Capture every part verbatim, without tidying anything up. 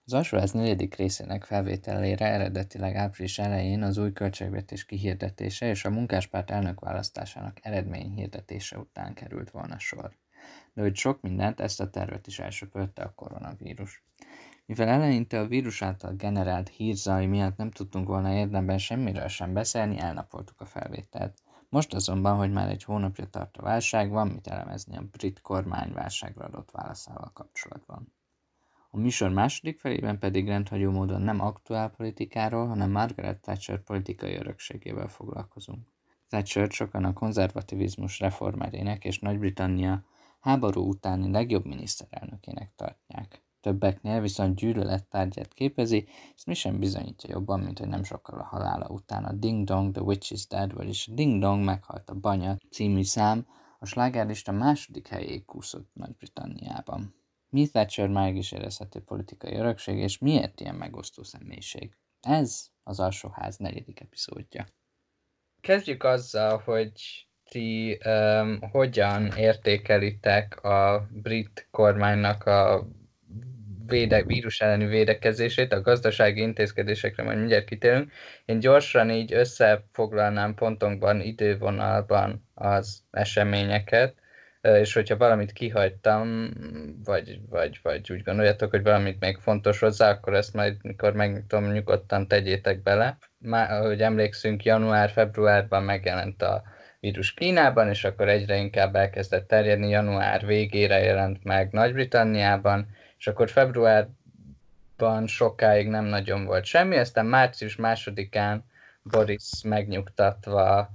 Az alsóház negyedik részének felvételére eredetileg április elején az új költségvetés kihirdetése és a munkáspárt elnökválasztásának eredményhirdetése után került volna sor. De hogy sok mindent, ezt a tervet is elsöpörte a koronavírus. Mivel eleinte a vírus által generált hírzaj miatt nem tudtunk volna érdemben semmiről sem beszélni, elnapoltuk a felvételt. Most azonban, hogy már egy hónapja tart a válság, van mit elemezni a brit kormány válságra adott válaszával kapcsolatban. A műsor második felében pedig rendhagyó módon nem aktuál politikáról, hanem Margaret Thatcher politikai örökségével foglalkozunk. Thatcher sokan a konzervativizmus reformerének és Nagy-Britannia háború utáni legjobb miniszterelnökének tartják. Többeknél viszont gyűlölet tárgyát képezi, ezt mi sem bizonyítja jobban, mint hogy nem sokkal a halála után a Ding Dong, The Witch is Dead, vagyis Ding Dong meghalt a banya című szám a slágerlista második helyéig kúszott Nagy-Britanniában. Mi Thatcher máig is érezhető politikai örökség, és miért ilyen megosztó személyiség? Ez az Alsóház negyedik epizódja. Kezdjük azzal, hogy ti um, hogyan értékelitek a brit kormánynak a véde, vírus elleni védekezését, a gazdasági intézkedésekre majd mindjárt kitérünk. Én gyorsan így összefoglalnám pontokban, idővonalban az eseményeket, és hogyha valamit kihagytam, vagy, vagy, vagy úgy gondoljátok, hogy valamit még fontos hozzá, akkor ezt majd, mikor megnyitom, nyugodtan tegyétek bele. Már, ahogy emlékszünk, január-februárban megjelent a vírus Kínában, és akkor egyre inkább elkezdett terjedni, január végére jelent meg Nagy-Britanniában, és akkor februárban sokáig nem nagyon volt semmi, aztán március másodikán Boris megnyugtatva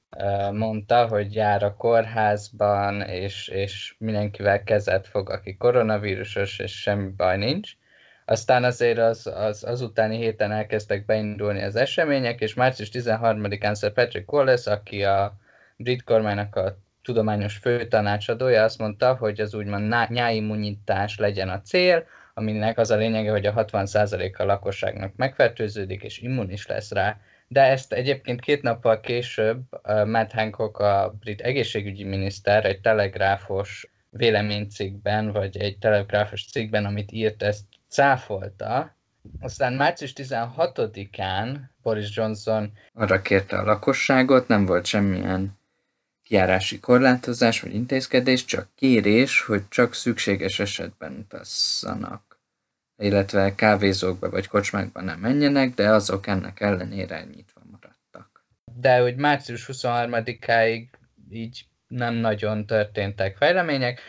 mondta, hogy jár a kórházban, és, és mindenkivel kezet fog, aki koronavírusos, és semmi baj nincs. Aztán azért az, az, az utáni héten elkezdtek beindulni az események, és március tizenharmadikán Sir Patrick Wallace, aki a brit kormánynak a tudományos főtanácsadója, azt mondta, hogy az úgymond nyáimmunitás legyen a cél, aminek az a lényege, hogy a hatvan százalék a lakosságnak megfertőződik, és immunis lesz rá. De ezt egyébként két nappal később uh, Matt Hancock, a brit egészségügyi miniszter egy telegráfos véleménycikkben, vagy egy telegráfos cikkben, amit írt, ezt cáfolta. Aztán március tizenhatodikán Boris Johnson arra kérte a lakosságot, nem volt semmilyen kijárási korlátozás vagy intézkedés, csak kérés, hogy csak szükséges esetben utazzanak, illetve kávézókba vagy kocsmákba nem menjenek, de azok ennek ellenére nyitva maradtak. De hogy március huszonharmadikáig így nem nagyon történtek fejlemények.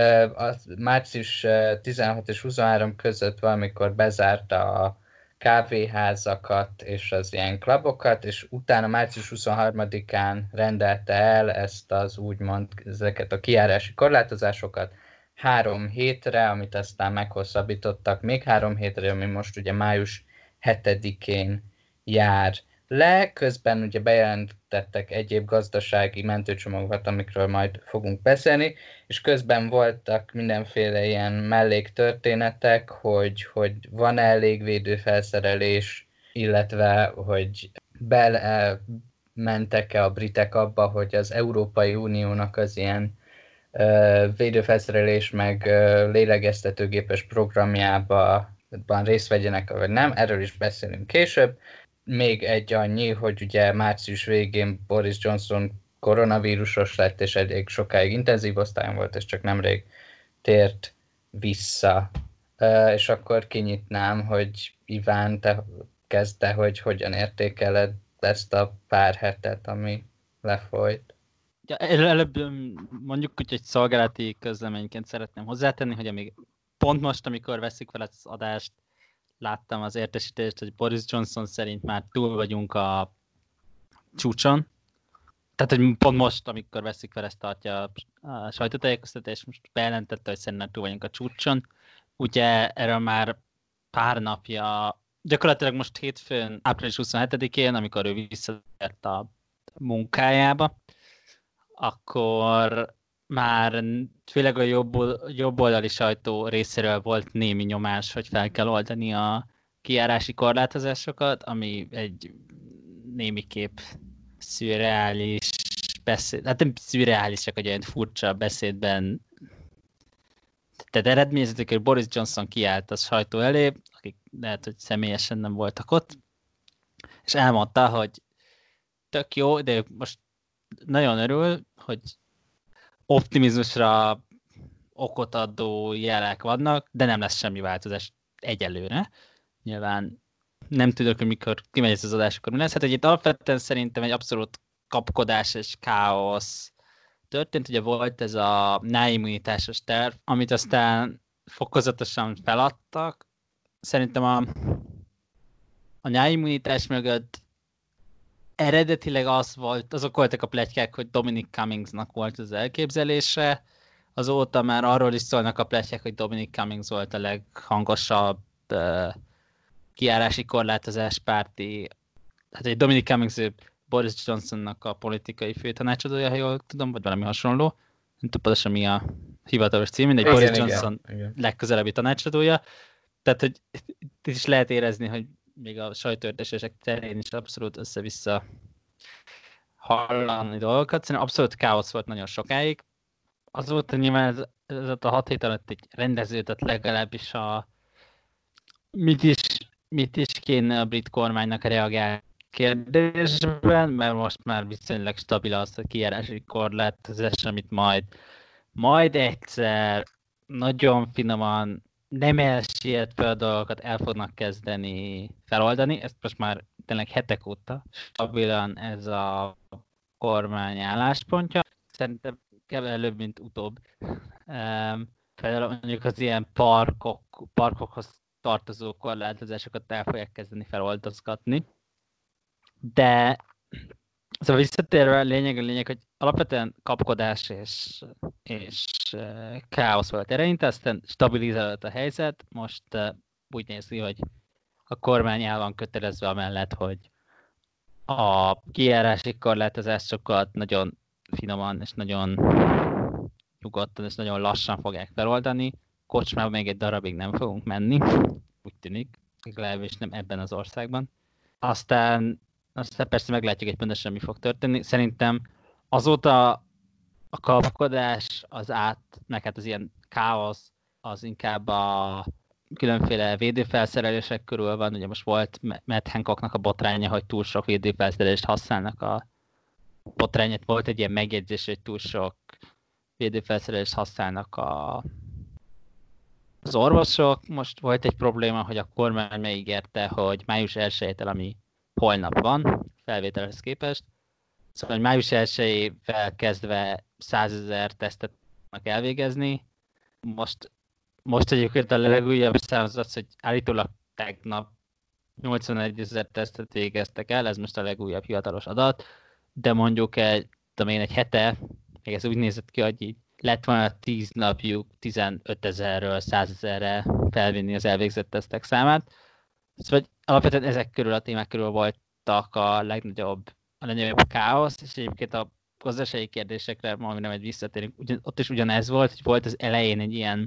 A március tizenhat és huszonhárom között valamikor bezárta a kávéházakat és az ilyen klubokat, és utána március huszonharmadikán rendelte el ezt az úgymond, ezeket a kijárási korlátozásokat három hétre, amit aztán meghosszabbítottak még három hétre, ami most ugye május hetedikén jár le. Közben ugye bejelentettek egyéb gazdasági mentőcsomagokat, amikről majd fogunk beszélni, és közben voltak mindenféle ilyen melléktörténetek, hogy, hogy van elég védőfelszerelés, illetve hogy bele mentek-e a britek abba, hogy az Európai Uniónak az ilyen uh, védőfelszerelés meg uh, lélegeztetőgépes programjában részt vegyenek, vagy nem, erről is beszélünk később. Még egy annyi, hogy ugye március végén Boris Johnson koronavírusos lett, és elég sokáig intenzív osztályon volt, és csak nemrég tért vissza. Uh, és akkor kinyitnám, hogy Iván, te kezdte, hogy hogyan értékeled ezt a pár hetet, ami lefolyt. Ja, előbb mondjuk, hogy egy szolgálati közleményként szeretném hozzátenni, hogy amíg pont most, amikor veszik fel az adást, láttam az értesítést, hogy Boris Johnson szerint már túl vagyunk a csúcson. Tehát, hogy pont most, amikor veszik fel, ezt tartja a sajtótájékoztatás, most bejelentette, hogy szerintem túl vagyunk a csúcson. Ugye erről már pár napja, gyakorlatilag most hétfőn, április huszonhetedikén, amikor ő visszatért a munkájába, akkor már főleg a jobb, jobb oldali sajtó részéről volt némi nyomás, hogy fel kell oldani a kijárási korlátozásokat, ami egy némiképp szürreális beszéd, hát nem szürreálisak, hogy olyan furcsa beszédben Tehát eredményezetek, hogy Boris Johnson kiállt a sajtó elé, akik lehet, hogy személyesen nem voltak ott, és elmondta, hogy tök jó, de ők most nagyon örül, hogy optimizmusra okot adó jelek vannak, de nem lesz semmi változás egyelőre. Nyilván nem tudok, hogy mikor kimegy ez az adás, akkor mi lesz. Hát, hogy itt alapvetően szerintem egy abszolút kapkodás és káosz történt. Ugye volt ez a náimmunitásos terv, amit aztán fokozatosan feladtak. Szerintem a, a náimmunitás mögött eredetileg az volt, azok voltak a pletykák, hogy Dominic Cummingsnak volt az elképzelése. Azóta már arról is szólnak a pletykák, hogy Dominic Cummings volt a leghangosabb uh, kijárási korlátozás párti. Hát egy Dominic Cummings Boris Johnsonnak a politikai főtanácsadója, ha jól tudom, vagy valami hasonló. Nem tudom pontosan mi a hivatalos cím, mindegy Boris igen, Johnson igen. legközelebbi tanácsadója. Tehát, hogy itt is lehet érezni, hogy még a sajtóértesések terén is abszolút össze-vissza hallani dolgokat. Szerintem abszolút káosz volt nagyon sokáig. Azóta nyilván ez, ez a hat hét alatt egy rendező, tehát legalábbis a mit is, mit is kéne a brit kormánynak reagálni kérdésben, mert most már viszonylag stabil az a kijárási korlátozás, amit majd, majd egyszer nagyon finoman, nem elsietve a dolgokat el fognak kezdeni feloldani. Ezt most már tényleg hetek óta stabilan ez a kormány álláspontja. Szerintem előbb, mint utóbb. Um, például mondjuk az ilyen parkok, parkokhoz tartozó korlátozásokat el fogják kezdeni feloldozgatni. De szóval visszatérve a lényeg, a lényeg, hogy alapvetően kapkodás és, és uh, káosz volt eleinte, aztán stabilizálódott a helyzet, most uh, úgy néz ki, hogy a kormány el van kötelezve amellett, hogy a kijárási korlátozásokat nagyon finoman és nagyon nyugodtan és nagyon lassan fogják feloldani. Kocsmába még egy darabig nem fogunk menni, úgy tűnik, legalábbis nem ebben az országban. Aztán, aztán persze meglátjuk egy pontosan, mi fog történni. Szerintem azóta a kapkodás az át, meg hát az ilyen káosz, az inkább a különféle védőfelszerelések körül van. Ugye most volt Matt Hancocknak a botránya, hogy túl sok védőfelszerelést használnak a botrányát. Volt egy ilyen megjegyzés, hogy túl sok védőfelszerelést használnak a, az orvosok. Most volt egy probléma, hogy a kormány megígérte, hogy május elsejétől, ami holnap van, felvételhez képest, szóval hogy május elsejével kezdve százezer tesztet tudnak elvégezni. Most, most egyébként a legújabb szám az az, hogy állítólag tegnap nyolcvanegy ezer tesztet végeztek el, ez most a legújabb hivatalos adat, de mondjuk egy, tudom én, egy hete, még ez úgy nézett ki, hogy így lett volna tíz napjuk tizenöt ezerről százezerre felvinni az elvégzett tesztek számát. Szóval alapvetően ezek körül a témák körül voltak a legnagyobb, a legnagyobb káosz, és egyébként a gazdasági kérdésekre, ma nem egy visszatérünk, ugyan, ott is ugyanez volt, hogy volt az elején egy ilyen,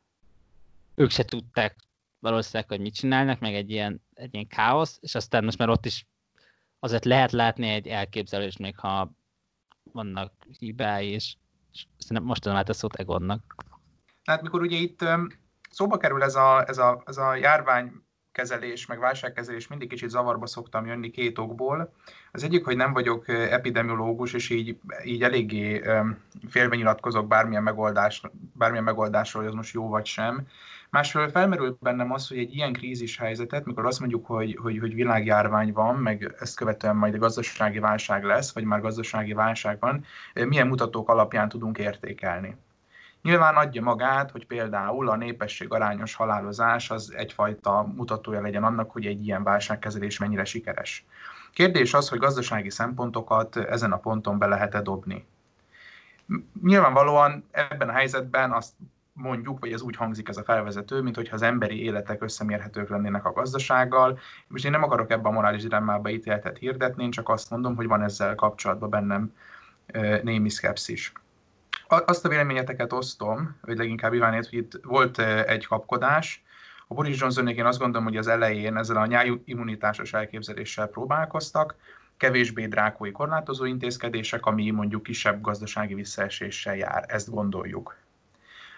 ők se tudták valószínűleg, hogy mit csinálnak, meg egy ilyen, egy ilyen káosz, és aztán most már ott is azért lehet látni egy elképzelés, még ha vannak hibái, és szerintem mostanában át a szót Egonnak. Hát mikor ugye itt szóba kerül ez a, ez a, ez a járványkezelés, meg válságkezelés, mindig kicsit zavarba szoktam jönni két okból. Az egyik, hogy nem vagyok epidemiológus, és így, így eléggé félve nyilatkozok bármilyen, megoldás, bármilyen megoldásról, hogy az most jó vagy sem. Másfelől felmerül bennem az, hogy egy ilyen krízis helyzetet, mikor azt mondjuk, hogy, hogy, hogy világjárvány van, meg ezt követően majd a gazdasági válság lesz, vagy már gazdasági válság van, milyen mutatók alapján tudunk értékelni. Nyilván adja magát, hogy például a népesség arányos halálozás az egyfajta mutatója legyen annak, hogy egy ilyen válságkezelés mennyire sikeres. Kérdés az, hogy gazdasági szempontokat ezen a ponton be lehet-e dobni. Nyilvánvalóan ebben a helyzetben azt mondjuk, vagy ez úgy hangzik ez a felvezető, mint hogyha az emberi életek összemérhetők lennének a gazdasággal. Most én nem akarok ebbe a morális dilemmába ítéletet hirdetni, én csak azt mondom, hogy van ezzel kapcsolatban bennem némi szkepszis. Azt a véleményeteket osztom, hogy leginkább Ivánét, hogy itt volt egy kapkodás. A Boris Johnsonék én azt gondolom, hogy az elején ezzel a nyájimmunitásos elképzeléssel próbálkoztak, kevésbé drákói korlátozó intézkedések, ami mondjuk kisebb gazdasági visszaeséssel jár, ezt gondoljuk.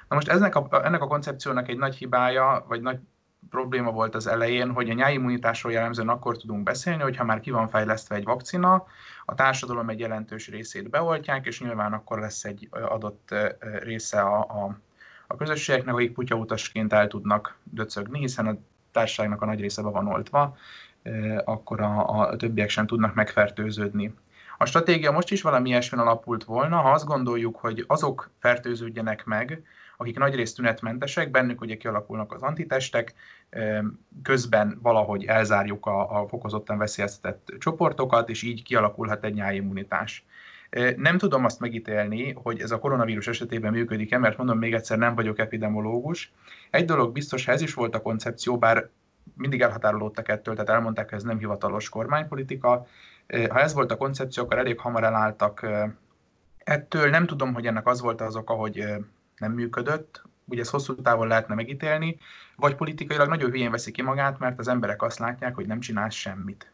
Na most ennek a, ennek a koncepciónak egy nagy hibája, vagy nagy probléma volt az elején, hogy a nyáimmunitásról jellemzően akkor tudunk beszélni, hogyha már ki van fejlesztve egy vakcina, a társadalom egy jelentős részét beoltják, és nyilván akkor lesz egy adott része a, a, a közösségeknek, akik kutyautasként el tudnak döcögni, hiszen a társaságnak a nagy része be van oltva, akkor a, a többiek sem tudnak megfertőződni. A stratégia most is valami ilyesmin alapult volna, ha azt gondoljuk, hogy azok fertőződjenek meg, akik nagyrészt tünetmentesek, bennük ugye kialakulnak az antitestek, közben valahogy elzárjuk a, a fokozottan veszélyeztetett csoportokat, és így kialakulhat egy nyáimmunitás. Nem tudom azt megítélni, hogy ez a koronavírus esetében működik-e, mert mondom még egyszer, nem vagyok epidemiológus. Egy dolog biztos, ha ez is volt a koncepció, bár mindig elhatárolódtak ettől, tehát elmondták, hogy ez nem hivatalos kormánypolitika. Ha ez volt a koncepció, akkor elég hamar elálltak ettől. Nem tudom, hogy ennek az volt az oka, hogy nem működött, ugye ezt hosszú távon lehetne megítélni, vagy politikailag nagyon hülyén veszi ki magát, mert az emberek azt látják, hogy nem csinál semmit.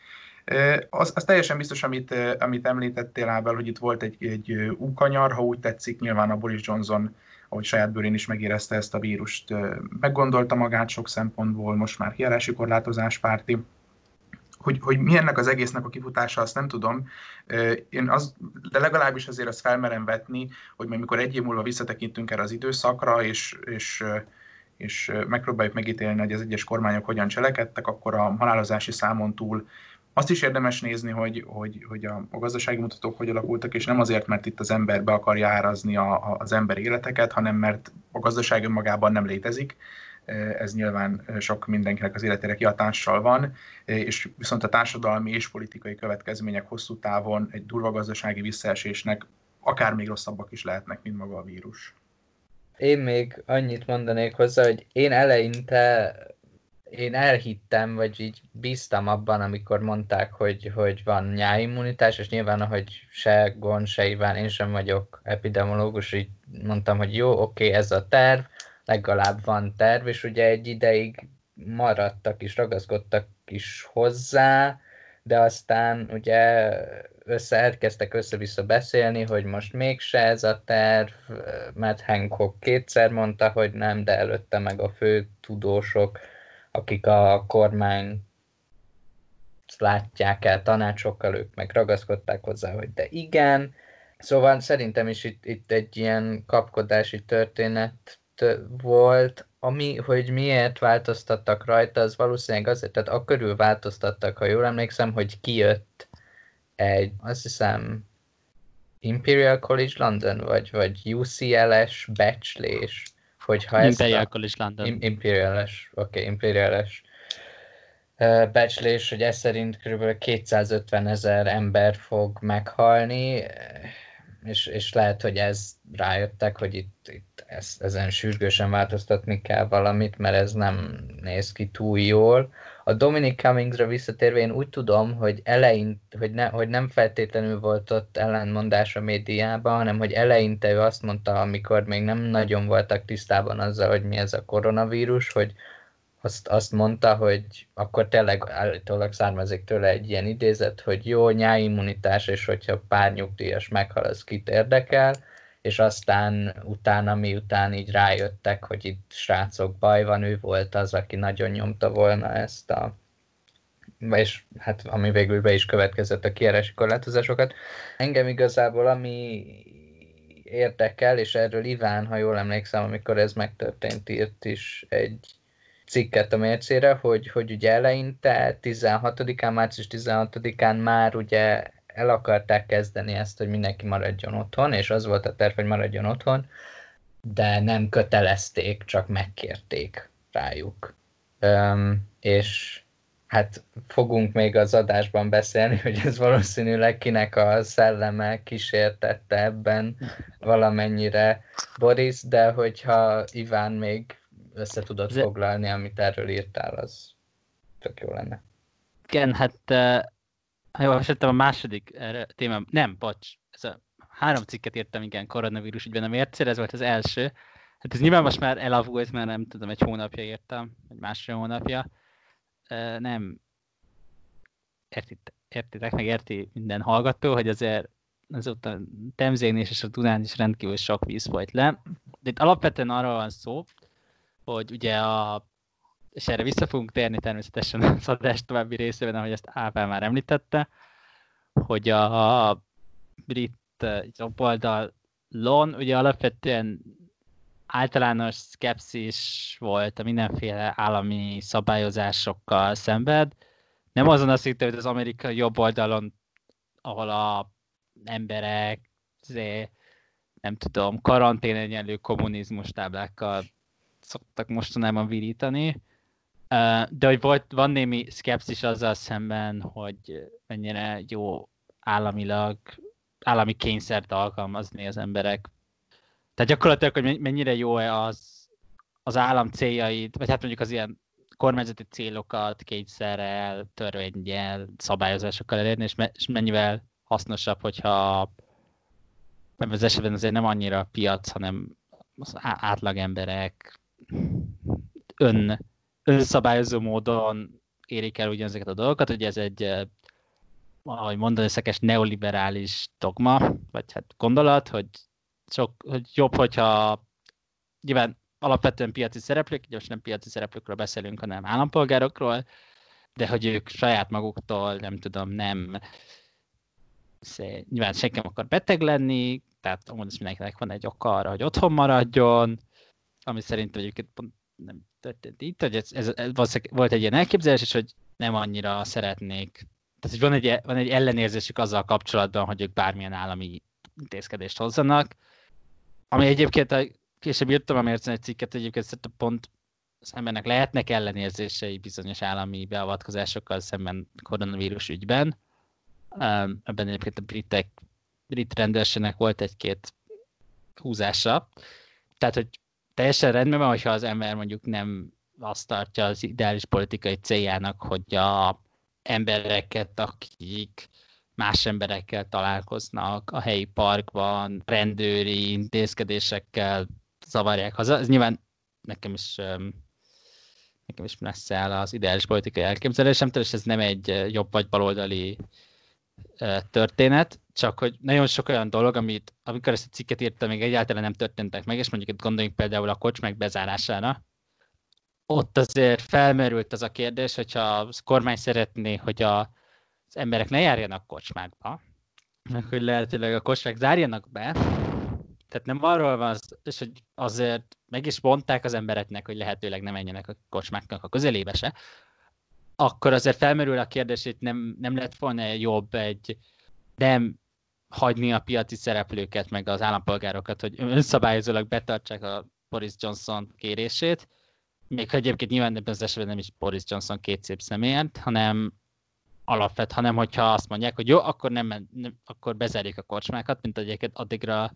Az, az teljesen biztos, amit, amit említettél, Ábel, hogy itt volt egy, egy úkanyar, ha úgy tetszik, nyilván a Boris Johnson, ahogy saját bőrén is megérezte ezt a vírust, meggondolta magát sok szempontból, most már kijárási korlátozás párti. Hogy, hogy mi ennek az egésznek a kifutása, azt nem tudom. Én az, de legalábbis azért azt felmerem vetni, hogy majd mikor egy év múlva visszatekintünk erre az időszakra, és, és, és megpróbáljuk megítélni, hogy az egyes kormányok hogyan cselekedtek, akkor a halálozási számon túl azt is érdemes nézni, hogy, hogy, hogy a, a gazdasági mutatók hogy alakultak, és nem azért, mert itt az ember be akarja árazni a, a, az emberi életeket, hanem mert a gazdaság önmagában nem létezik. Ez nyilván sok mindenkinek az életére kihatással van, és viszont a társadalmi és politikai következmények hosszú távon egy durva gazdasági visszaesésnek akár még rosszabbak is lehetnek, mint maga a vírus. Én még annyit mondanék hozzá, hogy én eleinte én elhittem, vagy így bíztam abban, amikor mondták, hogy, hogy van nyáimmunitás, és nyilván, ahogy se Gon, se Iván, én sem vagyok epidemiológus, így mondtam, hogy jó, oké, okay, ez a terv, legalább van terv, és ugye egy ideig maradtak is, ragaszkodtak is hozzá, de aztán ugye össze, elkezdtek össze-vissza beszélni, hogy most mégse ez a terv, Matt Hancock kétszer mondta, hogy nem, de előtte meg a fő tudósok, akik a kormány látják el tanácsokkal, ők meg ragaszkodták hozzá, hogy de igen. Szóval szerintem is itt, itt egy ilyen kapkodási történet volt, ami, hogy miért változtattak rajta, az valószínűleg azért, tehát a körül változtattak, ha jól emlékszem, hogy kijött egy, azt hiszem, Imperial College London, vagy, vagy U C L-es becslés, hogyha Imperial College London. Imperial-es, oké, okay, Imperial-es uh, becslés, hogy ez szerint kb. kétszázötven ezer ember fog meghalni, és, és lehet, hogy ez rájöttek, hogy itt, itt ezt, ezen sürgősen változtatni kell valamit, mert ez nem néz ki túl jól. A Dominic Cummingsra visszatérve én úgy tudom, hogy eleint, hogy, ne, hogy nem feltétlenül volt ott ellentmondás a médiában, hanem hogy eleinte ő azt mondta, amikor még nem nagyon voltak tisztában azzal, hogy mi ez a koronavírus, hogy azt, azt mondta, hogy akkor tényleg állítólag származik tőle egy ilyen idézet, hogy jó, nyáimmunitás, és hogyha pár nyugdíjas meghal, az kit érdekel, és aztán utána, miután így rájöttek, hogy itt srácok baj van, ő volt az, aki nagyon nyomta volna ezt a, és hát ami végül be is következett a kijárási korlátozásokat. Engem igazából ami érdekel, és erről Iván, ha jól emlékszem, amikor ez megtörtént, írt is egy cikket a mércére, hogy, hogy ugye eleinte tizenhatodikán, március tizenhatodikán már ugye el akarták kezdeni ezt, hogy mindenki maradjon otthon, és az volt a terv, hogy maradjon otthon, de nem kötelezték, csak megkérték rájuk. Üm, és hát fogunk még az adásban beszélni, hogy ez valószínűleg kinek a szelleme kísértette ebben valamennyire Boris, de hogyha Iván még össze tudod foglalni, amit erről írtál, az tök jó lenne. Igen, hát ha jól esettem a második erre, témám, nem, bocs, ez a három cikket írtam, igen, koronavírus ügyben a mércére, ez volt az első. Hát ez nyilván most már elavult, mert nem tudom, egy hónapja írtam, vagy másfél hónapja. Nem értitek, értitek, meg érti minden hallgató, hogy azért azóta Temzén és a Dunán is rendkívül sok víz folyt le. de itt alapvetően arról van szó, hogy ugye a, és erre vissza fogunk térni természetesen az adás további részében, ahogy ezt Ábel már említette, hogy a, a brit jobboldalon ugye alapvetően általános szkepszis volt a mindenféle állami szabályozásokkal szemben. Nem azon azt hittem, hogy az amerikai jobb oldalon, ahol a emberek, zé, nem tudom, karanténegyenlő kommunizmus táblákkal szoktak mostanában virítani. De hogy volt, van némi szkepszis azzal szemben, hogy mennyire jó államilag, állami kényszert alkalmazni az emberek. Tehát gyakorlatilag, hogy mennyire jó az, az állam céljait, vagy hát mondjuk az ilyen kormányzati célokat kényszerrel, törvénnyel, szabályozásokkal elérni, és, me- és mennyivel hasznosabb, hogyha ebben az esetben azért nem annyira a piac, hanem az átlag emberek ön, önszabályozó módon érik el ugyanezeket a dolgokat. Ugye ez egy, ahogy mondani szekes, neoliberális dogma, vagy hát gondolat, hogy, sok, hogy jobb, hogyha nyilván alapvetően piaci szereplők, így most nem piaci szereplőkről beszélünk, hanem állampolgárokról, de hogy ők saját maguktól, nem tudom, nem, szé, nyilván senki nem akar beteg lenni, tehát amúgy is mindenkinek van egy oka arra, hogy otthon maradjon, ami szerintem egyébként pont nem történt itt, hogy ez, ez, ez volt egy ilyen elképzelés, és hogy nem annyira szeretnék, tehát hogy van egy, van egy ellenérzésük azzal kapcsolatban, hogy ők bármilyen állami intézkedést hozzanak, ami egyébként a később írtam a Mércen egy cikket, egyébként szerintem pont az embernek lehetnek ellenérzései bizonyos állami beavatkozásokkal szemben koronavírus ügyben. Ebben egyébként a britek, brit rendőrségnek volt egy-két húzása. Tehát, hogy teljesen rendben van, hogyha az ember mondjuk nem azt tartja az ideális politikai céljának, hogy a embereket, akik más emberekkel találkoznak a helyi parkban, rendőri intézkedésekkel zavarják haza. Ez nyilván nekem is, nekem is messze áll az ideális politikai elképzelésemtől, és ez nem egy jobb vagy baloldali történet, csak hogy nagyon sok olyan dolog, amit amikor ezt a cikket írtam, még egyáltalán nem történtek meg, és mondjuk itt gondoljunk például a kocsmák bezárására, ott azért felmerült az a kérdés, hogyha a kormány szeretné, hogy a, az emberek ne járjanak kocsmákba, meg hogy lehetőleg a kocsmák zárjanak be, tehát nem arról van, és hogy azért meg is mondták az embereknek, hogy lehetőleg ne menjenek a kocsmáknak a közelébe se, akkor azért felmerül a kérdés, hogy nem, nem lett volna jobb egy nem hagyni a piaci szereplőket, meg az állampolgárokat, hogy önszabályozólag betartsák a Boris Johnson kérését, még ha egyébként nyilván ebben az esetben nem is Boris Johnson két szép személyért, hanem alapvet, hanem hogyha azt mondják, hogy jó, akkor, nem, nem, akkor bezárjuk a kocsmákat, mint egyébként addigra,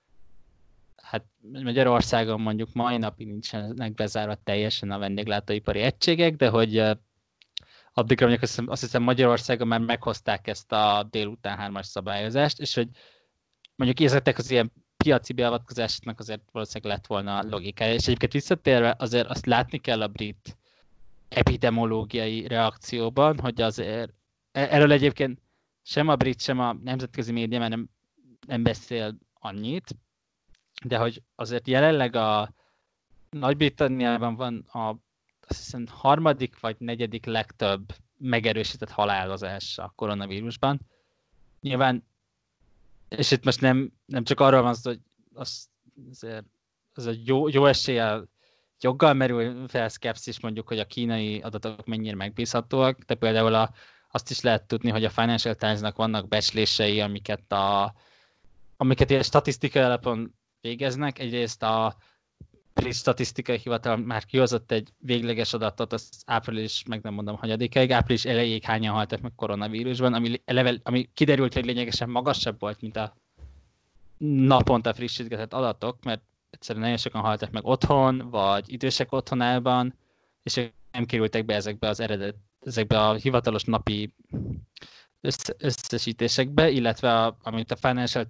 hát Magyarországon mondjuk mai napig nincsenek bezárva teljesen a vendéglátóipari egységek, de hogy addigra mondjuk azt hiszem, azt hiszem Magyarországon már meghozták ezt a délután hármas szabályozást, és hogy mondjuk ezeknek az ilyen piaci beavatkozásoknak azért valószínűleg lett volna logikája. És egyébként visszatérve azért azt látni kell a brit epidemiológiai reakcióban, hogy azért erről egyébként sem a brit, sem a nemzetközi média már nem, nem beszél annyit, de hogy azért jelenleg a Nagy-Britanniában van a azt hiszem harmadik vagy negyedik legtöbb megerősített halálozás a koronavírusban. Nyilván, és itt most nem, nem csak arról van szó, hogy az, azért, az a jó, jó eséllyel joggal merül fel szkepszis mondjuk, hogy a kínai adatok mennyire megbízhatóak, de például a, azt is lehet tudni, hogy a Financial Times-nak vannak becslései, amiket, a, amiket ilyen statisztikai alapon végeznek. Egyrészt a brit statisztikai hivatal már kihozott egy végleges adatot, az április, meg nem mondom, hanyadikáig, április elejéig hányan haltak meg koronavírusban, ami, eleve, ami kiderült, hogy lényegesen magasabb volt, mint a naponta frissítgetett adatok, mert egyszerűen nagyon sokan haltak meg otthon, vagy idősek otthonában, és nem kerültek be ezekbe az eredet, ezekbe a hivatalos napi össze, összesítésekbe, illetve a, amit a Financial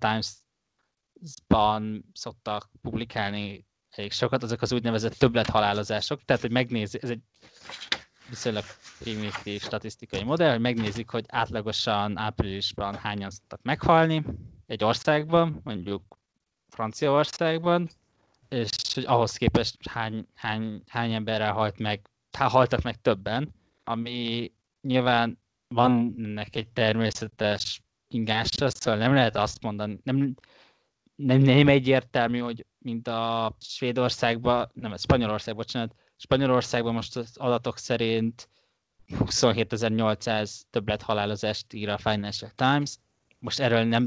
Times-ban szoktak publikálni elég sokat, azok az úgynevezett többlethalálozások, tehát hogy megnézi, ez egy viszonylag primitív statisztikai modell, hogy megnézik, hogy átlagosan áprilisban hányan szoktak meghalni egy országban, mondjuk Franciaországban, és hogy ahhoz képest hány, hány, hány emberrel halt meg, há, haltak meg többen, ami nyilván van ennek egy természetes ingása, szóval nem lehet azt mondani, nem, nem, nem egyértelmű, hogy mint a Svédországban, nem, a Spanyolországban, bocsánat, Spanyolországban most az adatok szerint huszonhétezer-nyolcszáz többlet halálozást ír a Financial Times. Most erről nem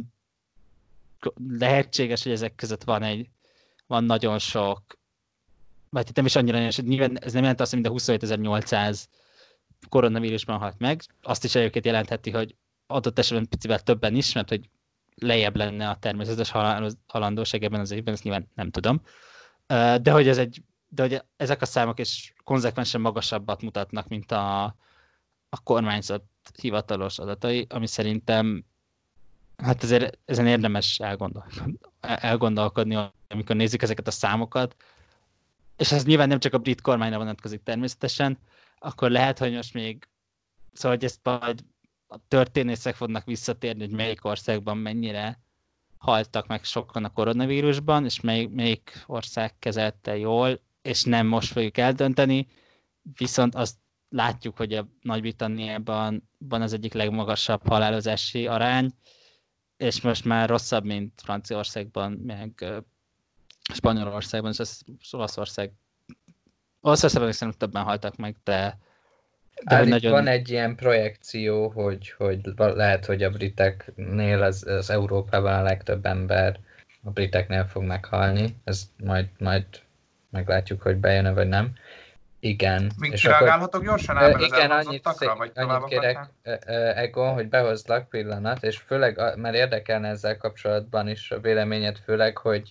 lehetséges, hogy ezek között van egy van nagyon sok, vagy nem is annyira, hogy nyilván ez nem jelent azt, hogy mind a huszonhétezer-nyolcszáz koronavírusban halt meg. Azt is egyébként jelentheti, hogy adott esetben picivel többen is, mert hogy lejjebb lenne a természetes halandóság ebben az évben, ezt nyilván nem tudom. De hogy, ez egy, de hogy ezek a számok is konzekvensen magasabbat mutatnak, mint a, a kormányzat hivatalos adatai, ami szerintem hát ezért ezen érdemes elgondolkodni, elgondolkodni, amikor nézzük ezeket a számokat, és ez nyilván nem csak a brit kormányra vonatkozik természetesen, akkor lehet, hogy most még, szóval hogy ezt majd a történészek fognak visszatérni, hogy melyik országban mennyire haltak meg sokan a koronavírusban, és melyik, melyik ország kezelte jól, és nem most fogjuk eldönteni, viszont azt látjuk, hogy a Nagy-Britanniában van az egyik legmagasabb halálozási arány, és most már rosszabb, mint Franciaországban, meg Spanyolországban, és ez Olaszország. Olaszországban szerintem többen haltak meg, de, de Állít, nagyon... Van egy ilyen projekció, hogy, hogy lehet, hogy a briteknél az, az Európában a legtöbb ember a briteknél fog meghalni. Ez majd, majd meglátjuk, hogy bejön-e vagy nem. Igen. Még és reagálhatok akkor, gyorsan Ábel az igen, elhangzottakra, annyit, vagy annyit tovább kérek, akartál? Egon, hogy behozlak pillanat, és főleg, mert érdekelne ezzel kapcsolatban is a véleményed, főleg, hogy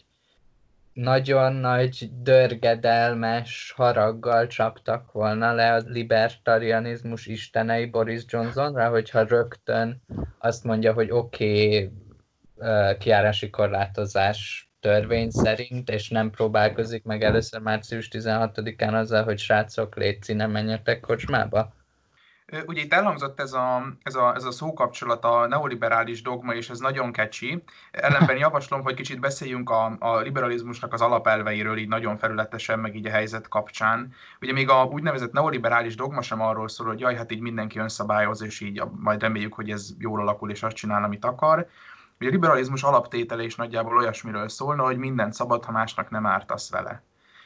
nagyon nagy dörgedelmes haraggal csaptak volna le a libertarianizmus istenei Boris Johnsonra, hogyha rögtön azt mondja, hogy oké, okay, kijárási korlátozás törvény szerint, és nem próbálkozik meg először március tizenhatodikán azzal, hogy srácok, létszi, nem menjetek kocsmába? Ugye itt elhangzott ez a, ez, a, ez a szókapcsolat, a neoliberális dogma, és ez nagyon catchy. Ellenben javaslom, hogy kicsit beszéljünk a, a liberalizmusnak az alapelveiről, így nagyon felületesen, meg így a helyzet kapcsán. Ugye még a úgynevezett neoliberális dogma sem arról szól, hogy jaj, hát így mindenki önszabályoz, és így majd reméljük, hogy ez jól alakul, és azt csinál, amit akar. Ugye a liberalizmus alaptétele is nagyjából olyasmiről szólna, hogy mindent szabad, ha másnak nem ártasz vele.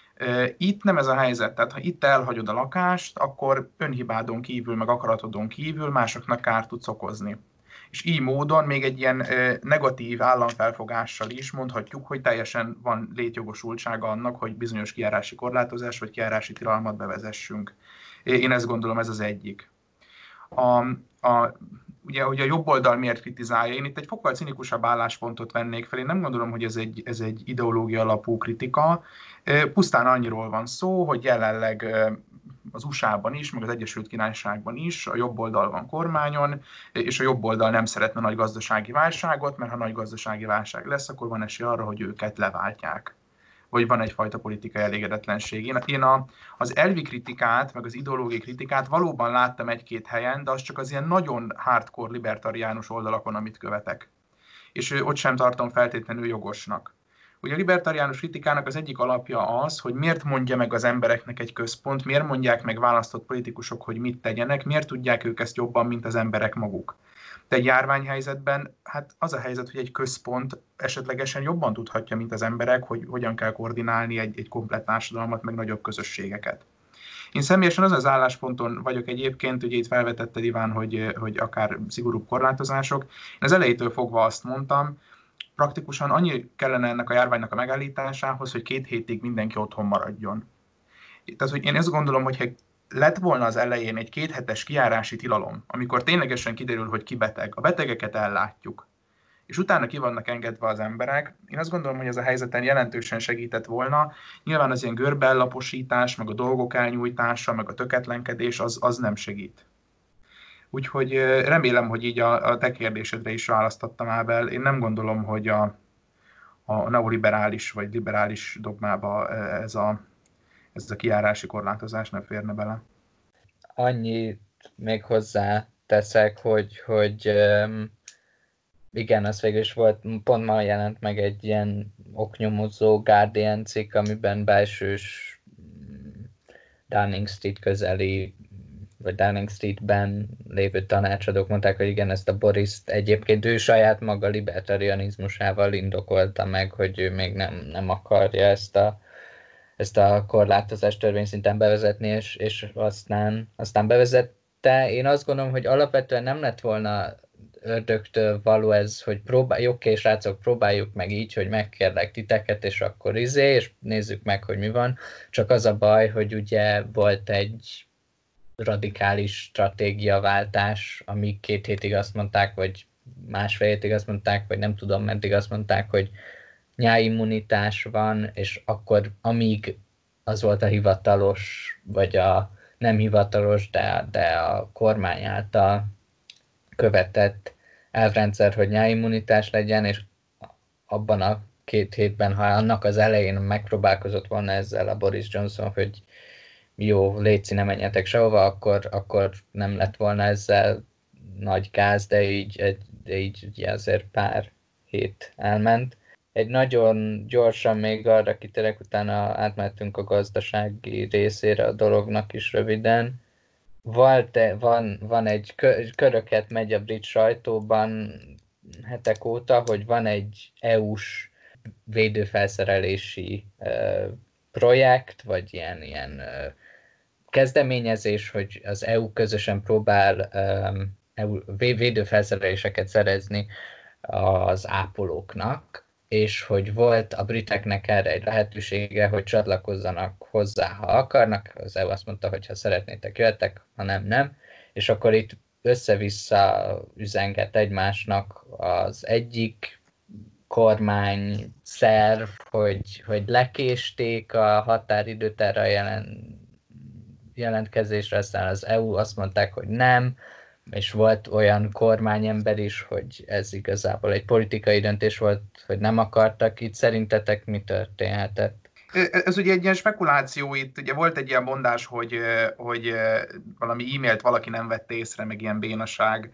Itt nem ez a helyzet, tehát ha itt elhagyod a lakást, akkor önhibádon kívül, meg akaratodon kívül másoknak kárt tudsz okozni. És így módon még egy ilyen negatív államfelfogással is mondhatjuk, hogy teljesen van létjogosultsága annak, hogy bizonyos kijárási korlátozás vagy kijárási tilalmat bevezessünk. Én ezt gondolom, ez az egyik. A, a, ugye, ugye a jobb oldal miért kritizálja? Én itt egy fokkal cinikusabb álláspontot vennék fel. Én nem gondolom, hogy ez egy, ez egy ideológia alapú kritika. Pusztán annyiról van szó, hogy jelenleg az u es á-ban is, meg az Egyesült Királyságban is a jobb oldal van kormányon, és a jobb oldal nem szeretne nagy gazdasági válságot, mert ha nagy gazdasági válság lesz, akkor van esély arra, hogy őket leváltják. Vagy van egyfajta politikai elégedetlenség. Én, én a, az elvi kritikát, meg az ideológiai kritikát valóban láttam egy-két helyen, de az csak az ilyen nagyon hardcore libertariánus oldalakon, amit követek. És ott sem tartom feltétlenül jogosnak. Ugye a libertariánus kritikának az egyik alapja az, hogy miért mondja meg az embereknek egy központ, miért mondják meg választott politikusok, hogy mit tegyenek, miért tudják ők ezt jobban, mint az emberek maguk. De egy járványhelyzetben hát az a helyzet, hogy egy központ esetlegesen jobban tudhatja, mint az emberek, hogy hogyan kell koordinálni egy, egy komplett társadalmat, meg nagyobb közösségeket. Én személyesen az az állásponton vagyok egyébként, ugye itt felvetetted, Iván, hogy, hogy akár szigorúbb korlátozások. Én az elejétől fogva azt mondtam, praktikusan annyi kellene ennek a járványnak a megállításához, hogy két hétig mindenki otthon maradjon. Tehát, hogy én azt gondolom, hogy ha lett volna az elején egy kéthetes kijárási tilalom, amikor ténylegesen kiderül, hogy ki beteg, a betegeket ellátjuk, és utána ki vannak engedve az emberek, én azt gondolom, hogy ez a helyzeten jelentősen segített volna. Nyilván az ilyen görbellaposítás, meg a dolgok elnyújtása, meg a töketlenkedés, az, az nem segít. Úgyhogy remélem, hogy így a, a te kérdésedre is választottam, Ábel. Én nem gondolom, hogy a, a neoliberális vagy liberális dogmába ez a, ez a kijárási korlátozás ne férne bele. Annyit még hozzá teszek, hogy, hogy um, Igen, az végül is volt, pont ma jelent meg egy ilyen oknyomozó Guardian cikk, amiben belsős mm, Downing Street közeli, vagy Downing Streetben lévő tanácsadók mondták, hogy igen, ezt a Boriszt egyébként ő saját maga libertarianizmusával indokolta meg, hogy ő még nem, nem akarja ezt a, ezt a korlátozást törvényszinten bevezetni, és, és aztán, aztán bevezette. Én azt gondolom, hogy alapvetően nem lett volna ördögtől való ez, hogy próbálj, oké, srácok, próbáljuk meg így, hogy megkérlek titeket, és akkor izé, és nézzük meg, hogy mi van. Csak az a baj, hogy ugye volt egy radikális stratégiaváltás, amíg két hétig azt mondták, vagy másfél hétig azt mondták, vagy nem tudom meddig azt mondták, hogy nyáimmunitás van, és akkor amíg az volt a hivatalos, vagy a nem hivatalos, de, de a kormány által követett elvrendszer, hogy nyáimmunitás legyen, és abban a két hétben, ha annak az elején megpróbálkozott volna ezzel a Boris Johnson, hogy jó, létszi, ne menjetek sehova, akkor, akkor nem lett volna ezzel nagy gáz, de így, de így ugye azért pár hét elment. Egy nagyon gyorsan még arra kitérek, utána átmentünk a gazdasági részére a dolognak is röviden. Van, van, van egy köröket megy a brit sajtóban hetek óta, hogy van egy é u-s védőfelszerelési uh, projekt, vagy ilyen, ilyen uh, kezdeményezés, hogy az é u közösen próbál um, é u védőfelszereléseket szerezni az ápolóknak, és hogy volt a briteknek erre egy lehetősége, hogy csatlakozzanak hozzá, ha akarnak. Az é u azt mondta, hogy ha szeretnétek, jöttek, ha nem, nem. És akkor itt össze-vissza üzenget egymásnak az egyik kormány szerv, hogy, hogy lekésték a határidőt erre a jelen, jelentkezésre, aztán az é u azt mondták, hogy nem, és volt olyan kormányember is, hogy ez igazából egy politikai döntés volt, hogy nem akartak. Itt szerintetek mi történhetett? Ez ugye egy ilyen spekuláció, itt ugye volt egy ilyen mondás, hogy, hogy valami e-mailt valaki nem vette észre, meg ilyen bénaság.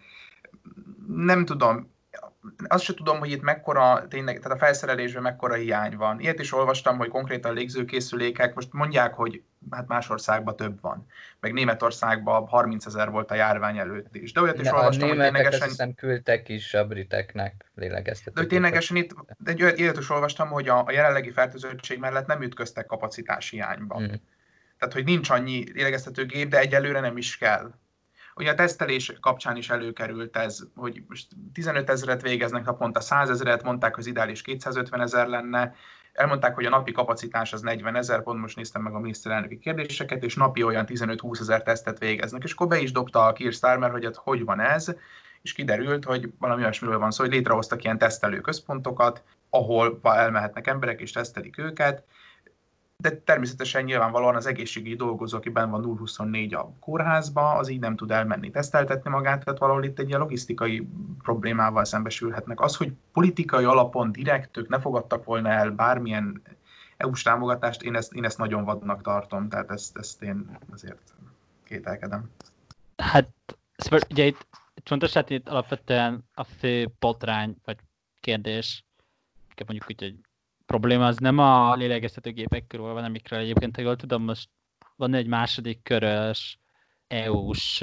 Nem tudom, azt sem tudom, hogy itt mekkora, tényleg, tehát a felszerelésben mekkora hiány van. Ilyet is olvastam, hogy konkrétan légzőkészülékek, most mondják, hogy hát más országban több van. Meg Németországban harmincezer volt a járvány előtt is. De olyat is Ne, olvastam, a hogy németek ténylegesen... azt hiszem küldtek is a briteknek lélegeztetőt. De hogy ténylegesen itt, de egy ilyet is olvastam, hogy a, a jelenlegi fertőzöttség mellett nem ütköztek kapacitás hiányba. Mm. Tehát, hogy nincs annyi lélegeztetőgép, de egyelőre nem is kell. Ugye a tesztelés kapcsán is előkerült ez, hogy most tizenöt ezret végeznek naponta, száz ezret, mondták, hogy az ideális kétszázötven ezer lenne, elmondták, hogy a napi kapacitás az negyven ezer, pont most néztem meg a miniszterelnöki kérdéseket, és napi olyan tizenöt-húsz ezer tesztet végeznek. És akkor be is dobta a Keir Starmer, hogy hát hogy van ez, és kiderült, hogy valami olyasmiről van szó, hogy létrehoztak ilyen tesztelő központokat, ahol elmehetnek emberek és tesztelik őket, de természetesen nyilvánvalóan az egészségügyi dolgozó, aki benn van nulla huszonnégy a kórházba, az így nem tud elmenni teszteltetni magát, tehát valahol itt egy ilyen logisztikai problémával szembesülhetnek. Az, hogy politikai alapon direkt ők ne fogadtak volna el bármilyen é u-s támogatást, én ezt, én ezt nagyon vadnak tartom, tehát ezt, ezt én azért kételkedem. Hát, szóval ugye itt fontos, hát itt alapvetően a fő botrány, vagy kérdés, mondjuk úgy, hogy probléma az nem a lélegeztetőgépek körül van, amikről egyébként, ha jól tudom, most van egy második körös é u-s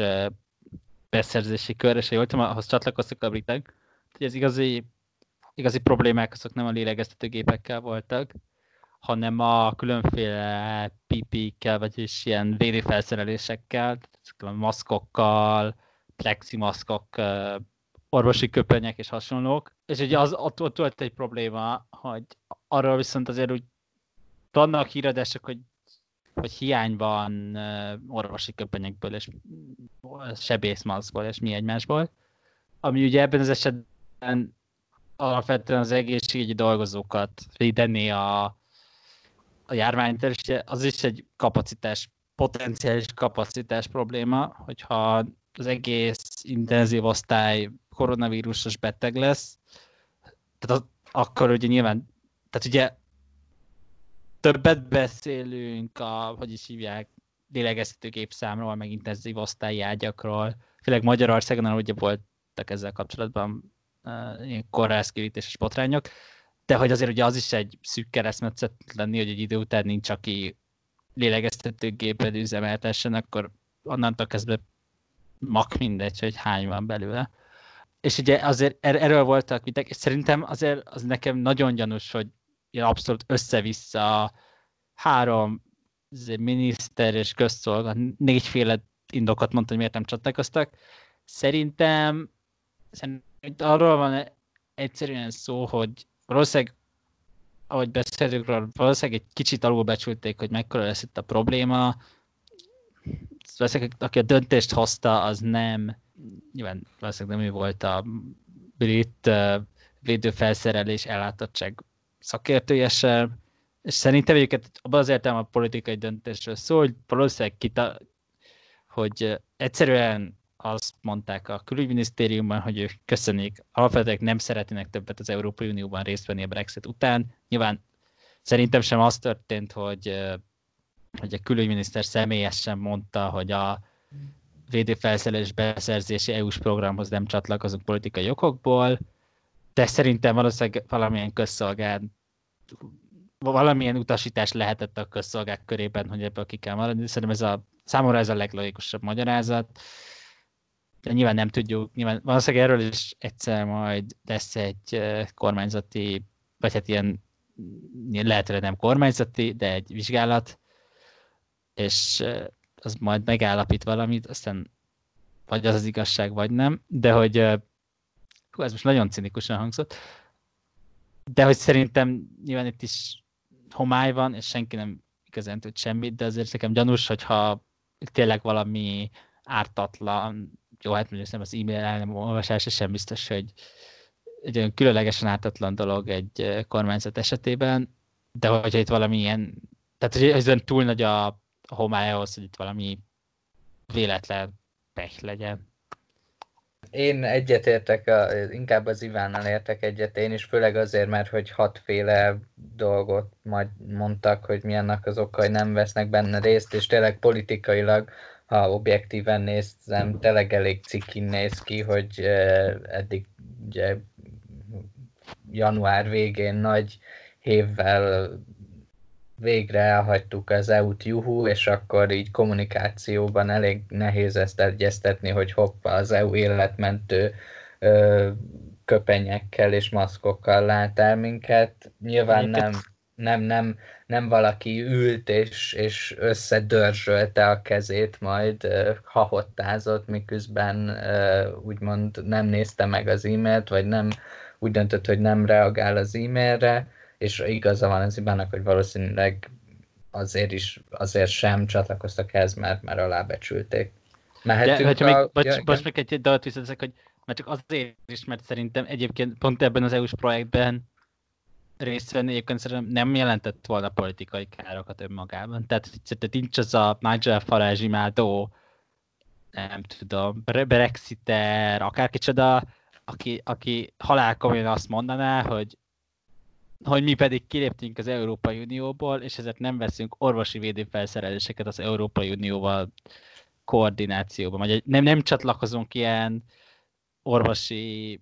beszerzési kör, és ha jól tudom, ahhoz csatlakoztak a britek. Hogy az igazi, igazi problémák azok nem a lélegeztetőgépekkel voltak, hanem a különféle pé pé é-kkel, vagyis ilyen védőfelszerelésekkel, a maszkokkal, pleximaszkok, orvosi köpenyek és hasonlók. És ugye az, ott, ott volt egy probléma, hogy arról viszont azért úgy vannak híradások, hogy, hogy hiány van orvosi köpenyekből és sebészmaszkból és mi egymásból. Ami ugye ebben az esetben alapvetően az egészségügyi dolgozókat védené a, a járványtól, és az is egy kapacitás, potenciális kapacitás probléma, hogyha az egész intenzív osztály koronavírusos beteg lesz, tehát az, akkor ugye nyilván, tehát ugye többet beszélünk a, hogy is hívják, lélegeztetőgépszámról, meg intenzív osztályi ágyakról, főleg Magyarországon, ugye voltak ezzel kapcsolatban uh, ilyen kórházkivítéses botrányok, de hogy azért ugye az is egy szűk keresztmetszet lenni, hogy egy idő után nincs, aki lélegeztetőgépet üzemeltessen, akkor onnantól kezdve mak mindegy, hogy hány van belőle. És ugye azért er- erről voltak viták, és szerintem azért az nekem nagyon gyanús, hogy ilyen abszolút össze-vissza három miniszter és közszolga négyféle indokot mondta, hogy miért nem csatlakoztak. Szerintem, szerintem arról van egyszerűen szó, hogy valószínűleg, ahogy beszéltük róla, valószínűleg egy kicsit alulbecsülték, hogy mekkora lesz itt a probléma. Valószínűleg, aki a döntést hozta, az nem, nyilván valószínűleg nem ő volt a brit uh, védőfelszerelés ellátottság szakértője sem, és szerintem egyébként abban az értelme a politikai döntésről szól, hogy valószínűleg kita, hogy egyszerűen azt mondták a külügyminisztériumban, hogy ők köszönik, alapvetően nem szeretnének többet az Európai Unióban részt venni a Brexit után. Nyilván szerintem sem az történt, hogy, hogy a külügyminiszter személyesen mondta, hogy a védőfelszerelés beszerzési é u-s programhoz nem csatlakozunk politikai okokból, de szerintem valószínűleg valamilyen közszolgál, valamilyen utasítás lehetett a közszolgák körében, hogy ebből ki kell maradni. Szerintem ez a, számomra ez a leglogikusabb magyarázat. De nyilván nem tudjuk, nyilván valószínűleg erről is egyszer majd lesz egy kormányzati, vagy hát ilyen lehetőleg nem kormányzati, de egy vizsgálat, és az majd megállapít valamit, aztán vagy az az igazság, vagy nem, de hogy hú, ez most nagyon cinikusan hangzott, de hogy szerintem nyilván itt is homály van, és senki nem igazán tud semmit, de azért nekem gyanús, hogyha tényleg valami ártatlan, jó, hát mondjuk nem az e-mail elolvasása sem biztos, hogy egy olyan különlegesen ártatlan dolog egy kormányzat esetében, de hogyha itt valami ilyen, tehát hogy ez túl nagy a homály ahhoz, hogy itt valami véletlen pech legyen. Én egyetértek, a, inkább az Ivánnal értek egyet én is, főleg azért, mert hogy hatféle dolgot majd mondtak, hogy mi annak az oka, hogy nem vesznek benne részt, és tényleg politikailag, ha objektíven nézem, tényleg elég cikin néz ki, hogy eh, eddig ugye január végén nagy hévvel végre elhagytuk az é u-t, juhu, és akkor így kommunikációban elég nehéz ezt egyeztetni, hogy hoppa, az é u életmentő ö, köpenyekkel és maszkokkal lát el minket. Nyilván nem, nem, nem, nem valaki ült és, és összedörzsölte a kezét, majd ö, hahottázott, miközben ö, úgymond nem nézte meg az e-mailt, vagy nem úgy döntött, hogy nem reagál az e-mailre, és igaza van az Ibának, hogy valószínűleg azért is, azért sem csatlakoztak ehhez, mert már alábecsülték. Mehetünk De, a... még, bocs, ja, bocs, meg egy dolgot visszateszek, hogy már csak azért is, mert szerintem egyébként pont ebben az é u-s projektben részt venni egyébként szerintem nem jelentett volna politikai károkat önmagában. Tehát szerintem nincs az a Nigel Farage imádó, nem tudom, Brexiter, akárkicsoda, aki, aki halálkomolyan azt mondaná, hogy hogy mi pedig kiléptünk az Európai Unióból, és ezért nem veszünk orvosi védőfelszereléseket az Európai Unióval koordinációban. Vagy nem, nem csatlakozunk ilyen orvosi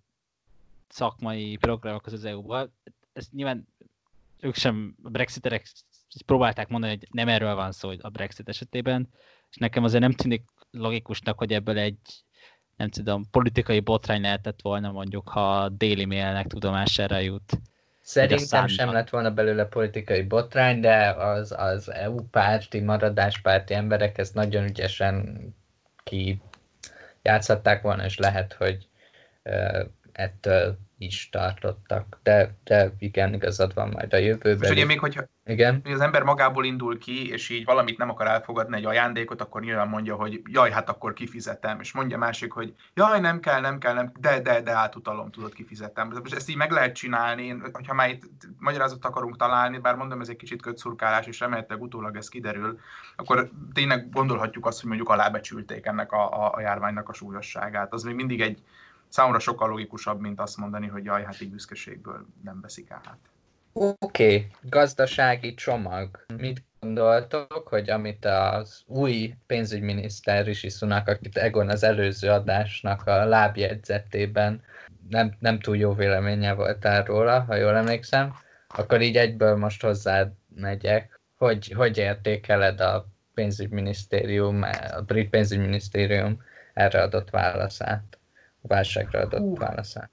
szakmai programokhoz az é u-val. Ezt nyilván ők sem, a brexiterek próbálták mondani, hogy nem erről van szó a Brexit esetében, és nekem azért nem tűnik logikusnak, hogy ebből egy nem tudom, politikai botrány lehetett volna mondjuk, ha a Daily Mailnek tudomására jut. Szerintem sem lett volna belőle politikai botrány, de az, az é u-párti, maradáspárti emberek ezt nagyon ügyesen ki játszhatták volna, és lehet, hogy uh, ettől is tartottak. De, de igen, igazad van majd a jövőben. És ugye még, hogyha igen? az ember magából indul ki, és így valamit nem akar elfogadni, egy ajándékot, akkor nyilván mondja, hogy jaj, hát akkor kifizetem. És mondja másik, hogy jaj, nem kell, nem kell, nem, de, de, de átutalom, tudod, kifizetem. És ezt így meg lehet csinálni, hogyha már itt magyarázatot akarunk találni, bár mondom, ez egy kicsit kötszurkálás, és remélhetőleg utólag ez kiderül, akkor tényleg gondolhatjuk azt, hogy mondjuk alábecsülték ennek a, a, a járványnak a súlyosságát. Az még mindig egy számomra sokkal logikusabb, mint azt mondani, hogy jaj, hát így büszkeségből nem veszik át. Oké, okay. Gazdasági csomag. Mit gondoltok, hogy amit az új pénzügyminiszter Rishi Sunak, akit Egon az előző adásnak a lábjegyzetében nem, nem túl jó véleménye voltál róla, ha jól emlékszem, akkor így egyből most hozzád megyek. Hogy, hogy értékeled a pénzügyminisztérium, a brit pénzügyminisztérium erre adott válaszát, a válságra adott uh. válaszát?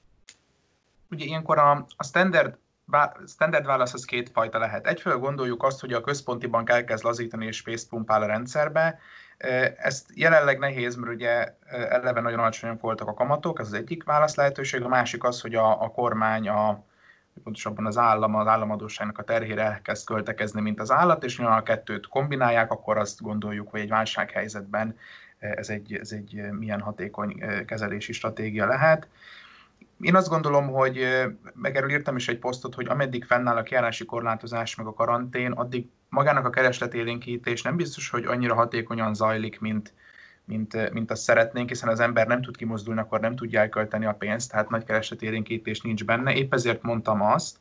Ugye ilyenkor a, a standard, standard válasz az kétfajta lehet. Egyfelől gondoljuk azt, hogy a központi bank elkezd lazítani és pénzt pumpál a rendszerbe. Ezt jelenleg nehéz, mert ugye eleve nagyon alacsonyan voltak a kamatok, ez az egyik válasz lehetőség. A másik az, hogy a, a kormány, a, pontosabban az állam, az államadósságnak a terhére elkezd költekezni, mint az állat, és ha a kettőt kombinálják, akkor azt gondoljuk, hogy egy válsághelyzetben ez egy, ez egy milyen hatékony kezelési stratégia lehet. Én azt gondolom, hogy meg erről írtam is egy posztot, hogy ameddig fennáll a kijárási korlátozás meg a karantén, addig magának a keresletélénkítés nem biztos, hogy annyira hatékonyan zajlik, mint, mint, mint azt szeretnénk, hiszen az ember nem tud kimozdulni, akkor nem tudja elkölteni a pénzt, tehát nagy keresletélénkítés nincs benne. Épp ezért mondtam azt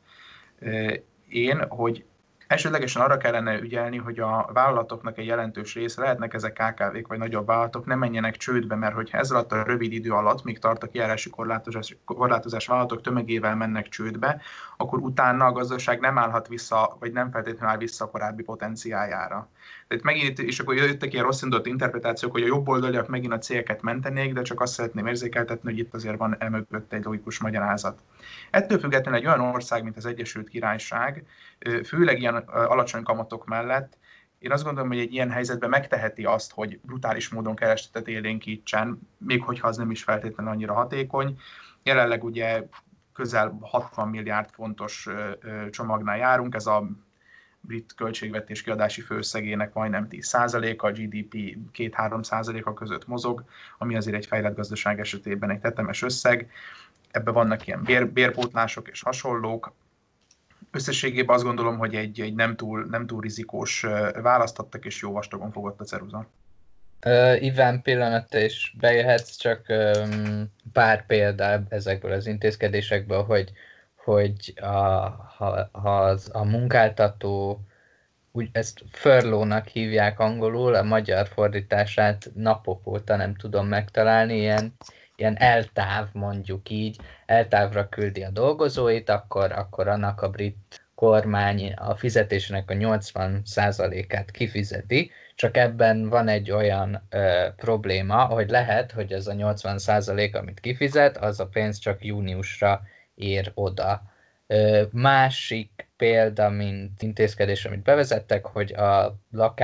én, hogy elsődlegesen arra kellene ügyelni, hogy a vállalatoknak egy jelentős része, lehetnek ezek ká ká vék vagy nagyobb vállalatok, nem menjenek csődbe, mert hogyha ez alatt a rövid idő alatt, míg tart a kijárási korlátozás, korlátozás vállalatok tömegével mennek csődbe, akkor utána a gazdaság nem állhat vissza, vagy nem feltétlenül áll vissza a korábbi potenciáljára. Tehát megint, és akkor jöttek ilyen rossz indult interpretációk, hogy a jobb oldaliak megint a cégeket mentenék, de csak azt szeretném érzékeltetni, hogy itt azért van emögött egy logikus magyarázat. Ettől függetlenül egy olyan ország, mint az Egyesült Királyság, főleg ilyen alacsony kamatok mellett, én azt gondolom, hogy egy ilyen helyzetben megteheti azt, hogy brutális módon keresletet élénkítsen, még hogyha az nem is feltétlenül annyira hatékony. Jelenleg ugye közel hatvan milliárd fontos csomagnál járunk, ez a brit költségvetés kiadási főösszegének majdnem tíz százaléka, a gé dé pé két-három százaléka között mozog, ami azért egy fejlett gazdaság esetében egy tetemes összeg. Ebben vannak ilyen bér, bérpótlások és hasonlók. Összességében azt gondolom, hogy egy, egy nem, túl, nem túl rizikós választottak, és jó vastagon fogott a ceruza. Uh, Iván, pillanatra is bejöhetsz, csak um, pár példa ezekből az intézkedésekből, hogy, hogy a, ha, ha az, a munkáltató, úgy, ezt furlough-nak hívják angolul, a magyar fordítását napok óta nem tudom megtalálni, ilyen, ilyen eltáv, mondjuk így, eltávra küldi a dolgozóit, akkor, akkor annak a brit kormány a fizetésének a nyolcvan százalékát kifizeti, csak ebben van egy olyan ö, probléma, hogy lehet, hogy ez a nyolcvan százalék, amit kifizet, az a pénz csak júniusra ér oda. Ö, másik példa, mint intézkedés, amit bevezettek, hogy a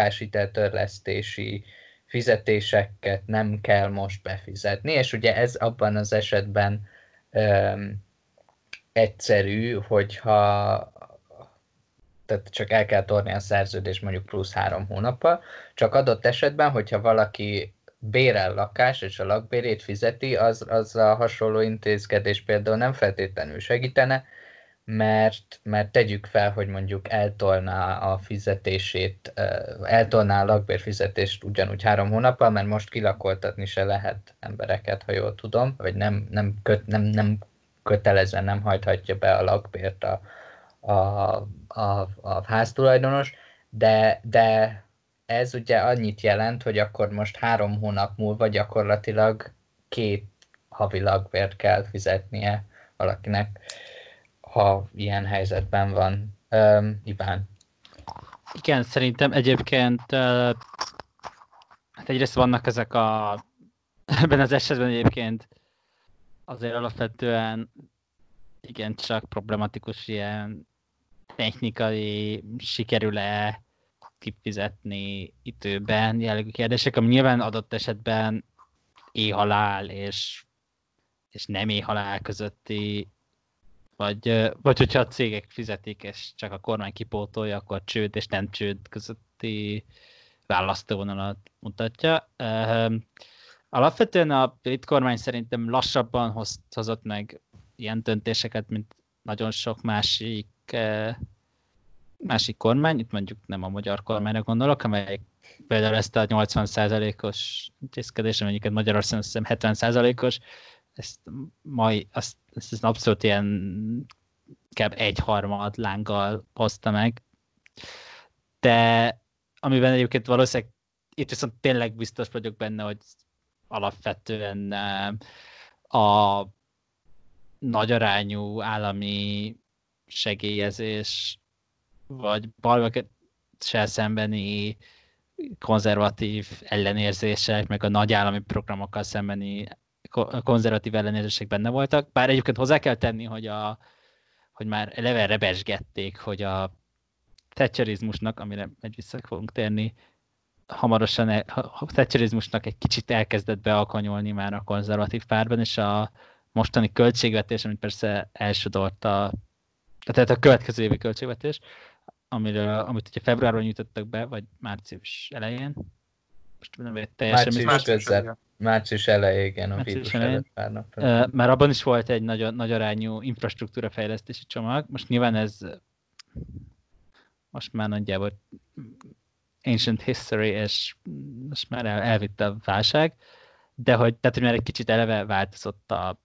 lakáshiteltörlesztési fizetéseket nem kell most befizetni, és ugye ez abban az esetben ö, egyszerű, hogyha tehát csak el kell torni a szerződést mondjuk plusz három hónappal, csak adott esetben, hogyha valaki bérel lakást, és a lakbérét fizeti, az, az a hasonló intézkedés például nem feltétlenül segítene, mert, mert tegyük fel, hogy mondjuk eltolná a fizetését, eltolná a lakbérfizetést ugyanúgy három hónappal, mert most kilakoltatni se lehet embereket, ha jól tudom, vagy nem, nem, köt, nem, nem kötelezően nem hajthatja be a lakbért a, a, a, a háztulajdonos, de, de ez ugye annyit jelent, hogy akkor most három hónap múlva gyakorlatilag két havi lakbért kell fizetnie valakinek, ha ilyen helyzetben van. Um, Iván. Igen, szerintem egyébként uh, hát egyrészt vannak ezek a ebben az esetben egyébként azért alapvetően igencsak problematikus ilyen technikai, sikerül-e kifizetni időben jellegű kérdések, ami nyilván adott esetben éhhalál és, és nem éhhalál közötti, vagy, vagy hogyha a cégek fizetik, és csak a kormány kipótolja, akkor csőd és nem csőd közötti választóvonalat mutatja. Alapvetően a brit kormány szerintem lassabban hoz, hozott meg ilyen döntéseket, mint nagyon sok másik másik kormány, itt mondjuk nem a magyar kormányra gondolok, amelyik például ezt a nyolcvan százalékos intézkedést, amelyik Magyarországon azt hiszem hetven százalékos, ezt mai, azt, ezt abszolút ilyen kb. Egyharmad lánggal hozta meg. de amiben egyébként valószínűleg itt viszont tényleg biztos vagyok benne, hogy alapvetően a nagyarányú állami segélyezés, vagy baloldal szembeni konzervatív ellenérzések, meg a nagy állami programokkal szembeni konzervatív ellenérzések benne voltak. Bár egyébként hozzá kell tenni, hogy, a, hogy már eleve rebesgették, hogy a thatcherizmusnak, amire egy vissza fogunk térni, hamarosan a thatcherizmusnak egy kicsit elkezdett bealkonyolni már a konzervatív pártban, és a mostani költségvetés, amit persze elsodort a, tehát a következő évi költségvetés, amiről, amit ugye februárban nyújtottak be, vagy március elején. Most nem vett teljesen. Március között. Március elején, igen, a március vírus elején. előtt pár napra. Uh, már abban is volt egy nagy, nagy arányú infrastruktúra fejlesztési csomag. Most nyilván ez most már nagyjából ancient history, és most már el, elvitte a válság, de hogy, tehát, hogy már egy kicsit eleve változott a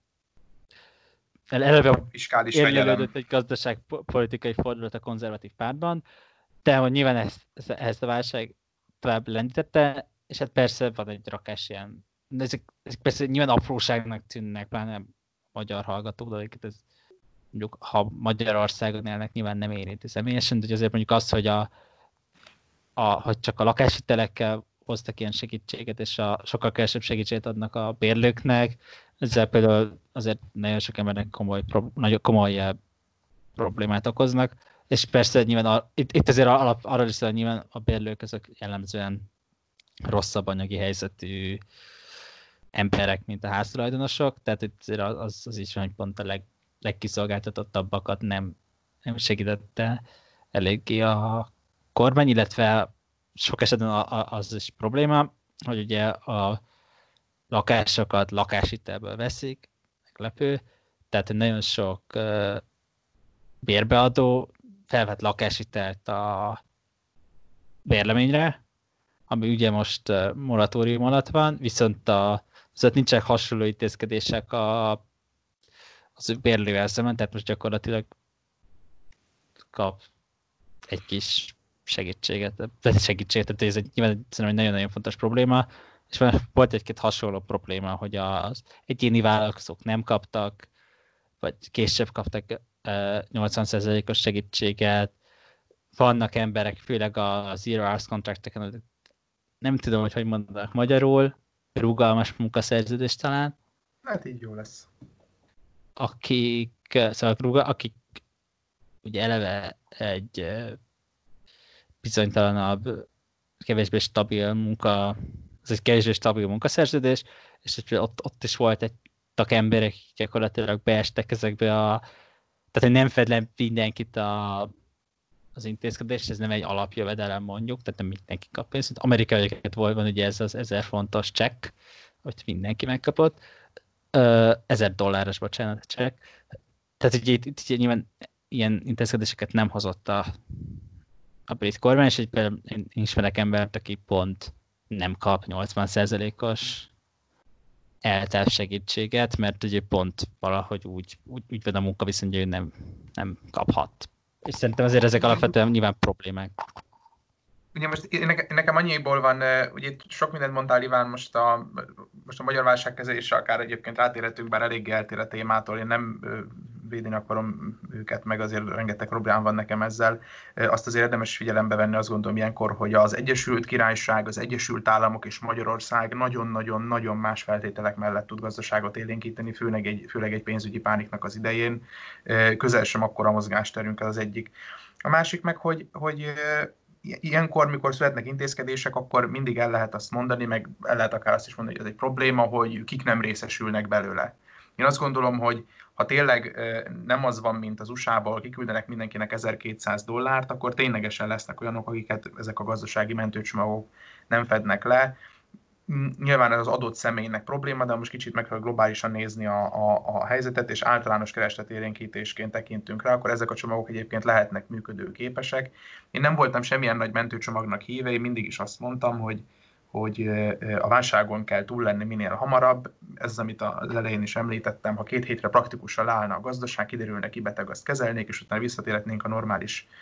eleve érlelődött egy gazdaságpolitikai fordulat a konzervatív pártban, de hogy nyilván ezt, ezt a válság tovább lendítette, és hát persze van egy rakás ilyen, de ezek, ezek persze nyilván apróságnak tűnnek, pláne magyar hallgatók, de ez mondjuk, ha Magyarországon élnek, nyilván nem érinti személyesen, de azért mondjuk az, hogy, a, a, hogy csak a lakáshitelekkel hoztak ilyen segítséget, és a, sokkal kevesebb segítséget adnak a bérlőknek, ezzel például azért nagyon sok embernek komoly, nagyon komoly problémát okoznak, és persze nyilván a, itt, itt azért alap, arra is szóval nyilván a bérlők azok jellemzően rosszabb anyagi helyzetű emberek, mint a háztulajdonosok, tehát itt azért az, az is van, hogy pont a leg, legkiszolgáltatottabbakat nem, nem segítette eléggé a kormány, illetve sok esetben az is probléma, hogy ugye a lakásokat lakáshitelből veszik, meglepő, tehát nagyon sok uh, bérbeadó felvett lakáshitelt a bérleményre, ami ugye most uh, moratórium alatt van, viszont a, viszont nincsenek hasonló intézkedések a, az bérlővel szemben, tehát most gyakorlatilag kap egy kis segítséget, segítséget, tehát ez egy, nyilván egy nagyon-nagyon fontos probléma, és volt egy-két hasonló probléma, hogy az egyéni vállalkozók nem kaptak, vagy később kaptak nyolcvan százalékos segítséget. Vannak emberek, főleg a zero hours contracteken, nem tudom, hogy hogy mondanak magyarul, rugalmas munkaszerződés talán. Hát így jó lesz. Akik, szóval akik ugye eleve egy bizonytalanabb, kevésbé stabil munka, ez egy kevésbé stabil munkaszerződés, és ott, ott is volt egy tak emberek, gyakorlatilag beestek ezekbe a, tehát hogy nem fed le mindenkit a, az intézkedés, ez nem egy alapjövedelem mondjuk, tehát nem mindenki kap pénzt. Amerikaiaket volt, van ugye ez az ezer fontos csekk, hogy mindenki megkapott, ezer dolláros, bocsánat, csekk. Tehát ugye itt, itt nyilván ilyen intézkedéseket nem hozott a, a brit kormány, és például én ismerek embert, aki pont nem kap nyolcvan százalékos eltárs segítséget, mert ugye pont valahogy úgy, úgy, úgy van a munkaviszony, hogy ő nem, nem kaphat. És szerintem azért ezek alapvetően nyilván problémák. Ugye most nekem annyiból van, ugye itt sok mindent mondtál, Iván, most a, most a magyar válságkezelésre akár egyébként rátérhetünk, bár eléggé eltér a témától, én nem védeni akarom őket, meg azért rengeteg problém van nekem ezzel. Azt azért érdemes figyelembe venni, azt gondolom ilyenkor, hogy az Egyesült Királyság, az Egyesült Államok és Magyarország nagyon-nagyon-nagyon más feltételek mellett tud gazdaságot élénkíteni, főleg egy, főleg egy pénzügyi pániknak az idején. Közel sem akkora mozgásterünk az egyik. A másik meg, hogy, hogy ilyenkor, mikor születnek intézkedések, akkor mindig el lehet azt mondani, meg el lehet akár azt is mondani, hogy ez egy probléma, hogy kik nem részesülnek belőle. Én azt gondolom, hogy ha tényleg nem az van, mint az u es á-ból, kiküldenek mindenkinek ezerkétszáz dollárt, akkor ténylegesen lesznek olyanok, akiket ezek a gazdasági mentőcsomagok nem fednek le. Nyilván ez az adott személynek probléma, de most kicsit meg kell globálisan nézni a, a, a helyzetet, és általános keresletélénkítésként tekintünk rá, akkor ezek a csomagok egyébként lehetnek működőképesek. Én nem voltam semmilyen nagy mentőcsomagnak híve, én mindig is azt mondtam, hogy, hogy a válságon kell túl lenni minél hamarabb. Ez az, amit az elején is említettem, ha két hétre praktikusan állna a gazdaság, kiderülne ki beteg, azt kezelnék, és utána visszatérhetnénk a normális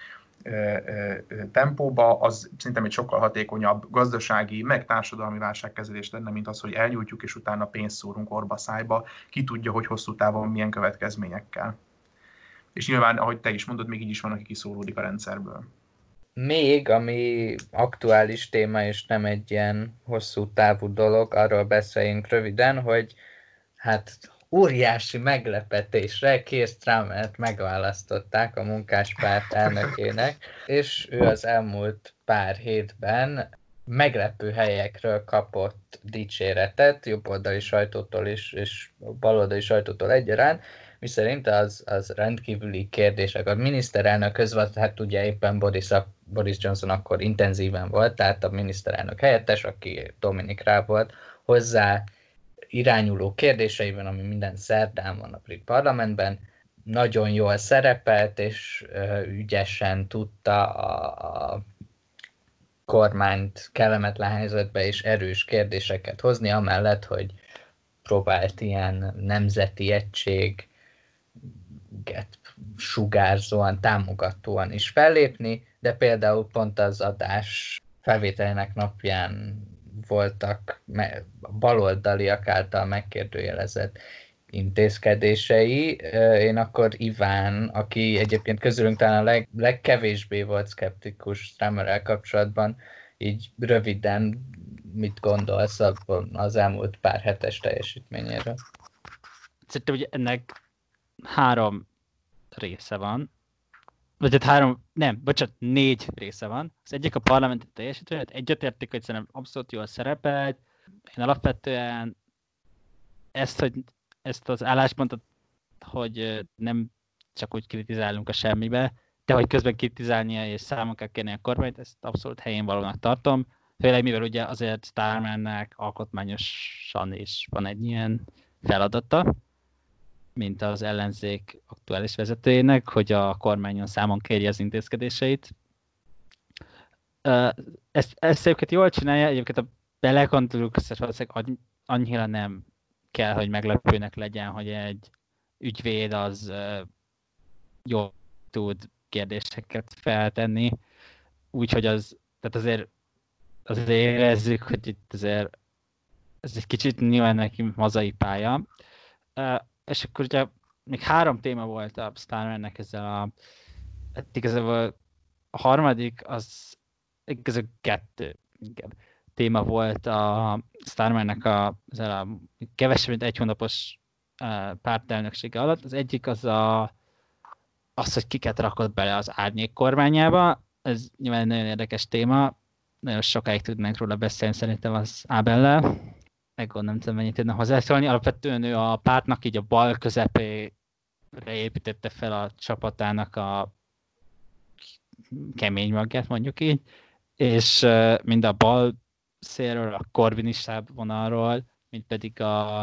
tempóba, az szerintem egy sokkal hatékonyabb gazdasági, meg társadalmi válságkezelés lenne, mint az, hogy elnyújtjuk, és utána pénzt szórunk orba szájba, ki tudja, hogy hosszú távon milyen következményekkel. És nyilván, ahogy te is mondod, még így is van, aki kiszólódik a rendszerből. Még, ami aktuális téma, és nem egy ilyen hosszú távú dolog, arról beszéljünk röviden, hogy hát óriási meglepetésre Keir Starmert megválasztották a Munkáspárt elnökének, és ő az elmúlt pár hétben meglepő helyekről kapott dicséretet, jobboldali sajtótól is, és baloldali sajtótól egyaránt, miszerint az, az rendkívüli kérdések. A miniszterelnökhöz volt, hát ugye éppen Boris, Boris Johnson akkor intenzíven volt, tehát a miniszterelnök helyettes, aki Dominic Raab volt, hozzá irányuló kérdéseiben, ami minden szerdán van a brit parlamentben, nagyon jól szerepelt, és ügyesen tudta a, a kormányt kellemetlen helyzetbe és erős kérdéseket hozni, amellett, hogy próbált ilyen nemzeti egységet sugárzóan, támogatóan is fellépni, de például pont az adás felvételének napján voltak baloldaliak által megkérdőjelezett intézkedései. Én akkor Iván, aki egyébként közülünk talán a leg, legkevésbé volt szkeptikus Starmerrel kapcsolatban, így röviden mit gondolsz az elmúlt pár hetes teljesítményéről? Szerintem, hogy ennek három része van. Vagy hát három, nem, bocsánat, négy része van. Az egyik a parlamenti teljesítmény, egyetértik, hogy szerintem abszolút jól szerepelt. Én alapvetően ezt, hogy ezt az álláspontot, hogy nem csak úgy kritizálunk a semmibe, de hogy közben kritizálnia és számon kell kérni a kormányt, ezt abszolút helyén valónak tartom. Főleg mivel ugye azért Starmernek alkotmányosan is van egy ilyen feladata, mint az ellenzék aktuális vezetőjének, hogy a kormányon számon kérje az intézkedéseit. Ezt, ezt egyébként jól csinálja, egyébként a belekontoljuk, valószínűleg annyira nem kell, hogy meglepőnek legyen, hogy egy ügyvéd az jól tud kérdéseket feltenni, úgyhogy az, tehát azért, azért érezzük, hogy itt azért ez egy kicsit nyilván neki hazai pálya. És akkor ugye még három téma volt a Starmernek ezzel a... Hát igazából a harmadik az igazából kettő inkább téma volt a Starmernek a, ezzel a kevesebb, mint egy hónapos pártelnöksége alatt. Az egyik az a, az, hogy kiket rakott bele az árnyék kormányába. Ez nyilván egy nagyon érdekes téma. Nagyon sokáig tudnánk róla beszélni szerintem az Ábellel. Meg nem tudom, mennyit tudna hozzászólni. Alapvetően ő a pártnak így a bal közepére építette fel a csapatának a kemény magját, mondjuk így, és mind a bal szélről, a korvinistább vonalról, mint pedig a,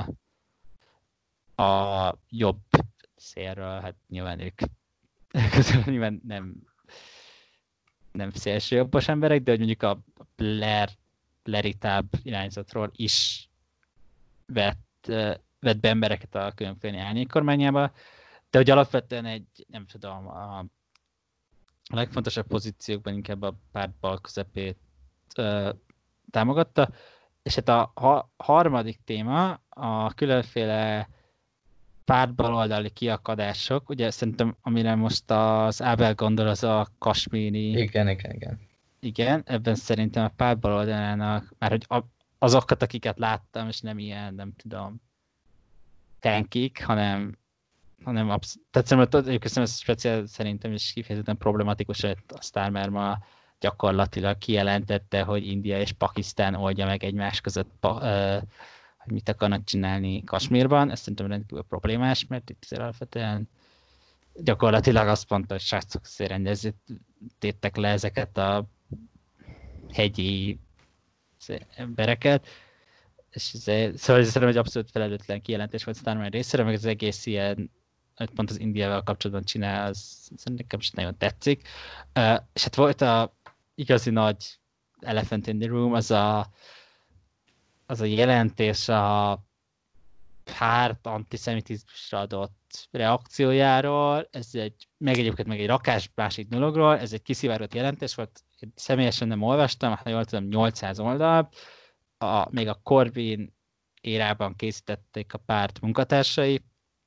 a jobb szélről, hát nyilván ők közül nyilván nem, nem szélső jobbos emberek, de hogy mondjuk a Blair, Blairitább irányzatról is vett, vett be embereket a különféle árnyékkormányába, de hogy alapvetően egy, nem tudom, a, a legfontosabb pozíciókban inkább a párt bal közepét ö, támogatta, és hát a ha, harmadik téma a különféle pártbaloldali kiakadások, ugye szerintem amire most az Ábel gondol, az a kasmíri... Igen, igen, igen. Igen, ebben szerintem a pártbaloldalának, már hogy a, azokat, akiket láttam, és nem ilyen, nem tudom, tankik, hanem, hanem absz- tehát szerintem ez speciál szerintem is kifejezetten problematikus, hogy a Starmer ma gyakorlatilag kijelentette, hogy India és Pakisztán oldja meg egymás között, pa, uh, hogy mit akarnak csinálni Kasmírban. Ez szerintem rendkívül problémás, mert itt azért alapvetően gyakorlatilag azt mondta, hogy srácok, rendezzétek le ezeket a hegyi embereket, és ez, szóval ez szerintem egy abszolút felelőtlen kijelentés volt Starmer részéről, meg az egész ilyen, pont az Indiával kapcsolatban csinál, az nekem is nagyon tetszik. Uh, és hát volt a igazi nagy elephant in the room, az a, az a jelentés a, párt antiszemitizmusra adott reakciójáról, ez egy, meg egyébként meg egy rakás másik dologról, ez egy kiszivárgott jelentés volt, én személyesen nem olvastam, ha jól tudom, nyolcszáz oldal, a, még a Corbyn érában készítették a párt munkatársai,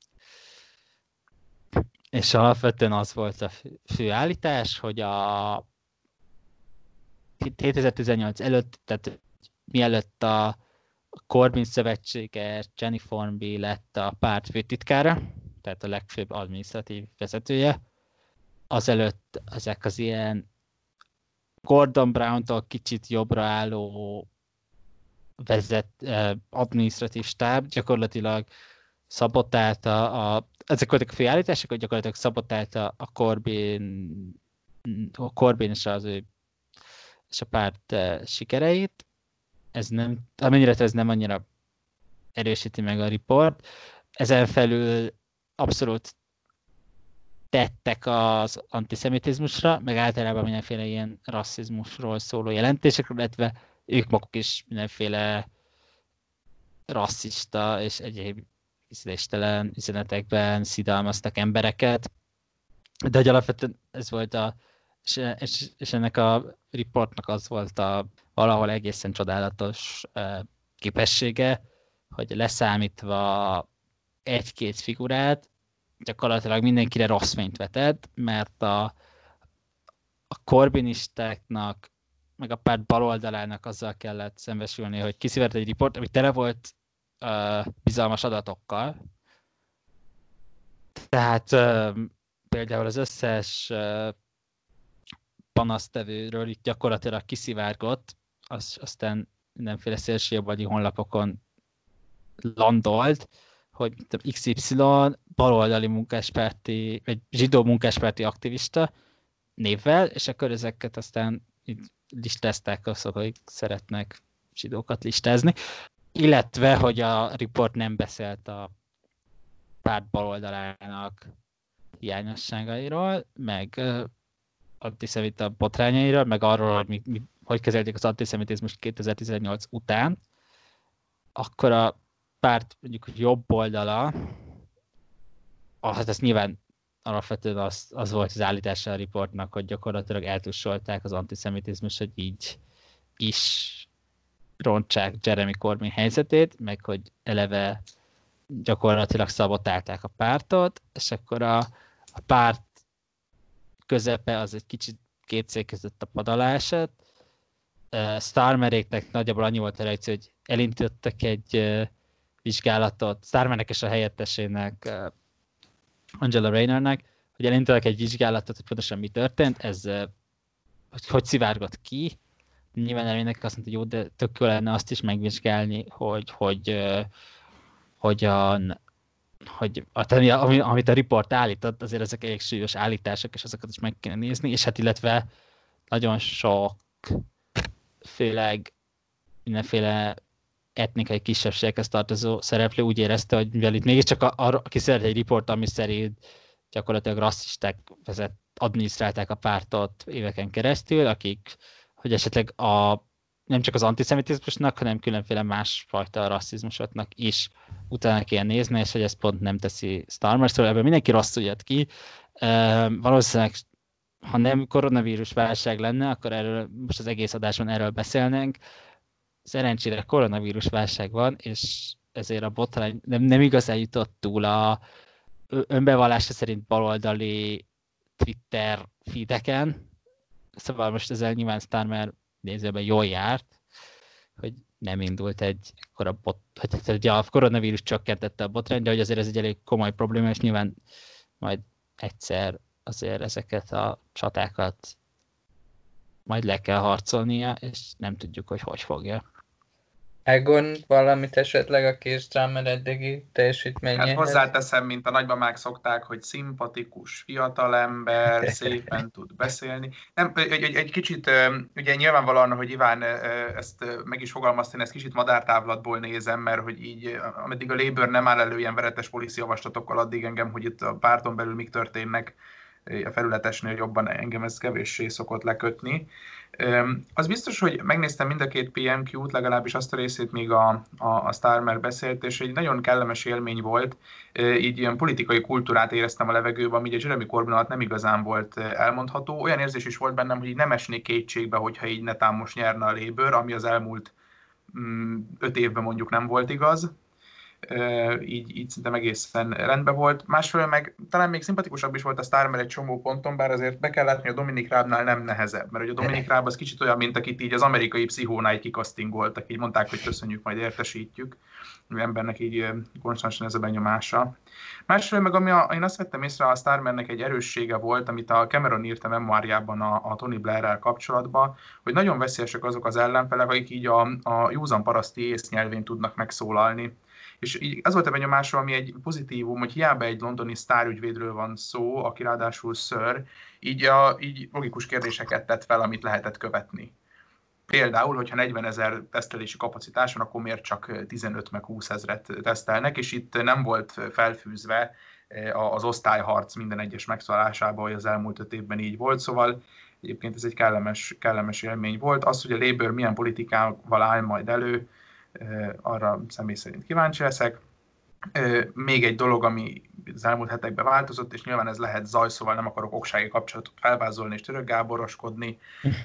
és alapvetően az volt a fő, fő állítás, hogy a kétezer-tizennyolc előtt, tehát mielőtt a Corbyn szövetséges Jenny Formby lett a párt főtitkára, tehát a legfőbb adminisztratív vezetője, azelőtt ezek az ilyen Gordon Brown-tól kicsit jobbra álló vezet, eh, adminisztratív stáb gyakorlatilag szabotálta a, ezek voltak a főállítások, hogy gyakorlatilag szabotálta a Corbyn, a Corbyn és az ő és a párt eh, sikereit. Ez nem, amennyire ez nem annyira erősíti meg a riport. Ezen felül abszolút tettek az antiszemitizmusra, meg általában mindenféle ilyen rasszizmusról szóló jelentésekről, illetve ők maguk is mindenféle rasszista és egyéb ízléstelen üzenetekben szidalmaztak embereket. De hogy alapvetően ez volt a, és, és, és ennek a riportnak az volt a valahol egészen csodálatos uh, képessége, hogy leszámítva egy-két figurát, gyakorlatilag mindenkire rossz fényt vetett, mert a, a korbinistáknak, meg a párt baloldalának azzal kellett szembesülni, hogy kiszivert egy riport, ami tele volt uh, bizalmas adatokkal. Tehát uh, például az összes uh, panasztevőről itt gyakorlatilag kiszivárgott, az, aztán mindenféle szélsőjobboldali honlapokon landolt, hogy iksz ipszilon baloldali munkáspárti, vagy zsidó munkáspárti aktivista névvel, és akkor ezeket aztán így listázták azok, hogy szeretnek zsidókat listázni. Illetve, hogy a riport nem beszélt a párt baloldalának hiányosságairól, meg uh, antiszemita botrányairól, meg arról, hogy mi, mi, hogy kezelték az antiszemitizmust kétezer-tizennyolc után, akkor a párt mondjuk jobb oldala, hát ez nyilván alapvetően az, az volt az állítása a riportnak, hogy gyakorlatilag eltussolták az antiszemitizmus, hogy így is rontsák Jeremy Corbyn helyzetét, meg hogy eleve gyakorlatilag szabotálták a pártot, és akkor a, a párt közepe az egy kicsit két cég között a pad alá esett. Uh, Starmeréknek nagyjából annyi volt a reakció, hogy elindítottak egy uh, vizsgálatot, Starmernek és a helyettesének, uh, Angela Raynernek, hogy elindítottak egy vizsgálatot, hogy pontosan mi történt, ez uh, hogy, hogy szivárgott ki. Nyilván elvének azt mondta, hogy jó, de tök jó lenne azt is megvizsgálni, hogy, hogy uh, hogyan hogy ami, amit a riport állított, azért ezek elég súlyos állítások, és azokat is meg kéne nézni, és hát illetve nagyon sok főleg mindenféle etnikai kisebbséghez tartozó szereplő úgy érezte, hogy mivel itt mégiscsak arra kiszedett egy riport, ami szerint gyakorlatilag rasszisták vezet, adminisztrálták a pártot éveken keresztül, akik, hogy esetleg a nem csak az antiszemitizmusnak, hanem különféle másfajta rasszizmusoknak is utána kell nézni, és hogy ezt pont nem teszi Starmer, szóval ebből mindenki rosszul jött ki. Uh, valószínűleg, ha nem koronavírus válság lenne, akkor erről most az egész adásban erről beszélnénk. Szerencsére koronavírus válság van, és ezért a botrány nem, nem igazán jutott túl a önbevallása szerint baloldali Twitter feedeken. Szóval most ezzel nyilván Starmer nézőben jól járt, hogy nem indult egy ekkora bot, hogy, hogy a koronavírus csökkentette a botrány, de hogy azért ez egy elég komoly probléma, és nyilván majd egyszer azért ezeket a csatákat majd le kell harcolnia, és nem tudjuk, hogy hogy fogja. Egon valamit esetleg a Keir Starmer eddigi teljesítményéhez? Hát hozzáteszem, mint a nagymamák szokták, hogy szimpatikus fiatalember, szépen tud beszélni. Nem, egy, egy, egy kicsit, ugye nyilvánvalóan, hogy Iván ezt meg is fogalmazta, én ezt kicsit madártávlatból nézem, mert hogy így, ameddig a Labour nem áll elő ilyen veretes policy javaslatokkal, addig engem, hogy itt a párton belül mik történnek, a felületesnél jobban engem ez kevéssé szokott lekötni. Az biztos, hogy megnéztem mind a két pé em kú-t, legalábbis azt a részét még a, a, a Starmer beszélt, és egy nagyon kellemes élmény volt. Így ilyen politikai kultúrát éreztem a levegőben, ami a Jeremy Corbyn alatt nem igazán volt elmondható. Olyan érzés is volt bennem, hogy így nem esnék kétségbe, hogyha így netán most nyerne a Labour, ami az elmúlt mm, öt évben mondjuk nem volt igaz. Így, így szerintem egészen rendben volt. Másfelől meg talán még szimpatikusabb is volt a Starmer egy csomó ponton, bár azért be kell látni, hogy a Dominic Raabnál nem nehezebb, mert ugye a Dominic Raab az kicsit olyan, mint akit így az amerikai pszichónál kikasztingoltak, így mondták, hogy köszönjük, majd értesítjük. Az embernek így konstantan ez a benyomása. Másfelől meg, ami a, én azt vettem észre, a Starmernek egy erőssége volt, amit a Cameron írt a memoárjában a, a Tony Blair-rel kapcsolatban, hogy nagyon veszélyesek azok az ellenfelek, akik így a, a józan paraszti észnyelvén tudnak megszólalni. És így az volt a benyomásom, ami egy pozitívum, hogy hiába egy londoni sztárügyvédről van szó, aki ráadásul ször, így, a, így logikus kérdéseket tett fel, amit lehetett követni. Például, hogyha negyvenezer tesztelési kapacitáson, akkor miért csak tizenöt meg húsz ezret tesztelnek, és itt nem volt felfűzve az osztályharc minden egyes megszólásában, hogy az elmúlt öt évben így volt, szóval egyébként ez egy kellemes, kellemes élmény volt. Az, hogy a Labour milyen politikával áll majd elő, arra személy szerint kíváncsi leszek. Még egy dolog, ami az elmúlt hetekben változott, és nyilván ez lehet zaj, szóval nem akarok oksági kapcsolatot felvázolni és Török Gáboroskodni,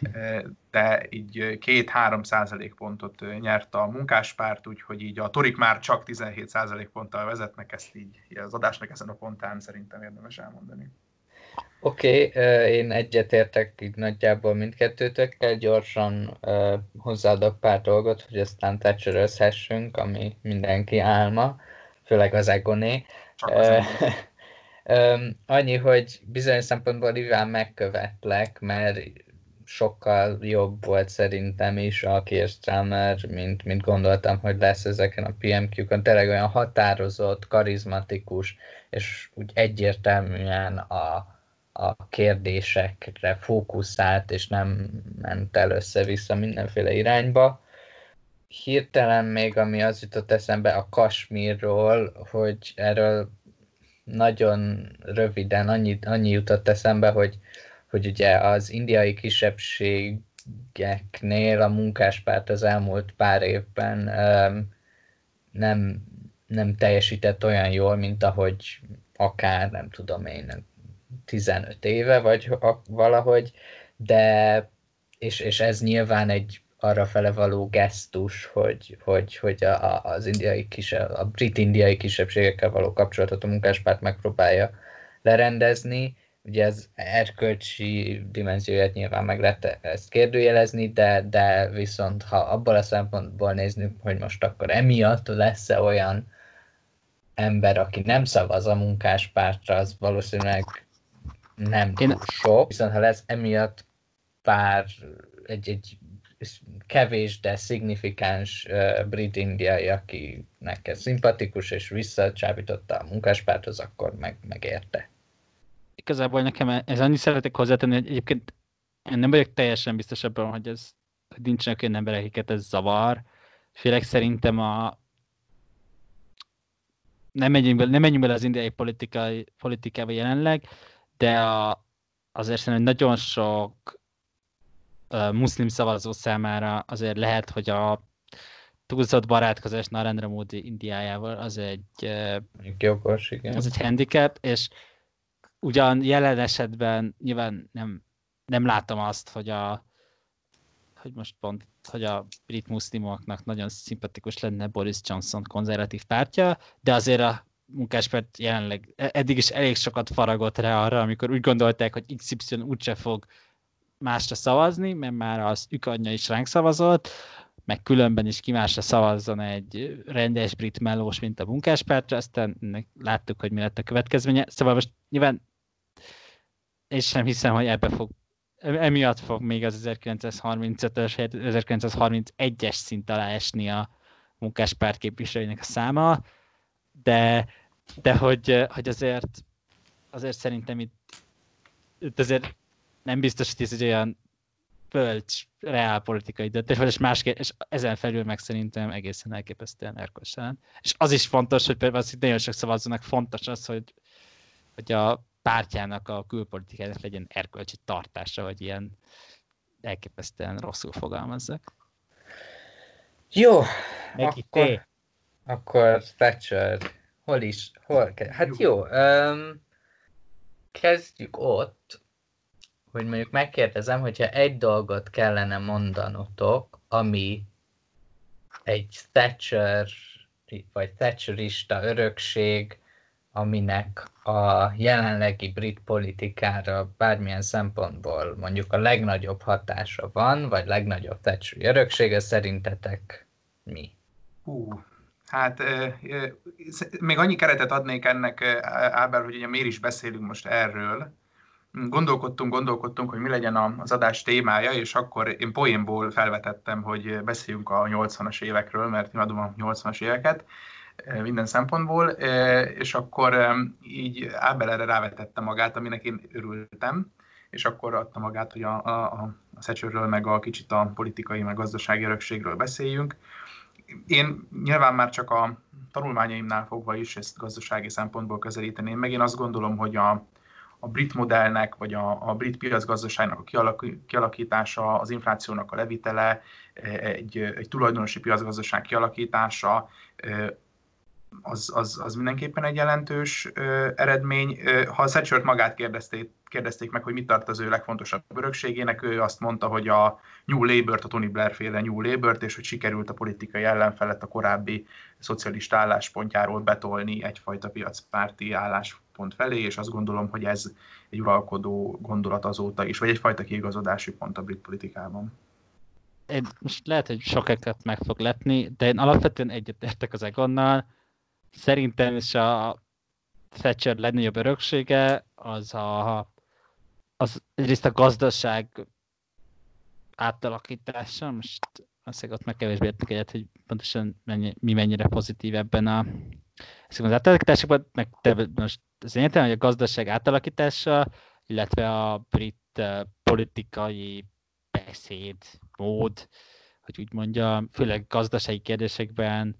de így két-három százalékpontot nyert a munkáspárt, úgyhogy így a torik már csak tizenhét százalékponttal vezetnek, ezt így az adásnak ezen a pontán szerintem érdemes elmondani. Oké, okay, én egyetértek így nagyjából mindkettőtökkel, gyorsan uh, hozzáadok pár dolgot, hogy aztán thatcherözhessünk, ami mindenki álma, főleg az Egoné. Uh, um, annyi, hogy bizonyos szempontból Iván megkövetlek, mert sokkal jobb volt szerintem is a Keir Starmer, mint, mint gondoltam, hogy lesz ezeken a pé em kú-kon. Tényleg olyan határozott, karizmatikus, és úgy egyértelműen a a kérdésekre fókuszált, és nem ment el össze-vissza mindenféle irányba. Hirtelen még, ami az jutott eszembe a Kasmírról, hogy erről nagyon röviden annyi, annyi jutott eszembe, hogy, hogy ugye az indiai kisebbségeknél a munkáspárt az elmúlt pár évben um, nem, nem teljesített olyan jól, mint ahogy akár, nem tudom én, tizenöt éve, vagy valahogy, de és, és ez nyilván egy arrafele való gesztus, hogy, hogy, hogy a, az indiai kisebb, a brit-indiai kisebbségekkel való kapcsolatot a munkáspárt megpróbálja lerendezni. Ugye ez erkölcsi dimenzióját nyilván meg lehet ezt kérdőjelezni, de, de viszont ha abból a szempontból néznünk, hogy most akkor emiatt lesz-e olyan ember, aki nem szavaz a munkáspártra, az valószínűleg nem túl sok, viszont ha lesz emiatt pár, egy, egy kevés, de szignifikáns uh, brit-indiai, akinek ez szimpatikus, és visszacsábította a munkáspárthoz, akkor meg, megérte. Igazából nekem ez annyit szeretek hozzátenni, hogy egyébként én nem vagyok teljesen biztos abban, hogy, ez, hogy nincsenek olyan emberek, akiket ez zavar. Főleg szerintem a nem menjünk bele, nem menjünk bele az indiai politikai, politikába jelenleg, de a, azért szerintem nagyon sok uh, muszlim szavazó számára azért lehet, hogy a túlzott barátkozás Narendra Modi Indiájával az egy, uh, jogos, igen. Az egy handicap, és ugyan jelen esetben nyilván nem, nem látom azt, hogy a hogy most pont, hogy a brit muszlimoknak nagyon szimpatikus lenne Boris Johnson konzervatív pártja, de azért a munkáspárt jelenleg eddig is elég sokat faragott rá arra, amikor úgy gondolták, hogy iksz ipszilon úgyse fog másra szavazni, mert már az ükanyja is ránk szavazott, meg különben is ki másra szavazzon egy rendes brit mellós, mint a munkáspártra, aztán láttuk, hogy mi lett a következménye. Szóval most nyilván és sem hiszem, hogy ebbe fog emiatt fog még az ezerkilencszázharmincötös, ezerkilencszázharmincegyes szint alá esni a munkáspárt képviselőinek a száma, de, de hogy, hogy azért, azért szerintem itt, itt azért nem biztos, hogy ez egy olyan bölcs, reálpolitikai döntés, és, másképp, és ezen felül meg szerintem egészen elképesztően erkölcstelen. És az is fontos, hogy például az, hogy nagyon sok szavazónak fontos az, hogy, hogy a pártjának a külpolitikának legyen erkölcsi tartása, vagy ilyen elképesztően rosszul fogalmazzak. Jó, Neki akkor, té. akkor Thatcher, hol is, hol ke- Hát jó, um, kezdjük ott, hogy mondjuk megkérdezem, hogyha egy dolgot kellene mondanotok, ami egy Thatcher, vagy Thatcherista örökség, aminek a jelenlegi brit politikára bármilyen szempontból mondjuk a legnagyobb hatása van, vagy legnagyobb Thatcheri öröksége, szerintetek mi? Hú, hát e, e, még annyi keretet adnék ennek, Ábel, hogy ugye miért is beszélünk most erről. Gondolkodtunk, gondolkodtunk, hogy mi legyen az adás témája, és akkor én poénból felvetettem, hogy beszéljünk a nyolcvanas évekről, mert imádom a nyolcvanas éveket minden szempontból, és akkor így Ábel erre rávetette magát, aminek én örültem, és akkor adta magát, hogy a, a, a Thatcherről, meg a kicsit a politikai, meg gazdasági örökségről beszéljünk. Én nyilván már csak a tanulmányaimnál fogva is ezt gazdasági szempontból közelíteném meg. Én azt gondolom, hogy a, a brit modellnek, vagy a, a brit piacgazdaságnak a kialak, kialakítása, az inflációnak a levitele, egy, egy tulajdonosi piacgazdaság kialakítása, az, az, az mindenképpen egy jelentős ö, eredmény. Ha a Thatchert magát kérdezték, kérdezték meg, hogy mit tart az ő legfontosabb örökségének, ő azt mondta, hogy a New Labour-t, a Tony Blair féle New Labour-t, és hogy sikerült a politikai ellenfelet a korábbi szocialista álláspontjáról betolni egyfajta piacpárti álláspont felé, és azt gondolom, hogy ez egy uralkodó gondolat azóta is, vagy egyfajta kiigazodási pont a brit politikában. Én most lehet, hogy sokakat meg fog lepni, de én alapvetően egyetértek az Egonnal. Szerintem is a Thatcher legnagyobb öröksége az a, az egyrészt a gazdaság átalakítása. Most azt ott meg kevésbé értünk egyet, hogy pontosan mennyi, mi mennyire pozitív ebben a, az átalakításokban, meg te most az én értem, hogy a gazdaság átalakítása, illetve a brit uh, politikai beszéd, mód, hogy úgy mondjam, főleg gazdasági kérdésekben,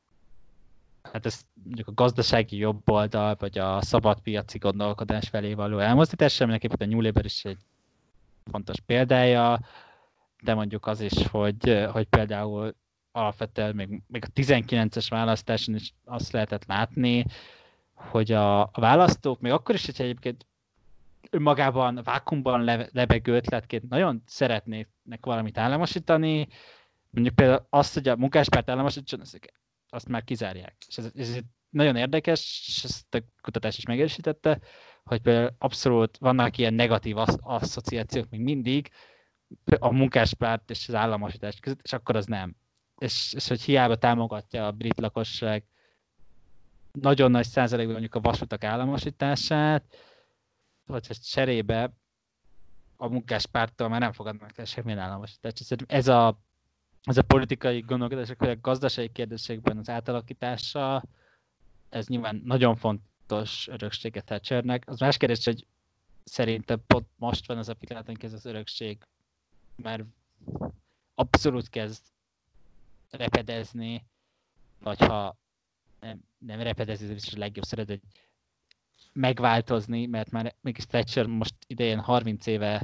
hát ez mondjuk a gazdasági jobb oldal, vagy a szabadpiaci gondolkodás felé való elmozdítása, mindenképpen a New Labour is egy fontos példája, de mondjuk az is, hogy, hogy például alapvetően még, még a tizenkilences választáson is azt lehetett látni, hogy a, a választók, még akkor is, hogyha egyébként önmagában vákumban le, lebegő ötletként nagyon szeretnének valamit államosítani, mondjuk például azt, hogy a munkáspárt államosítson, azt már kizárják. És ez, ez nagyon érdekes, és ezt a kutatás is megerősítette, hogy például abszolút vannak ilyen negatív asszociációk még mindig a munkáspárt és az államosítás között, és akkor az nem. És, és hogy hiába támogatja a brit lakosság nagyon nagy százalékban mondjuk a vasutak államosítását, vagy hogy cserébe a munkáspárttól már nem fogadnak el semmilyen államosítást. Ez a, ez a politikai gondolkodás, hogy a gazdasági kérdésekben az átalakítása, ez nyilván nagyon fontos örökséget Thatchernek. Az más kérdés, hogy szerintem pont most van az a pillanat, amikor ez az örökség már abszolút kezd repedezni, vagy ha nem, nem repedezni, ez is a legjobb szeret, hogy megváltozni, mert már mégis Thatcher most idején harminc éve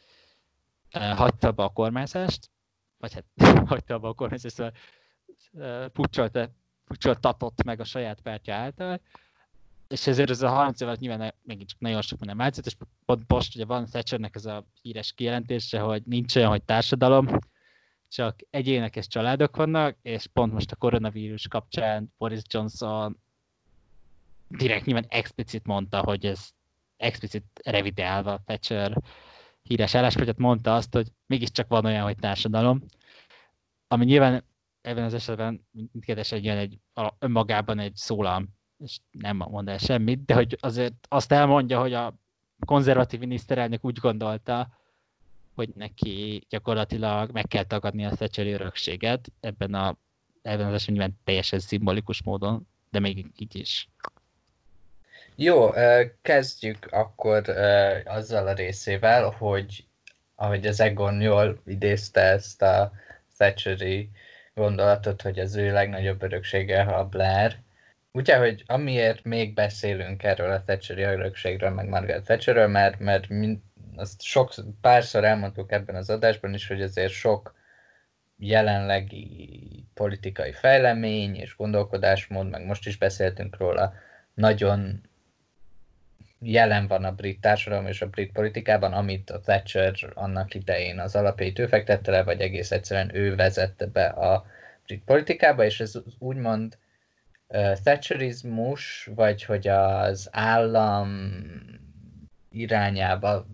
uh, hagyta be a kormányzást, vagy hát hagyta be a kormányzást, szóval uh, pucsolt, pucsoltatott meg a saját pártja által, és ezért ez a harminc év alatt nyilván megint csak nagyon sok minden változott, és pont most ugye van Thatchernek ez a híres kijelentése, hogy nincs olyan, hogy társadalom, csak egyének és családok vannak, és pont most a koronavírus kapcsán Boris Johnson direkt nyilván explicit mondta, hogy ez explicit revidálva Thatcher híres álláspontját, mondta azt, hogy mégiscsak van olyan, hogy társadalom, ami nyilván ebben az esetben mindkét esetben egy, önmagában egy szólam, és nem mond el semmit, de hogy azért azt elmondja, hogy a konzervatív miniszterelnök úgy gondolta, hogy neki gyakorlatilag meg kell tagadni a Thatcheri örökséget ebben, a, ebben az esetben nyilván teljesen szimbolikus módon, de még így is. Jó, kezdjük akkor azzal a részével, hogy ahogy az Egon jól idézte ezt a Thatcheri gondolatot, hogy az ő legnagyobb öröksége a Blair. ugye, hogy amiért még beszélünk erről a Thatcheri örökségről, meg Margaret Thatcherről, mert, mert mind, azt sok, párszor elmondtuk ebben az adásban is, hogy azért sok jelenlegi politikai fejlemény és gondolkodásmód, meg most is beszéltünk róla, nagyon jelen van a brit társadalom és a brit politikában, amit a Thatcher annak idején az alapjait ő fektette le, vagy egész egyszerűen ő vezette be a brit politikába, és ez úgymond uh, Thatcherizmus, vagy hogy az állam irányába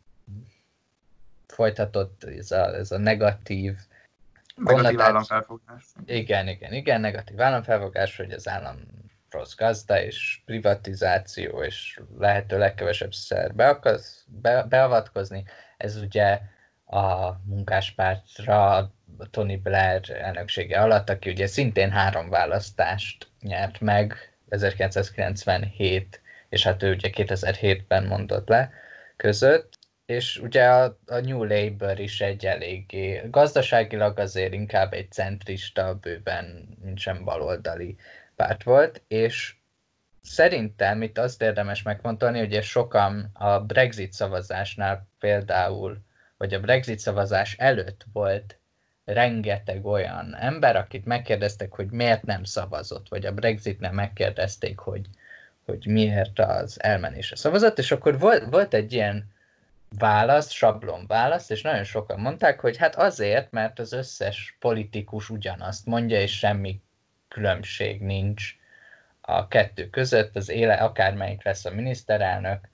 folytatott ez a, ez a negatív Negatív államfelfogás. Igen, igen, igen, negatív államfelfogás, hogy az állam rossz gazda, és privatizáció, és lehető legkevesebb szer beakaz, be, beavatkozni. Ez ugye a munkáspártra Tony Blair elnöksége alatt, aki ugye szintén három választást nyert meg, ezerkilencszázkilencvenhét, és hát ő ugye kétezer-hétben mondott le között, és ugye a, a New Labour is egy eléggé, gazdaságilag azért inkább egy centrista, bőven nincsen baloldali párt volt, és szerintem itt azt érdemes megfontolni, hogy sokan a Brexit szavazásnál például, vagy a Brexit szavazás előtt volt rengeteg olyan ember, akit megkérdeztek, hogy miért nem szavazott, vagy a Brexitnél megkérdezték, hogy, hogy miért az elmenésre szavazott, és akkor volt, volt egy ilyen válasz, sablon válasz, és nagyon sokan mondták, hogy hát azért, mert az összes politikus ugyanazt mondja, és semmi különbség nincs a kettő között, az éle, akármelyik lesz a miniszterelnök,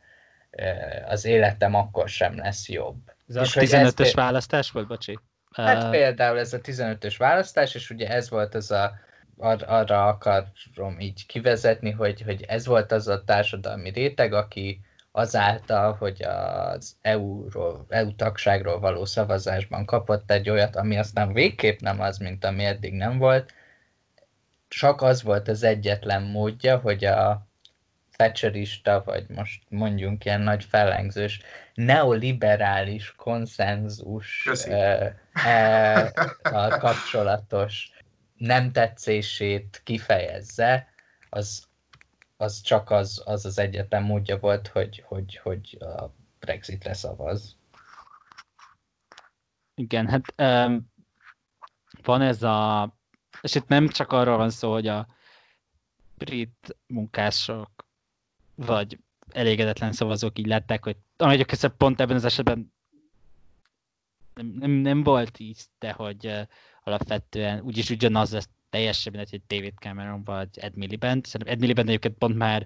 az életem akkor sem lesz jobb. Ez a tizenötös ez... választás volt, bocsi? Hát uh... például ez a tizenötös választás, és ugye ez volt az a, ar- arra akarom így kivezetni, hogy, hogy ez volt az a társadalmi réteg, aki azáltal, hogy az é u-ról, é u tagságról való szavazásban kapott egy olyat, ami aztán végképp nem az, mint ami eddig nem volt, csak az volt az egyetlen módja, hogy a thatcherista, vagy most mondjunk ilyen nagy fellengzős, neoliberális konszenzus e, e, a kapcsolatos nem tetszését kifejezze, az, az csak az, az az egyetlen módja volt, hogy, hogy, hogy a Brexitre szavaz. Igen, hát um, van ez a... És itt nem csak arról van szó, hogy a brit munkások vagy elégedetlen szavazók így lettek, hogy egyébként pont ebben az esetben nem, nem, nem volt így, de hogy uh, alapvetően úgyis ugyanaz lesz teljesen mindegy, hogy David Cameron vagy Ed Miliband. Szerintem Ed Miliband egyébként pont már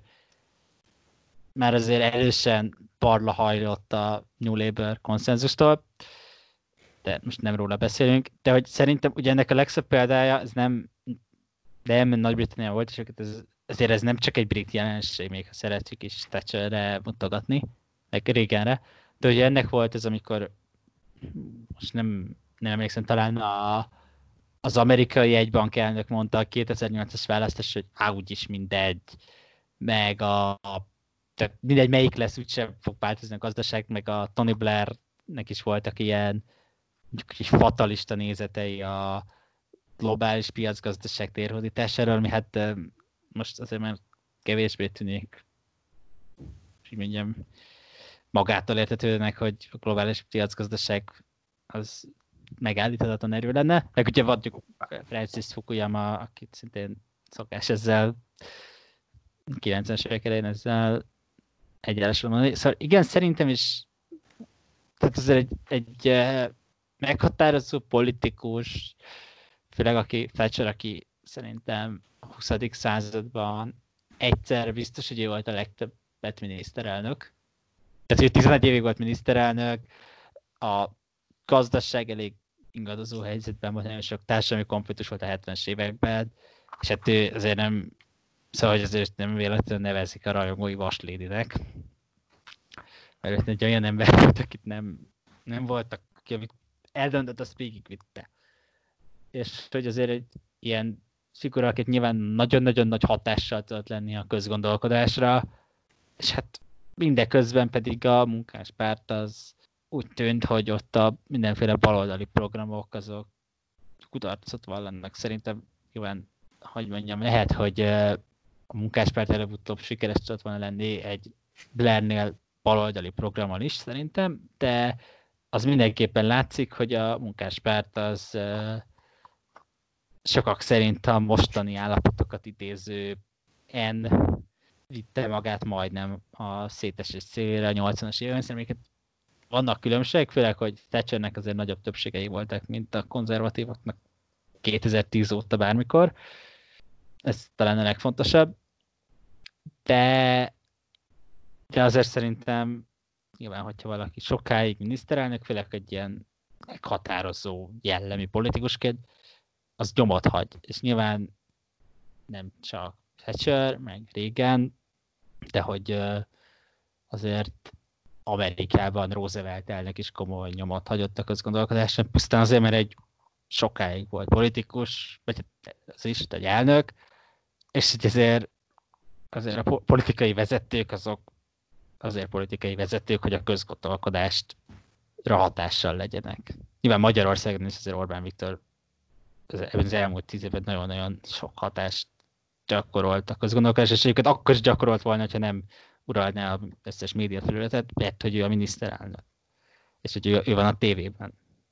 már azért erősen parla hajlott a New Labour konszenzustól, de most nem róla beszélünk, de hogy szerintem ugye ennek a legszebb példája, ez nem, nem Nagy-Britannia volt, és ez, ezért ez nem csak egy brit jelenség, még ha szeretjük is Thatcherre mutogatni, meg régenre, de ugye ennek volt ez, amikor most nem, nem emlékszem, talán a, az amerikai egybank elnök mondta a kétezer-nyolcas választás, hogy á, úgyis mindegy, meg a, a tehát mindegy, melyik lesz, úgysem fog változni a gazdaság, meg a Tony Blairnek is voltak ilyen kis fatalista nézetei a globális piacgazdaság térhódításáról, ami hát most azért már kevésbé tűnik, és így mondjam, magától értetődőnek, hogy a globális piacgazdaság az megállíthatatlan erő lenne. Meg ugye vadjuk Francis Fukuyama, akit szintén szokás ezzel kilencvenes évek elején ezzel egyenlősen mondani. Szóval igen, szerintem is tehát azért egy, egy meghatározó politikus, főleg aki Thatcher, aki szerintem a huszadik században egyszer biztos, hogy ő volt a legtöbbet miniszterelnök. Tehát, hogy tizenegy évig volt miniszterelnök, a gazdaság elég ingadozó helyzetben volt, nagyon sok társadalmi konfliktus volt a hetvenes években, és hát ő azért nem, szóval hogy azért nem véletlenül nevezik a rajongói vaslédinek. Mert egy olyan ember volt, akit nem, nem voltak, aki amit eldöntött, azt végigvitte. És hogy azért egy ilyen figura, akit nyilván nagyon-nagyon nagy hatással tudott lenni a közgondolkodásra, és hát mindeközben pedig a munkáspárt az úgy tűnt, hogy ott a mindenféle baloldali programok azok kudarcot vallanak. Szerintem nyilván, hogy mondjam, lehet, hogy a munkáspárt előbb-utóbb sikeres tudott volna lenni egy Blairnél baloldali programmal is szerintem, de az mindenképpen látszik, hogy a munkáspárt az uh, sokak szerint a mostani állapotokat idéző N vitte magát majdnem a szétesés célra a nyolcvanas években. Szerintem vannak különbségek, főleg, hogy Thatchernek azért nagyobb többségei voltak, mint a konzervatívoknak kétezer-tíz óta bármikor. Ez talán a legfontosabb. De, de azért szerintem nyilván, hogyha valaki sokáig miniszterelnök, főleg egy ilyen meghatározó jellemű politikusként, az nyomot hagy. És nyilván nem csak Thatcher, meg Reagan, de hogy azért Amerikában Roosevelt elnök is komoly nyomot hagyott a közgondolkodáson, pusztán azért, mert egy sokáig volt politikus, vagy az is, egy elnök, és ezért, azért a politikai vezetők azok azért politikai vezetők, hogy a közgondolkodást hatással legyenek. Nyilván Magyarországon is azért Orbán Viktor ebben az elmúlt tíz évben nagyon-nagyon sok hatást gyakorolt a közgondolkodás, és egyébként akkor is gyakorolt volna, ha nem uralná az összes médiaterületet, mert hogy ő a miniszterelnök. És hogy ő, ő van a tévében.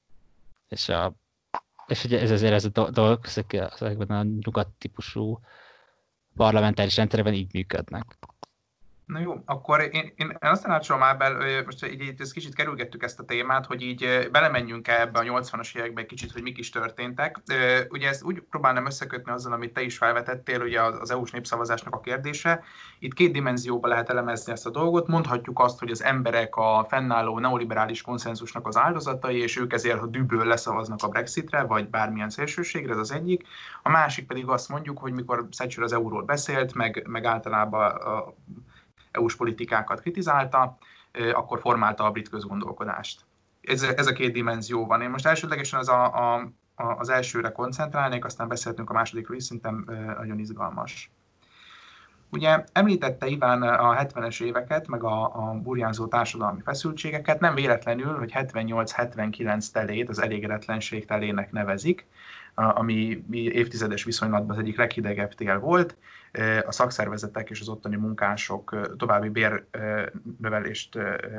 És, a, és ugye ez azért ez a dolog, ezekben a nyugat típusú parlamentáris rendszerben így működnek. Na jó, akkor én, én azt tanácsolom, Ábel, most így, így ezt kicsit kerülgettük ezt a témát, hogy így belemenjünk ebbe a nyolcvanas évekbe egy kicsit, hogy mik is történtek. Ugye ezt úgy próbálnám összekötni azzal, amit te is felvetettél, ugye az é u-s népszavazásnak a kérdése. Itt két dimenzióban lehet elemezni ezt a dolgot. Mondhatjuk azt, hogy az emberek a fennálló neoliberális konszenzusnak az áldozatai, és ők ezért a dühből leszavaznak a Brexitre, vagy bármilyen szélsőségre, ez az egyik. A másik pedig azt mondjuk, hogy mikor Thatcher az euróról beszélt, meg, meg általában a é u-s politikákat kritizálta, akkor formálta a brit közgondolkodást. Ez, ez a két dimenzió van. Én most elsődlegesen az, a, a, az elsőre koncentrálnék, aztán beszéltünk a másodikról is, szerintem nagyon izgalmas. Ugye említette Iván a hetvenes éveket, meg a, a burjánzó társadalmi feszültségeket, nem véletlenül, hogy hetvennyolc hetvenkilenc telét az elégedetlenség telének nevezik, ami évtizedes viszonylatban az egyik leghidegebb tél volt. A szakszervezetek és az ottani munkások további bérnövelést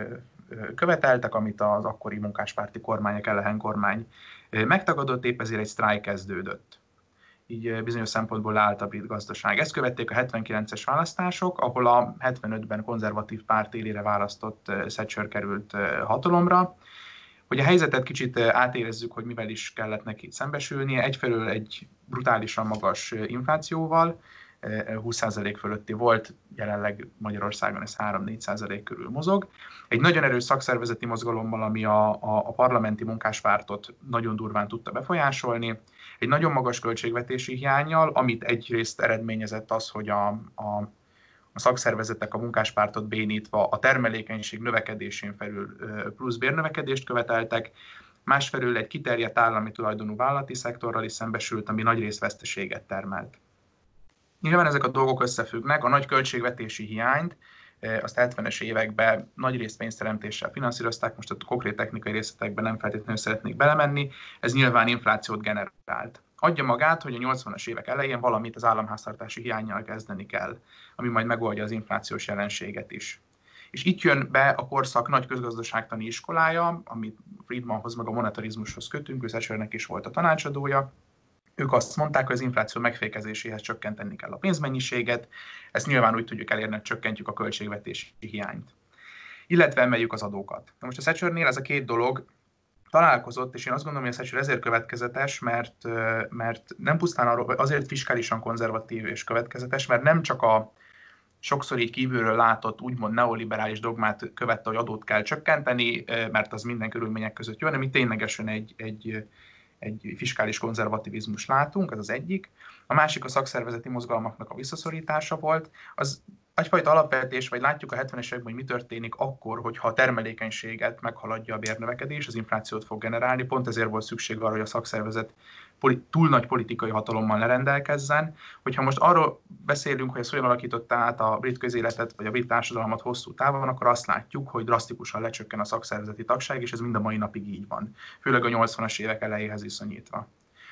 követeltek, amit az akkori munkáspárti kormány, a Callaghan kormány megtagadott, épp ezért egy sztrájk kezdődött. Így bizonyos szempontból leállt a brit gazdaság. Ezt követték a hetvenkilences választások, ahol a hetvenötben konzervatív párt élére választott Thatcher került hatalomra. Hogy a helyzetet kicsit átérezzük, hogy mivel is kellett neki szembesülnie. Egyfelől egy brutálisan magas inflációval, húsz százalék fölötti volt, jelenleg Magyarországon ez három-négy százalék körül mozog. Egy nagyon erős szakszervezeti mozgalommal, ami a, a, a parlamenti munkáspártot nagyon durván tudta befolyásolni. Egy nagyon magas költségvetési hiánnyal, amit egyrészt eredményezett az, hogy a, a a szakszervezetek a munkáspártot bénítva a termelékenység növekedésén felül plusz bérnövekedést követeltek, másfelől egy kiterjedt állami tulajdonú vállalati szektorral is szembesült, ami nagyrészt veszteséget termelt. Nyilván ezek a dolgok összefüggnek, a nagy költségvetési hiányt, azt hetvenes években nagyrészt pénzteremtéssel finanszírozták, most a konkrét technikai részletekben nem feltétlenül szeretnék belemenni, ez nyilván inflációt generált. Adja magát, hogy a nyolcvanas évek elején valamit az államháztartási hiánnyal kezdeni kell, ami majd megoldja az inflációs jelenséget is. És itt jön be a korszak nagy közgazdaságtani iskolája, amit Friedmanhoz meg a monetarizmushoz kötünk, ő Thatchernek is volt a tanácsadója. Ők azt mondták, hogy az infláció megfékezéséhez csökkenteni kell a pénzmennyiséget, ezt nyilván úgy tudjuk elérni, hogy csökkentjük a költségvetési hiányt. Illetve emeljük az adókat. Na most a Thatchernél ez a két dolog találkozott, és én azt gondolom, hogy ez ezért következetes, mert, mert nem pusztán arról, azért fiskálisan konzervatív és következetes, mert nem csak a sokszor így kívülről látott úgymond neoliberális dogmát követte, hogy adót kell csökkenteni, mert az minden körülmények között jó, hanem itt ténylegesen egy, egy, egy fiskális konzervativizmus látunk, ez az egyik. A másik a szakszervezeti mozgalmaknak a visszaszorítása volt. Az egyfajta alapvetés, vagy látjuk a hetvenes években, hogy mi történik akkor, hogyha a termelékenységet meghaladja a bérnövekedés, az inflációt fog generálni. Pont ezért volt szükség arra, hogy a szakszervezet túl nagy politikai hatalommal ne rendelkezzen. Hogyha most arról beszélünk, hogy ez hogyan alakította át a brit közéletet, vagy a brit társadalmat hosszú távon, akkor azt látjuk, hogy drasztikusan lecsökken a szakszervezeti tagság, és ez mind a mai napig így van. Főleg a nyolcvanas évek elejéhez viszonyítva.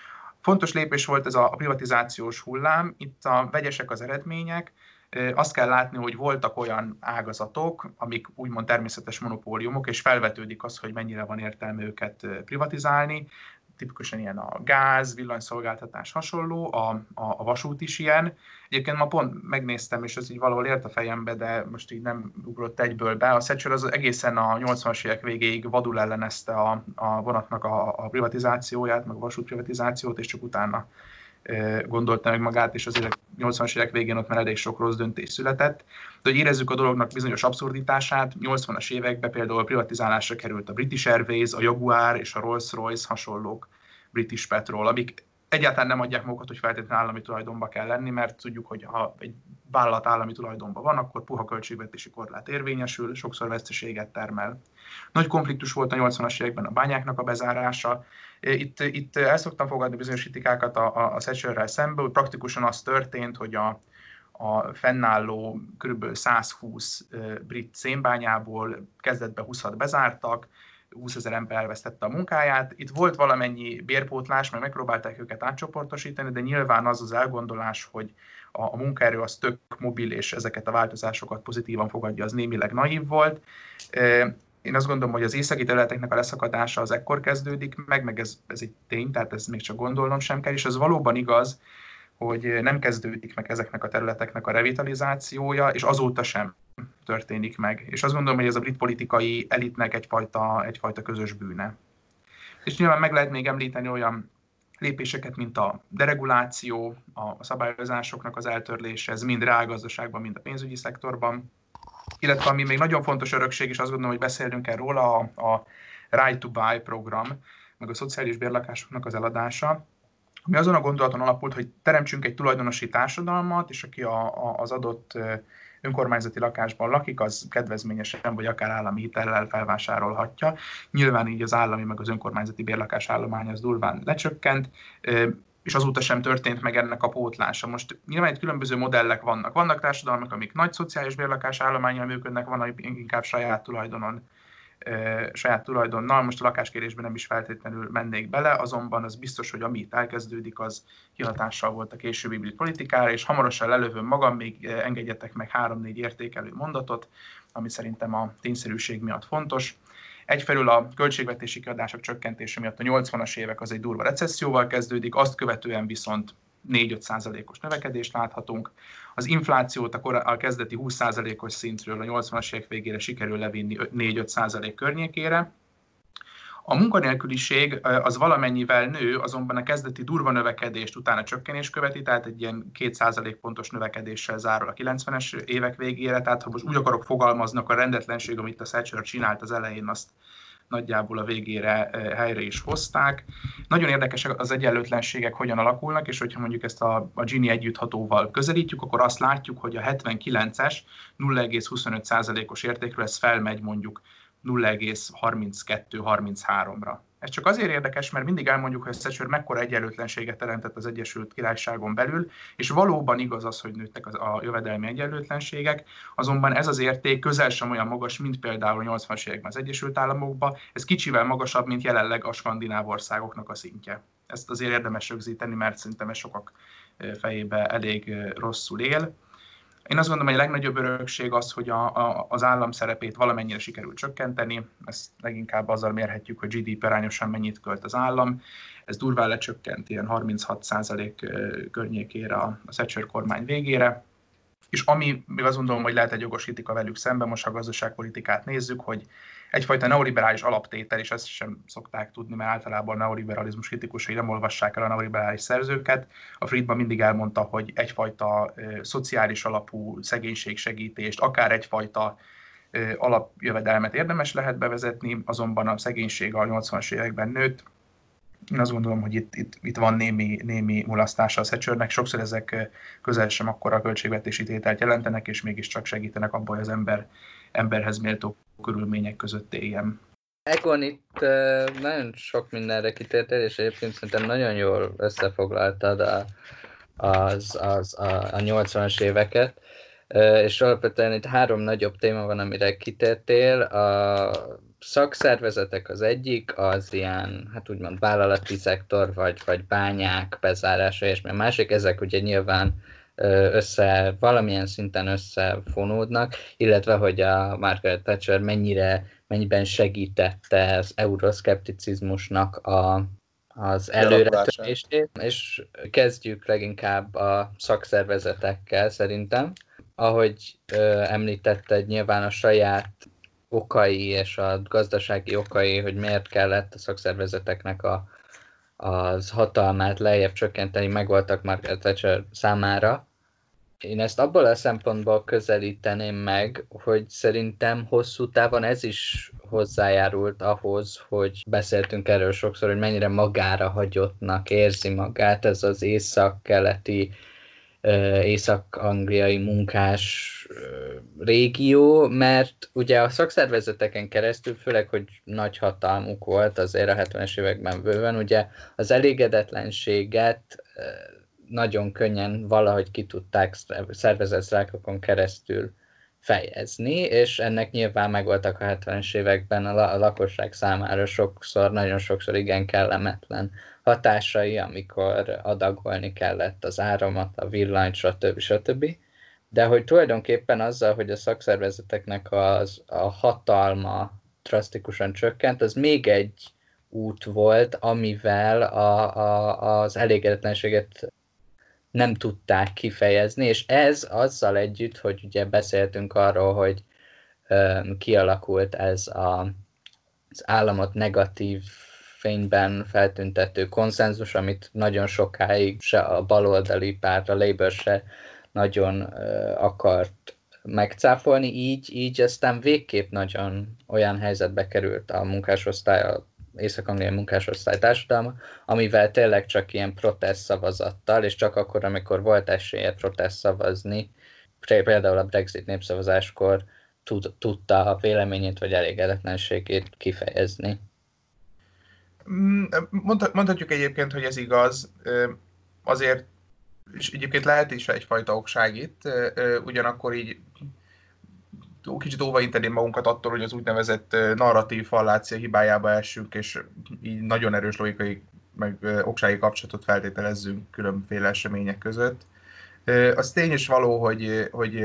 Fontos lépés volt ez a privatizációs hullám, itt a vegyesek az eredmények, azt kell látni, hogy voltak olyan ágazatok, amik úgymond természetes monopóliumok, és felvetődik az, hogy mennyire van értelme őket privatizálni. Tipikusan ilyen a gáz, villanyszolgáltatás hasonló, a, a, a vasút is ilyen. Egyébként ma pont megnéztem, és ez így valahol ért a fejembe, de most így nem ugrott egyből be. A Thatcher az egészen a nyolcvanas évek végéig vadul ellenezte a, a vonatnak a, a privatizációját, meg a vasút privatizációt, és csak utána gondolta meg magát, és azért a nyolcvanas évek végén ott már elég sok rossz döntés született. De hogy érezzük a dolognak bizonyos abszurditását, nyolcvanas években például privatizálásra került a British Airways, a Jaguar és a Rolls-Royce hasonlók, British Petrol, amik egyáltalán nem adják magukat, hogy feltétlenül állami tulajdonba kell lenni, mert tudjuk, hogy ha egy vállalat állami tulajdonban van, akkor puha költségvetési korlát érvényesül, sokszor veszteséget termel. Nagy konfliktus volt a nyolcvanas években a bányáknak a bezárása. Itt, itt el szoktam fogadni bizonyos kritikákat a, a Thatcherrel szemben, hogy praktikusan az történt, hogy a, a fennálló kb. százhúsz brit szénbányából kezdetben húszat bezártak, húszezer ember elvesztette a munkáját. Itt volt valamennyi bérpótlás, meg megpróbálták őket átcsoportosítani, de nyilván az az elgondolás, hogy a, a munkaerő az tök mobil, és ezeket a változásokat pozitívan fogadja, az némileg naív volt. Én azt gondolom, hogy az északi területeknek a leszakadása az ekkor kezdődik meg, meg ez, ez egy tény, tehát ez még csak gondolnom sem kell, és ez valóban igaz, hogy nem kezdődik meg ezeknek a területeknek a revitalizációja, és azóta sem történik meg. És azt gondolom, hogy ez a brit politikai elitnek egyfajta, egyfajta közös bűne. És nyilván meg lehet még említeni olyan lépéseket, mint a dereguláció, a szabályozásoknak az eltörlése, ez mind reálgazdaságban, mind a pénzügyi szektorban. Illetve ami még nagyon fontos örökség, és azt gondolom, hogy beszélnünk kell róla, a, a Right to Buy program, meg a szociális bérlakásoknak az eladása, ami azon a gondolaton alapult, hogy teremtsünk egy tulajdonosi társadalmat, és aki a, a, az adott önkormányzati lakásban lakik, az kedvezményesen vagy akár állami hitellel felvásárolhatja. Nyilván így az állami meg az önkormányzati bérlakás állomány az durván lecsökkent, és azóta sem történt meg ennek a pótlása. Most nyilván itt különböző modellek vannak. Vannak társadalmak, amik nagy szociális bérlakás állománnyal működnek, van, amik inkább saját tulajdonon, saját tulajdonnal. Most a lakáskérésben nem is feltétlenül mennék bele, azonban az biztos, hogy ami itt elkezdődik, az kihatással volt a későbbi brit politikára, és hamarosan lelövöm magam, még engedjetek meg három-négy értékelő mondatot, ami szerintem a tényszerűség miatt fontos. Egyfelől a költségvetési kiadások csökkentése miatt a nyolcvanas évek az egy durva recesszióval kezdődik, azt követően viszont négy-öt százalékos növekedést láthatunk. Az inflációt a, kor- a kezdeti húsz százalékos szintről a nyolcvanas évek végére sikerül levinni négy-öt százalék környékére. A munkanélküliség az valamennyivel nő, azonban a kezdeti durva növekedést utána csökkenés követi, tehát egy ilyen két százalékpontos növekedéssel zárul a kilencvenes évek végére, tehát ha most úgy akarok fogalmazni, a rendetlenség, amit a Thatcher csinált az elején, azt nagyjából a végére helyre is hozták. Nagyon érdekes az egyenlőtlenségek hogyan alakulnak, és hogyha mondjuk ezt a, a Gini együtthatóval közelítjük, akkor azt látjuk, hogy a hetvenkilences nulla egész huszonöt százalékos értékről ez felmegy mondjuk nulla egész harminckettő harminchárom-ra. Ez csak azért érdekes, mert mindig elmondjuk, hogy a Thatcher mekkora egyenlőtlenséget teremtett az Egyesült Királyságon belül, és valóban igaz az, hogy nőttek az, a jövedelmi egyenlőtlenségek, azonban ez az érték közel sem olyan magas, mint például a nyolcvanas években az Egyesült Államokban, ez kicsivel magasabb, mint jelenleg a skandináv országoknak a szintje. Ezt azért érdemes rögzíteni, mert szerintem ez sokak fejébe elég rosszul él. Én azt gondolom, hogy a legnagyobb örökség az, hogy a, a, az állam szerepét valamennyire sikerült csökkenteni. Ezt leginkább azzal mérhetjük, hogy gé dé pé arányosan mennyit költ az állam. Ez durván lecsökkent ilyen harminchat százalék környékére a Thatcher kormány végére. És ami még azt gondolom, hogy lehet egy jogos kritika velük szemben, most ha a gazdaságpolitikát nézzük, hogy egyfajta neoliberális alaptétel, és ezt sem szokták tudni, mert általában a neoliberalizmus kritikusai nem olvassák el a neoliberális szerzőket. A Friedman mindig elmondta, hogy egyfajta ö, szociális alapú szegénységsegítést, akár egyfajta ö, alapjövedelmet érdemes lehet bevezetni, azonban a szegénység a nyolcvanas években nőtt. Én azt gondolom, hogy itt, itt, itt van némi, némi mulasztása a Thatchernek. Sokszor ezek közel sem akkora költségvetési tételt jelentenek, és mégiscsak segítenek abban, hogy az ember emberhez méltó körülmények között éljen. Egon itt uh, nagyon sok mindenre kitértél, és egyébként szerintem nagyon jól összefoglaltad a, az, az, a, a nyolcvanas éveket. Uh, és alapvetően itt három nagyobb téma van, amire kitértél. A szakszervezetek az egyik, az ilyen, hát úgymond vállalati szektor, vagy, vagy bányák bezárása, és a másik, ezek ugye nyilván össze, valamilyen szinten összefonódnak, illetve hogy a Margaret Thatcher mennyire, mennyiben segítette az euroszkepticizmusnak a, az előretörését, és kezdjük leginkább a szakszervezetekkel szerintem. Ahogy ö, említetted, nyilván a saját okai és a gazdasági okai, hogy miért kellett a szakszervezeteknek a, az hatalmát lejjebb csökkenteni, megvoltak Margaret Thatcher számára. Én ezt abból a szempontból közelíteném meg, hogy szerintem hosszú távon ez is hozzájárult ahhoz, hogy beszéltünk erről sokszor, hogy mennyire magára hagyottnak érzi magát ez az észak-keleti, észak-angliai munkás régió, mert ugye a szakszervezeteken keresztül, főleg, hogy nagy hatalmuk volt azért a hetvenes években bőven, ugye az elégedetlenséget nagyon könnyen valahogy ki tudták szervezett sztrájkokon keresztül fejezni, és ennek nyilván megvoltak a hetvenes években a, la- a lakosság számára sokszor, nagyon sokszor igen kellemetlen hatásai, amikor adagolni kellett az áramot, a villanyt, stb. stb. De hogy tulajdonképpen azzal, hogy a szakszervezeteknek az, a hatalma drasztikusan csökkent, az még egy út volt, amivel a, a, az elégedetlenséget nem tudták kifejezni, és ez azzal együtt, hogy ugye beszéltünk arról, hogy um, kialakult ez a, az államot negatív fényben feltüntető konszenzus, amit nagyon sokáig se a baloldali párt, a Labour se nagyon uh, akart megcáfolni, így, így aztán végképp nagyon olyan helyzetbe került a munkásosztály, a észak-angliai munkásosztály társadalma, amivel tényleg csak ilyen protest szavazattal, és csak akkor, amikor volt esélye protest szavazni, például a Brexit népszavazáskor tud, tudta a véleményét vagy elégedetlenségét kifejezni. Mondhatjuk egyébként, hogy ez igaz, azért, és egyébként lehet is egyfajta okság itt, ugyanakkor így kicsit óvainteném magunkat attól, hogy az úgynevezett narratív fallácia hibájába essünk, és így nagyon erős logikai meg oksági kapcsolatot feltételezzünk különféle események között. Az tény is való, hogy, hogy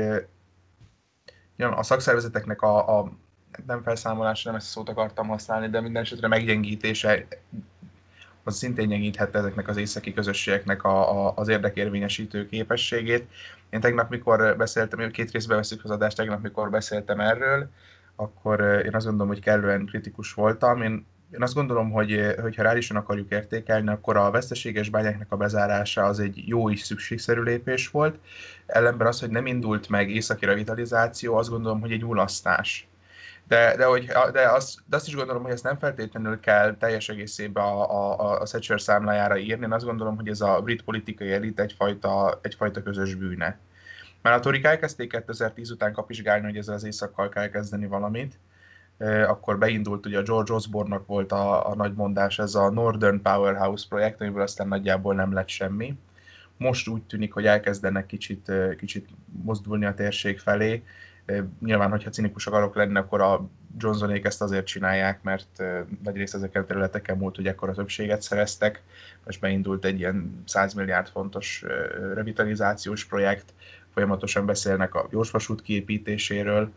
a szakszervezeteknek a, a nem felszámolása, nem ezt a szót akartam használni, de minden esetre meggyengítése az szintén gyengíthette ezeknek az északi közösségeknek a, a, az érdekérvényesítő képességét. Én tegnap, mikor beszéltem, két részbe veszük az adást, tegnap, mikor beszéltem erről, akkor én azt gondolom, hogy kellően kritikus voltam. Én, én azt gondolom, hogy, hogy ha reálisan akarjuk értékelni, akkor a veszteséges bányáknak a bezárása az egy jó és szükségszerű lépés volt. Ellenben az, hogy nem indult meg északi revitalizáció, azt gondolom, hogy egy mulasztás. De, de, hogy, de, azt, de azt is gondolom, hogy ezt nem feltétlenül kell teljes egészében a, a, a Thatcher számlájára írni. Én azt gondolom, hogy ez a brit politikai elit egyfajta, egyfajta közös bűne. Már a torik elkezdték kétezer-tíz után kapizsgálni, hogy ezzel az éjszakkal kell kezdeni valamit. Akkor beindult, ugye a George Osborne-nak volt a, a nagy mondás, ez a Northern Powerhouse projekt, amiből aztán nagyjából nem lett semmi. Most úgy tűnik, hogy elkezdenek kicsit, kicsit mozdulni a térség felé. Nyilván, hogyha cinikus akarok lenni, akkor a Johnsonék ezt azért csinálják, mert nagyrészt ezeken a területeken múlt, hogy ekkora többséget szereztek. Most beindult egy ilyen száz milliárd fontos revitalizációs projekt, folyamatosan beszélnek a gyorsvasút kiépítéséről.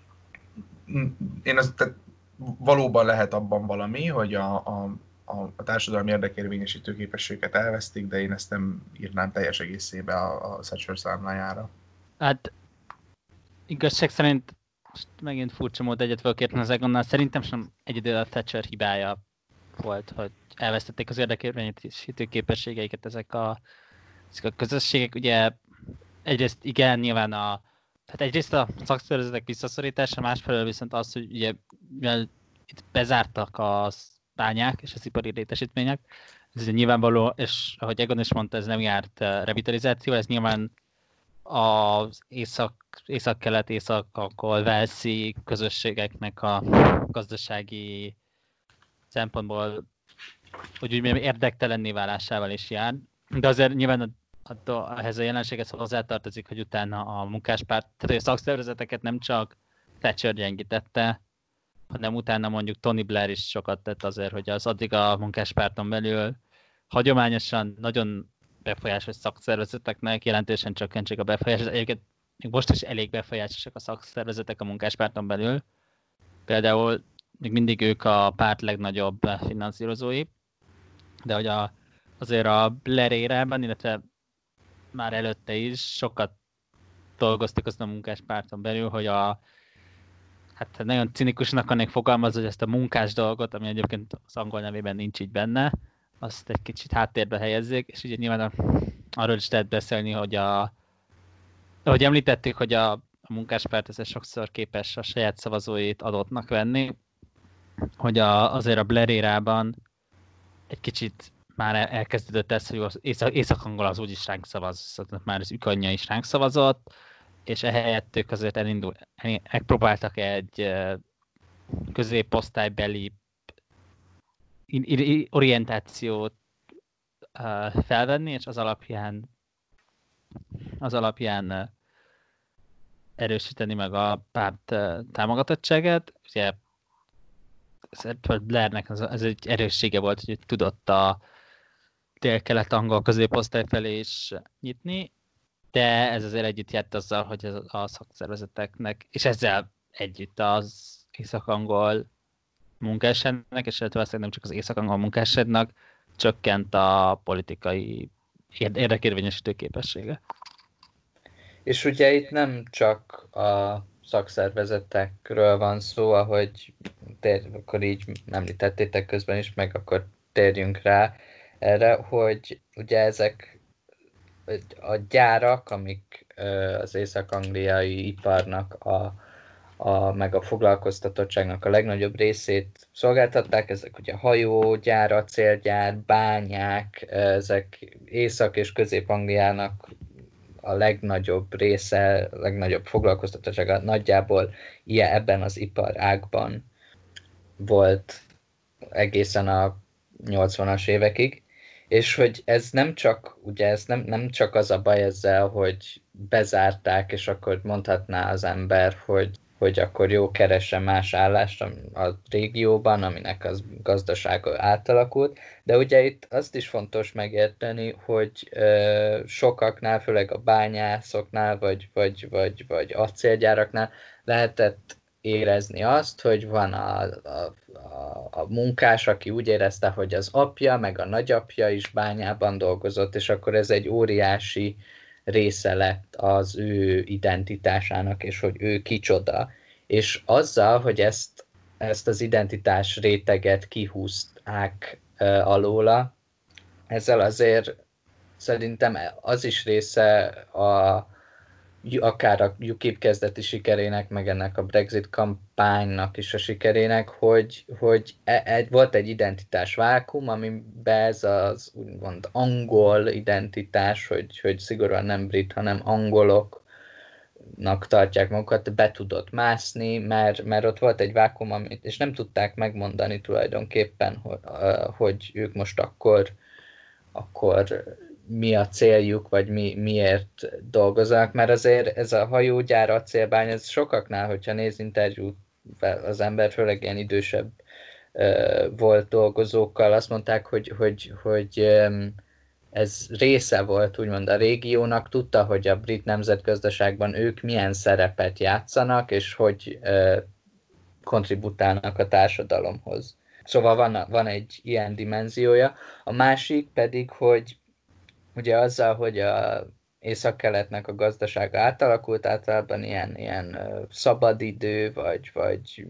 Én azt, tehát valóban lehet abban valami, hogy a, a, a társadalmi érdekérvényesítő képességet elvesztik, de én ezt nem írnám teljes egészébe a, a Thatcher számlájára. Hát igazság szerint most megint furcsa mód egyet fölkérteni az Egonnal, szerintem sem egyedül a Thatcher hibája volt, hogy elvesztették az érdekérvényesítő képességeiket ezek a, ezek a közösségek. Ugye egyrészt igen, nyilván a, hát egyrészt a szakszervezetek visszaszorítása, másfelől viszont az, hogy ugye mivel itt bezártak a bányák és az ipari létesítmények, ez nyilvánvaló, és ahogy Egon is mondta, ez nem járt revitalizáció, ez nyilván az észak, észak-kelet, észak-akol velszi közösségeknek a gazdasági szempontból hogy úgy érdektelenné válásával is jár. De azért nyilván ehhez a jelenséghez hozzátartozik, hogy utána a munkáspárt, tehát a szakszervezeteket nem csak Thatcher gyengítette, hanem utána mondjuk Tony Blair is sokat tett azért, hogy az addig a munkáspárton belül hagyományosan nagyon befolyásos szakszervezeteknek jelentősen csökkentsék a befolyást. Egyébként még most is elég befolyásosak a szakszervezetek a munkáspárton belül. Például még mindig ők a párt legnagyobb finanszírozói, de hogy a, azért a Blair érában, illetve már előtte is sokat dolgoztak azon a munkáspárton belül, hogy a hát nagyon cinikusnak akarnék fogalmazni, hogy ezt a munkás dolgot, ami egyébként az angol nevében nincs így benne, azt egy kicsit háttérbe helyezzék, és ugye nyilván a, arról is lehet beszélni, hogy a ahogy említettük, hogy a, a munkáspárt ezzel sokszor képes a saját szavazóit adottnak venni, hogy a, azért a Blair érában egy kicsit már elkezdődött ez, hogy az Észak- Észak-Angol az úgyis ránk szavaz, szóval már az ükanyja is ránk szavazott, és ehelyett ők azért elindul, megpróbáltak egy középosztálybeli orientációt felvenni, és az alapján az alapján erősíteni meg a párt támogatottságát. Ugye Blairnek ez, ez egy erőssége volt, hogy tudott a dél-kelet-angol középosztály felé is nyitni, de ez azért együtt járt azzal, hogy ez a szakszervezeteknek, és ezzel együtt az észak-angol munkásednek, és valószínűleg nem csak az észak-angol munkásednak csökkent a politikai érdekérvényesítő képessége. És ugye itt nem csak a szakszervezetekről van szó, ahogy tér, akkor így említettétek közben is, meg akkor térjünk rá erre, hogy ugye ezek a gyárak, amik az észak-angliai iparnak, a, a, meg a foglalkoztatottságnak a legnagyobb részét szolgáltatták, ezek ugye hajógyár, acélgyár, bányák, ezek Észak- és Közép-Angliának a legnagyobb része, a legnagyobb foglalkoztatottsága nagyjából ilyen ebben az iparágban volt egészen a nyolcvanas évekig, és hogy ez nem csak, ugye ez nem, nem csak az a baj ezzel, hogy bezárták, és akkor mondhatná az ember, hogy, hogy akkor jó, keressen más állást a régióban, aminek az gazdasága átalakult, de ugye itt azt is fontos megérteni, hogy ö, sokaknál, főleg a bányászoknál, vagy, vagy, vagy, vagy acélgyáraknál lehetett érezni azt, hogy van a, a, a, a munkás, aki úgy érezte, hogy az apja, meg a nagyapja is bányában dolgozott, és akkor ez egy óriási része lett az ő identitásának, és hogy ő kicsoda. És azzal, hogy ezt, ezt az identitás réteget kihúzták uh, alóla, ezzel azért szerintem az is része a akár a UKIP kezdeti sikerének, meg ennek a Brexit kampánynak is a sikerének, hogy, hogy egy, volt egy identitás vákum, amiben ez az úgymond angol identitás, hogy, hogy szigorúan nem brit, hanem angoloknak tartják magukat, be tudott mászni, mert, mert ott volt egy vákum, amit, és nem tudták megmondani tulajdonképpen, hogy, hogy ők most akkor, akkor mi a céljuk, vagy mi, miért dolgoznak, mert azért ez a hajógyár, acélbány, ez sokaknál, hogyha néz interjút az ember, főleg ilyen idősebb uh, volt dolgozókkal, azt mondták, hogy, hogy, hogy um, ez része volt úgymond a régiónak, tudta, hogy a brit nemzetgazdaságban ők milyen szerepet játszanak, és hogy uh, kontributálnak a társadalomhoz. Szóval van, van egy ilyen dimenziója. A másik pedig, hogy ugye azzal, hogy a észak-keletnek a gazdasága átalakult, általában ilyen, ilyen szabadidő, vagy, vagy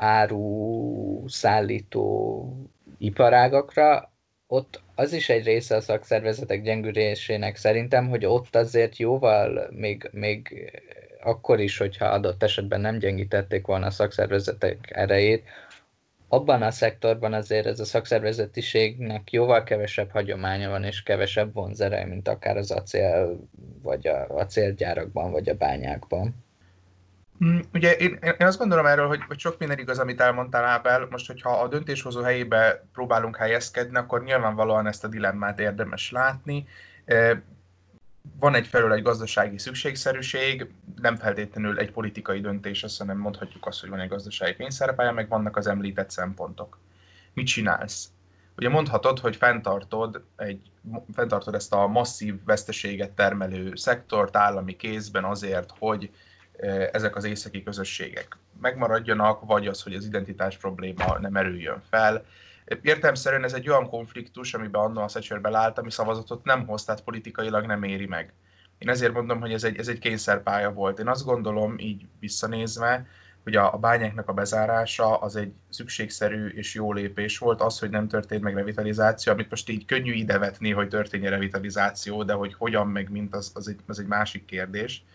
áru szállító iparágakra, ott az is egy része a szakszervezetek gyengülésének szerintem, hogy ott azért jóval, még, még akkor is, hogyha adott esetben nem gyengítették volna a szakszervezetek erejét, abban a szektorban azért ez a szakszervezetiségnek jóval kevesebb hagyománya van, és kevesebb vonzereje, mint akár az acél, vagy a acélgyárakban, vagy a bányákban. Ugye én, én azt gondolom erről, hogy, hogy sok minden igaz, amit elmondtál, Ábel. Most, hogyha a döntéshozó helyébe próbálunk helyezkedni, akkor nyilvánvalóan ezt a dilemmát érdemes látni. van egyfelől egy gazdasági szükségszerűség, nem feltétlenül egy politikai döntés, azt hanem mondhatjuk azt, hogy van egy gazdasági kényszerpálya, meg vannak az említett szempontok. Mit csinálsz? Ugye mondhatod, hogy fenntartod, egy, fenntartod ezt a masszív veszteséget termelő szektort állami kézben azért, hogy ezek az északi közösségek megmaradjanak, vagy az, hogy az identitás probléma nem erüljön fel. Értelemszerűen ez egy olyan konfliktus, amiben annól a Thatcher belállt, ami szavazatot nem hoz, tehát politikailag nem éri meg. Én ezért mondom, hogy ez egy, ez egy kényszerpálya volt. Én azt gondolom, így visszanézve, hogy a, a bányáknak a bezárása az egy szükségszerű és jó lépés volt. Az, hogy nem történt meg revitalizáció, amit most így könnyű idevetni, hogy történjen revitalizáció, de hogy hogyan meg mint, az, az, egy, az egy másik kérdés.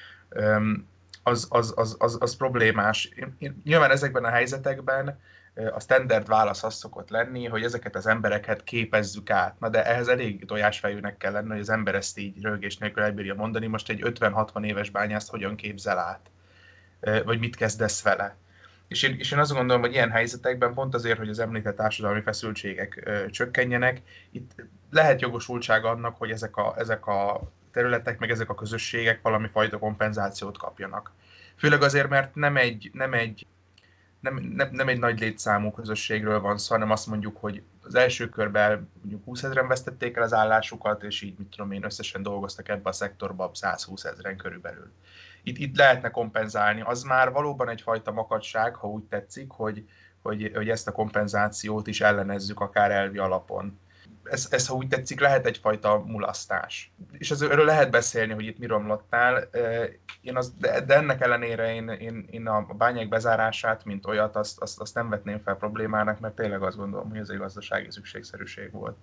Az, az, az, az, az problémás. Én, én, nyilván ezekben a helyzetekben a standard válasz az szokott lenni, hogy ezeket az embereket képezzük át. Na de ehhez elég tojásfejűnek kell lenni, hogy az ember ezt így röhögés nélkül elbírja mondani. Most egy ötven-hatvan éves bányászt hogyan képzel át? Vagy mit kezdesz vele? És én, és én azt gondolom, hogy ilyen helyzetekben pont azért, hogy az említett társadalmi feszültségek ö, csökkenjenek, itt lehet jogosultság annak, hogy ezek a, ezek a területek, meg ezek a közösségek valami fajta kompenzációt kapjanak. Főleg azért, mert nem egy, nem egy Nem, nem, nem egy nagy létszámú közösségről van szó, hanem azt mondjuk, hogy az első körben mondjuk húszezren vesztették el az állásukat, és így, mit tudom én, összesen dolgoztak ebbe a szektorba százhúszezren körülbelül. Itt, itt lehetne kompenzálni. Az már valóban egyfajta makadság, ha úgy tetszik, hogy, hogy, hogy ezt a kompenzációt is ellenezzük akár elvi alapon. Ez, ez, ha úgy tetszik, lehet egyfajta mulasztás. És ez, erről lehet beszélni, hogy itt mi romlott el. Én az, de, de ennek ellenére én, én, én a bányák bezárását, mint olyat, azt, azt, azt nem vetném fel problémának, mert tényleg azt gondolom, hogy ez egy gazdasági szükségszerűség volt.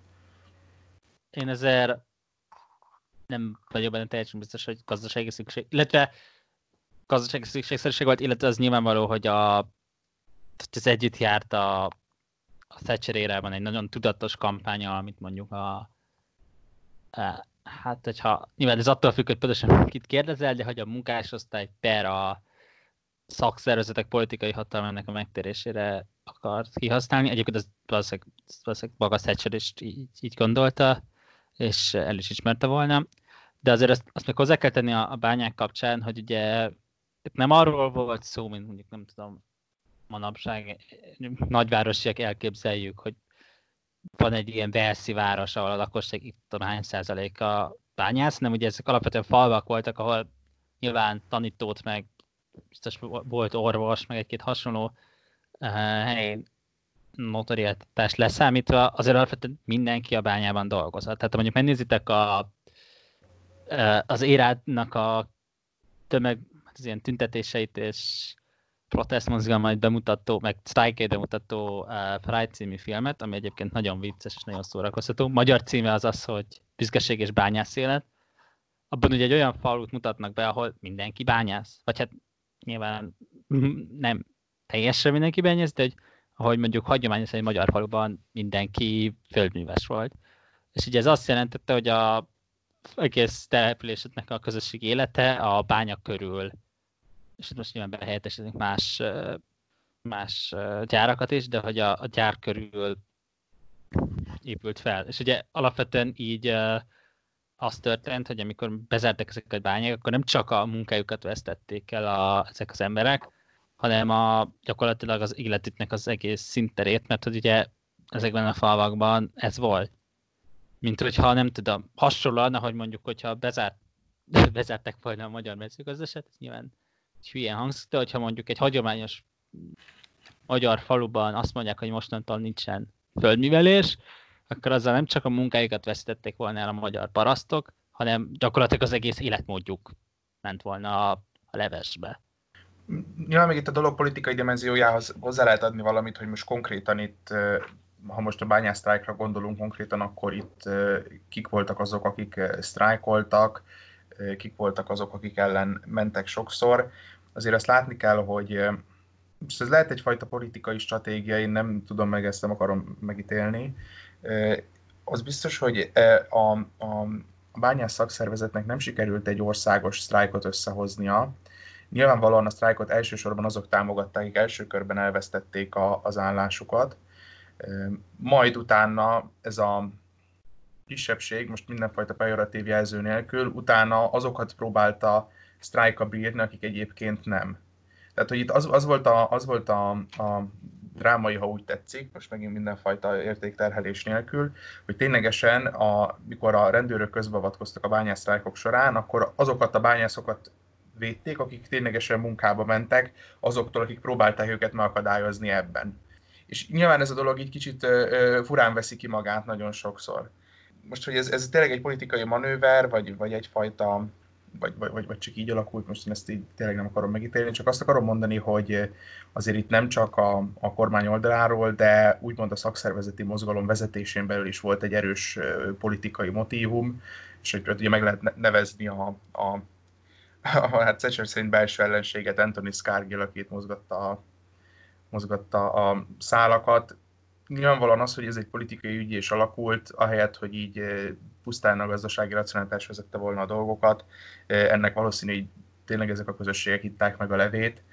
Én ezért nem vagyok benne teljesen biztos, hogy gazdasági szükség, illetve gazdasági szükségszerűség volt, illetve az nyilvánvaló, hogy a, az együtt járt a a Thatcher érában egy nagyon tudatos kampánya, amit mondjuk a, a hát hogyha, nyilván ez attól függ, hogy pontosan kit kérdezel, de hogy a munkásosztály per a szakszervezetek politikai hatalmának a megtérésére akar kihasználni. Egyébként ez valószínűleg, valószínűleg maga Thatcher is így, így gondolta, és el is ismerte volna. De azért azt, azt meg hozzá kell tenni a, a bányák kapcsán, hogy ugye nem arról volt szó, mint mondjuk nem tudom, manapság nagyvárosiak elképzeljük, hogy van egy ilyen Walesi város, ahol a lakosság itt tudom hány százaléka bányász, hanem ugye ezek alapvetően falvak voltak, ahol nyilván tanítót, meg biztos volt orvos, meg egy-két hasonló uh, helyi notoriátást leszámítva, azért alapvetően mindenki a bányában dolgozott. Tehát ha mondjuk megnézitek a, uh, az érádnak a tömeg, az ilyen tüntetéseit és protestmozgalmait bemutató, meg sztrájkét bemutató uh, Pride című filmet, ami egyébként nagyon vicces és nagyon szórakoztató. Magyar címe az az, hogy Büszkeség és bányász élet. Abban ugye egy olyan falut mutatnak be, ahol mindenki bányász. Vagy hát nyilván nem teljesen mindenki bányász, de hogy, ahogy mondjuk hagyományos egy magyar faluban mindenki földműves volt. És ugye ez azt jelentette, hogy a egész településeknek a közösségi élete a bánya körül, és most nyilván behelyettesítünk más, más gyárakat is, de hogy a, a gyár körül épült fel. És ugye alapvetően így az történt, hogy amikor bezártak ezeket a bányák, akkor nem csak a munkájukat vesztették el a, ezek az emberek, hanem a, gyakorlatilag az életüknek az egész színterét, mert hogy ugye ezekben a falvakban ez volt. Mint hogyha nem tudom, hasonlóan, ahogy mondjuk, hogyha bezárt, bezárták volna a magyar mezőgazdaságot, ez nyilván hülyen hangzik, de hogyha mondjuk egy hagyományos magyar faluban azt mondják, hogy mostantól nincsen földművelés, akkor azzal nem csak a munkáikat veszítették volna el a magyar parasztok, hanem gyakorlatilag az egész életmódjuk ment volna a, a levesbe. Nyilván még itt a dolog politikai dimenziójához hozzá lehet adni valamit, hogy most konkrétan itt, ha most a bányászsztrájkra gondolunk konkrétan, akkor itt kik voltak azok, akik sztrájkoltak, kik voltak azok, akik ellen mentek sokszor. Azért azt látni kell, hogy ez lehet egyfajta politikai stratégia, én nem tudom meg, ezt nem akarom megítélni. Az biztos, hogy a, a bányász szakszervezetnek nem sikerült egy országos sztrájkot összehoznia. Nyilvánvalóan a sztrájkot elsősorban azok támogatták, akik első körben elvesztették a, az állásukat. Majd utána ez a kisebbség, most mindenfajta pejoratív jelző nélkül, utána azokat próbálta sztrájkba bírni, akik egyébként nem. Tehát, hogy itt az, az volt, a, az volt a, a drámai, ha úgy tetszik, most megint mindenfajta értékterhelés nélkül, hogy ténylegesen, a, mikor a rendőrök közbeavatkoztak a bányászsztrájkok során, akkor azokat a bányászokat védték, akik ténylegesen munkába mentek, azoktól, akik próbálták őket megakadályozni ebben. És nyilván ez a dolog így kicsit ö, furán veszi ki magát nagyon sokszor. Most, hogy ez, ez tényleg egy politikai manőver, vagy, vagy egyfajta, vagy, vagy, vagy csak így alakult, most én ezt így tényleg nem akarom megítélni, csak azt akarom mondani, hogy azért itt nem csak a, a kormány oldaláról, de úgymond a szakszervezeti mozgalom vezetésén belül is volt egy erős politikai motívum, és hogy ugye meg lehet nevezni a, a, a hát Thatcher szerint belső ellenséget, Anthony Scargill, akit mozgatta a mozgatta a szálakat. Nyilvánvalóan az, hogy ez egy politikai ügy és alakult, ahelyett, hogy így pusztán a gazdasági racionalitás vezette volna a dolgokat, ennek valószínű, hogy tényleg ezek a közösségek itták meg a levét.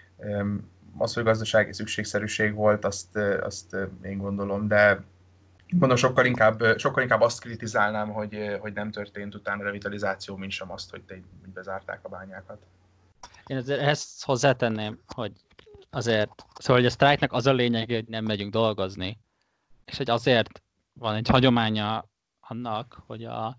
Az, hogy gazdasági szükségszerűség volt, azt, azt én gondolom, de mondom, sokkal inkább, sokkal inkább azt kritizálnám, hogy, hogy nem történt utána revitalizáció, mint sem azt, hogy, te, hogy bezárták a bányákat. Én azért ezt hozzátenném, hogy azért, szóval hogy a sztrájknak az a lényeg, hogy nem megyünk dolgozni, és hogy azért van egy hagyománya annak, hogy a,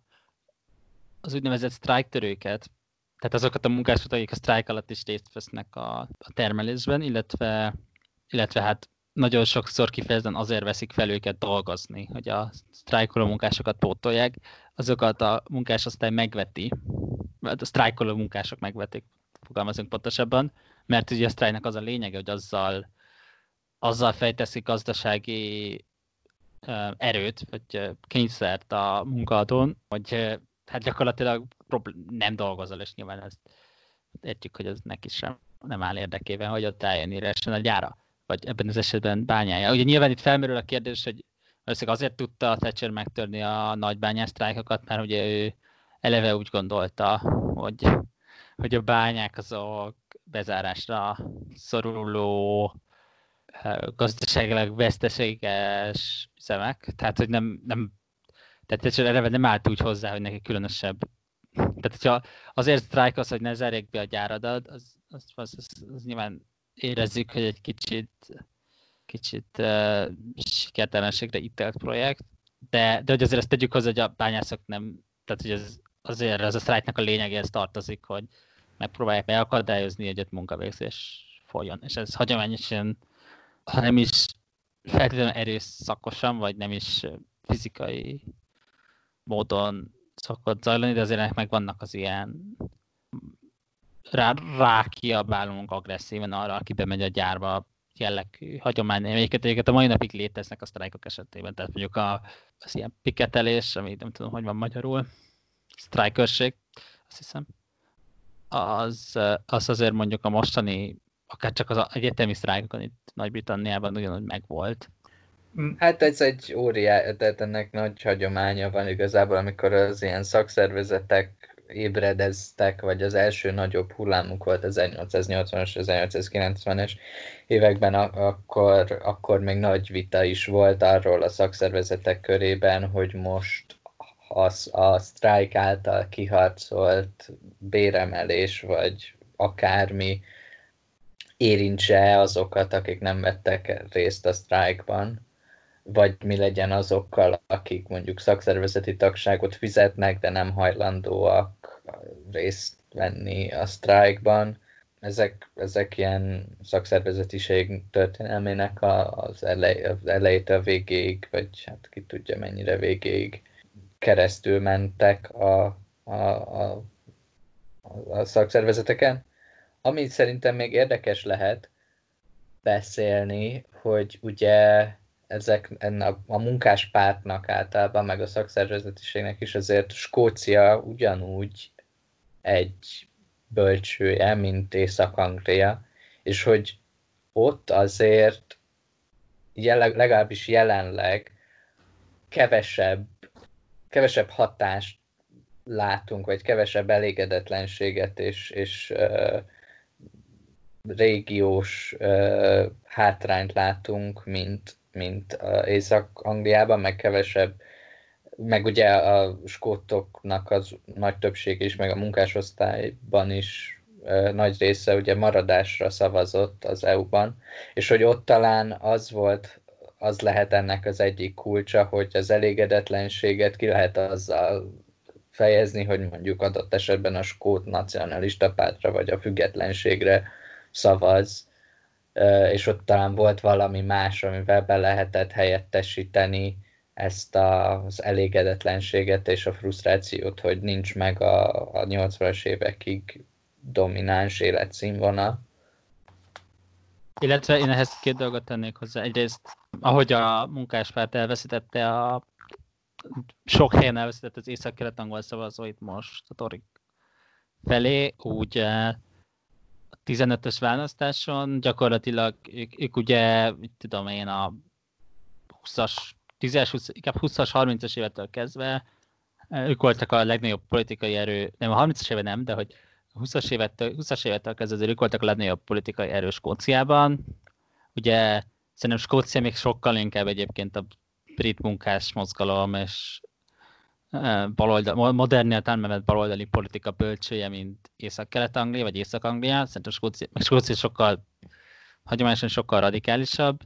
az úgynevezett sztrájktörőket, tehát azokat a munkásokat, akik a sztrájk alatt is részt vesznek a, a termelésben, illetve, illetve hát nagyon sokszor kifejezetten azért veszik fel őket dolgozni, hogy a sztrájkoló munkásokat pótolják, azokat a munkásosztály megveti, a sztrájkoló munkások megvetik, fogalmazunk pontosabban, mert ugye a sztrájknak az a lényege, hogy azzal, azzal fejteszik gazdasági uh, erőt, vagy uh, kényszert a munkaadón, hogy uh, hát gyakorlatilag nem dolgozol, és nyilván ezt értjük, hogy ez neki sem nem áll érdekében, hogy ott álljon éressen a gyára, vagy ebben az esetben bányája. Ugye nyilván itt felmerül a kérdés, hogy azért tudta a Thatcher megtörni a nagy bányásztrájkokat, mert ugye ő eleve úgy gondolta, hogy, hogy a bányák azok bezárásra szoruló, gazdaságilag veszteséges üzemek, tehát hogy nem, nem tehát Thatcher eleve nem állt úgy hozzá, hogy neki különösebb. Tehát hogyha azért sztrájk az, hogy ne zárják be a gyáradat, az, az, az, az, az nyilván érezzük, hogy egy kicsit, kicsit uh, sikertelenségre ítélt projekt, de, de hogy azért ezt tegyük hozzá, hogy a bányászok nem, tehát hogy ez, azért ez a sztrájknak a lényegéhez tartozik, hogy megpróbálják megakadályozni, hogy egy munkavégzés folyjon. És ez hagyományosan, ha nem is feltétlenül erőszakosan, vagy nem is fizikai módon szokott zajlani, de azért ennek meg vannak az ilyen rá, rákiabálunk agresszíven arra, aki bemegy a gyárba jellegű hagyomány. Egyiket, egyiket a mai napig léteznek a sztrájkok esetében, tehát mondjuk a, az ilyen piketelés, ami nem tudom, hogy van magyarul, sztrájkörség, azt hiszem. Az, az azért mondjuk a mostani, akár csak az egyetemi sztrájkokon itt Nagy-Britanniában ugyanúgy megvolt. Hát ez egy óriás, tehát ennek nagy hagyománya van igazából, amikor az ilyen szakszervezetek ébredeztek, vagy az első nagyobb hullámuk volt ezernyolcszáznyolcvanas, ezernyolcszázkilencvenes években, akkor, akkor még nagy vita is volt arról a szakszervezetek körében, hogy most az, a sztrájk által kiharcolt béremelés, vagy akármi érintse azokat, akik nem vettek részt a sztrájkban, vagy mi legyen azokkal, akik mondjuk szakszervezeti tagságot fizetnek, de nem hajlandóak részt venni a sztrájkban. Ezek, ezek ilyen szakszervezetiség történelmének az, elej, az elejétől végéig, vagy hát ki tudja mennyire végéig keresztül mentek a, a, a, a szakszervezeteken. Ami szerintem még érdekes lehet beszélni, hogy ugye ezek ennek a munkáspártnak általában, meg a szakszervezetiségnek is azért Skócia ugyanúgy egy bölcsője, mint Észak-Anglia, és hogy ott azért legalábbis jelenleg kevesebb, kevesebb hatást látunk, vagy kevesebb elégedetlenséget és, és uh, régiós uh, hátrányt látunk, mint, mint uh, Észak-Angliában, meg kevesebb meg ugye a skótoknak az nagy többség is, meg a munkásosztályban is nagy része ugye maradásra szavazott az é u-ban, és hogy ott talán az volt, az lehet ennek az egyik kulcsa, hogy az elégedetlenséget ki lehet azzal fejezni, hogy mondjuk adott esetben a skót nacionalista pártra vagy a függetlenségre szavaz, és ott talán volt valami más, amivel be lehetett helyettesíteni ezt az elégedetlenséget és a frusztrációt, hogy nincs meg a, a nyolcvanas évekig domináns életszínvonal. Illetve én ehhez két dolgot tennék hozzá. Egyrészt, ahogy a munkáspárt elveszítette a sok helyen elveszített az észak-kelet-angol szavazóit most a Torik felé, úgy a tizenötös választáson gyakorlatilag ők, ők ugye, tudom én, a húszas, tízes, húsz, inkább húszas, harmincas évettől kezdve ők voltak a legnagyobb politikai erő, nem a harmincas éve nem, de hogy a húszas évettől, húszas évettől kezdve ők voltak a legnagyobb politikai erő Skóciában. Ugye szerintem Skócia még sokkal inkább egyébként a brit munkás mozgalom és baloldal, modern tanulmányos baloldali politika bölcsője, mint Észak-Kelet-Anglia vagy Észak-Anglia. Szerintem Skócia, meg Skócia sokkal hagyományosan sokkal radikálisabb.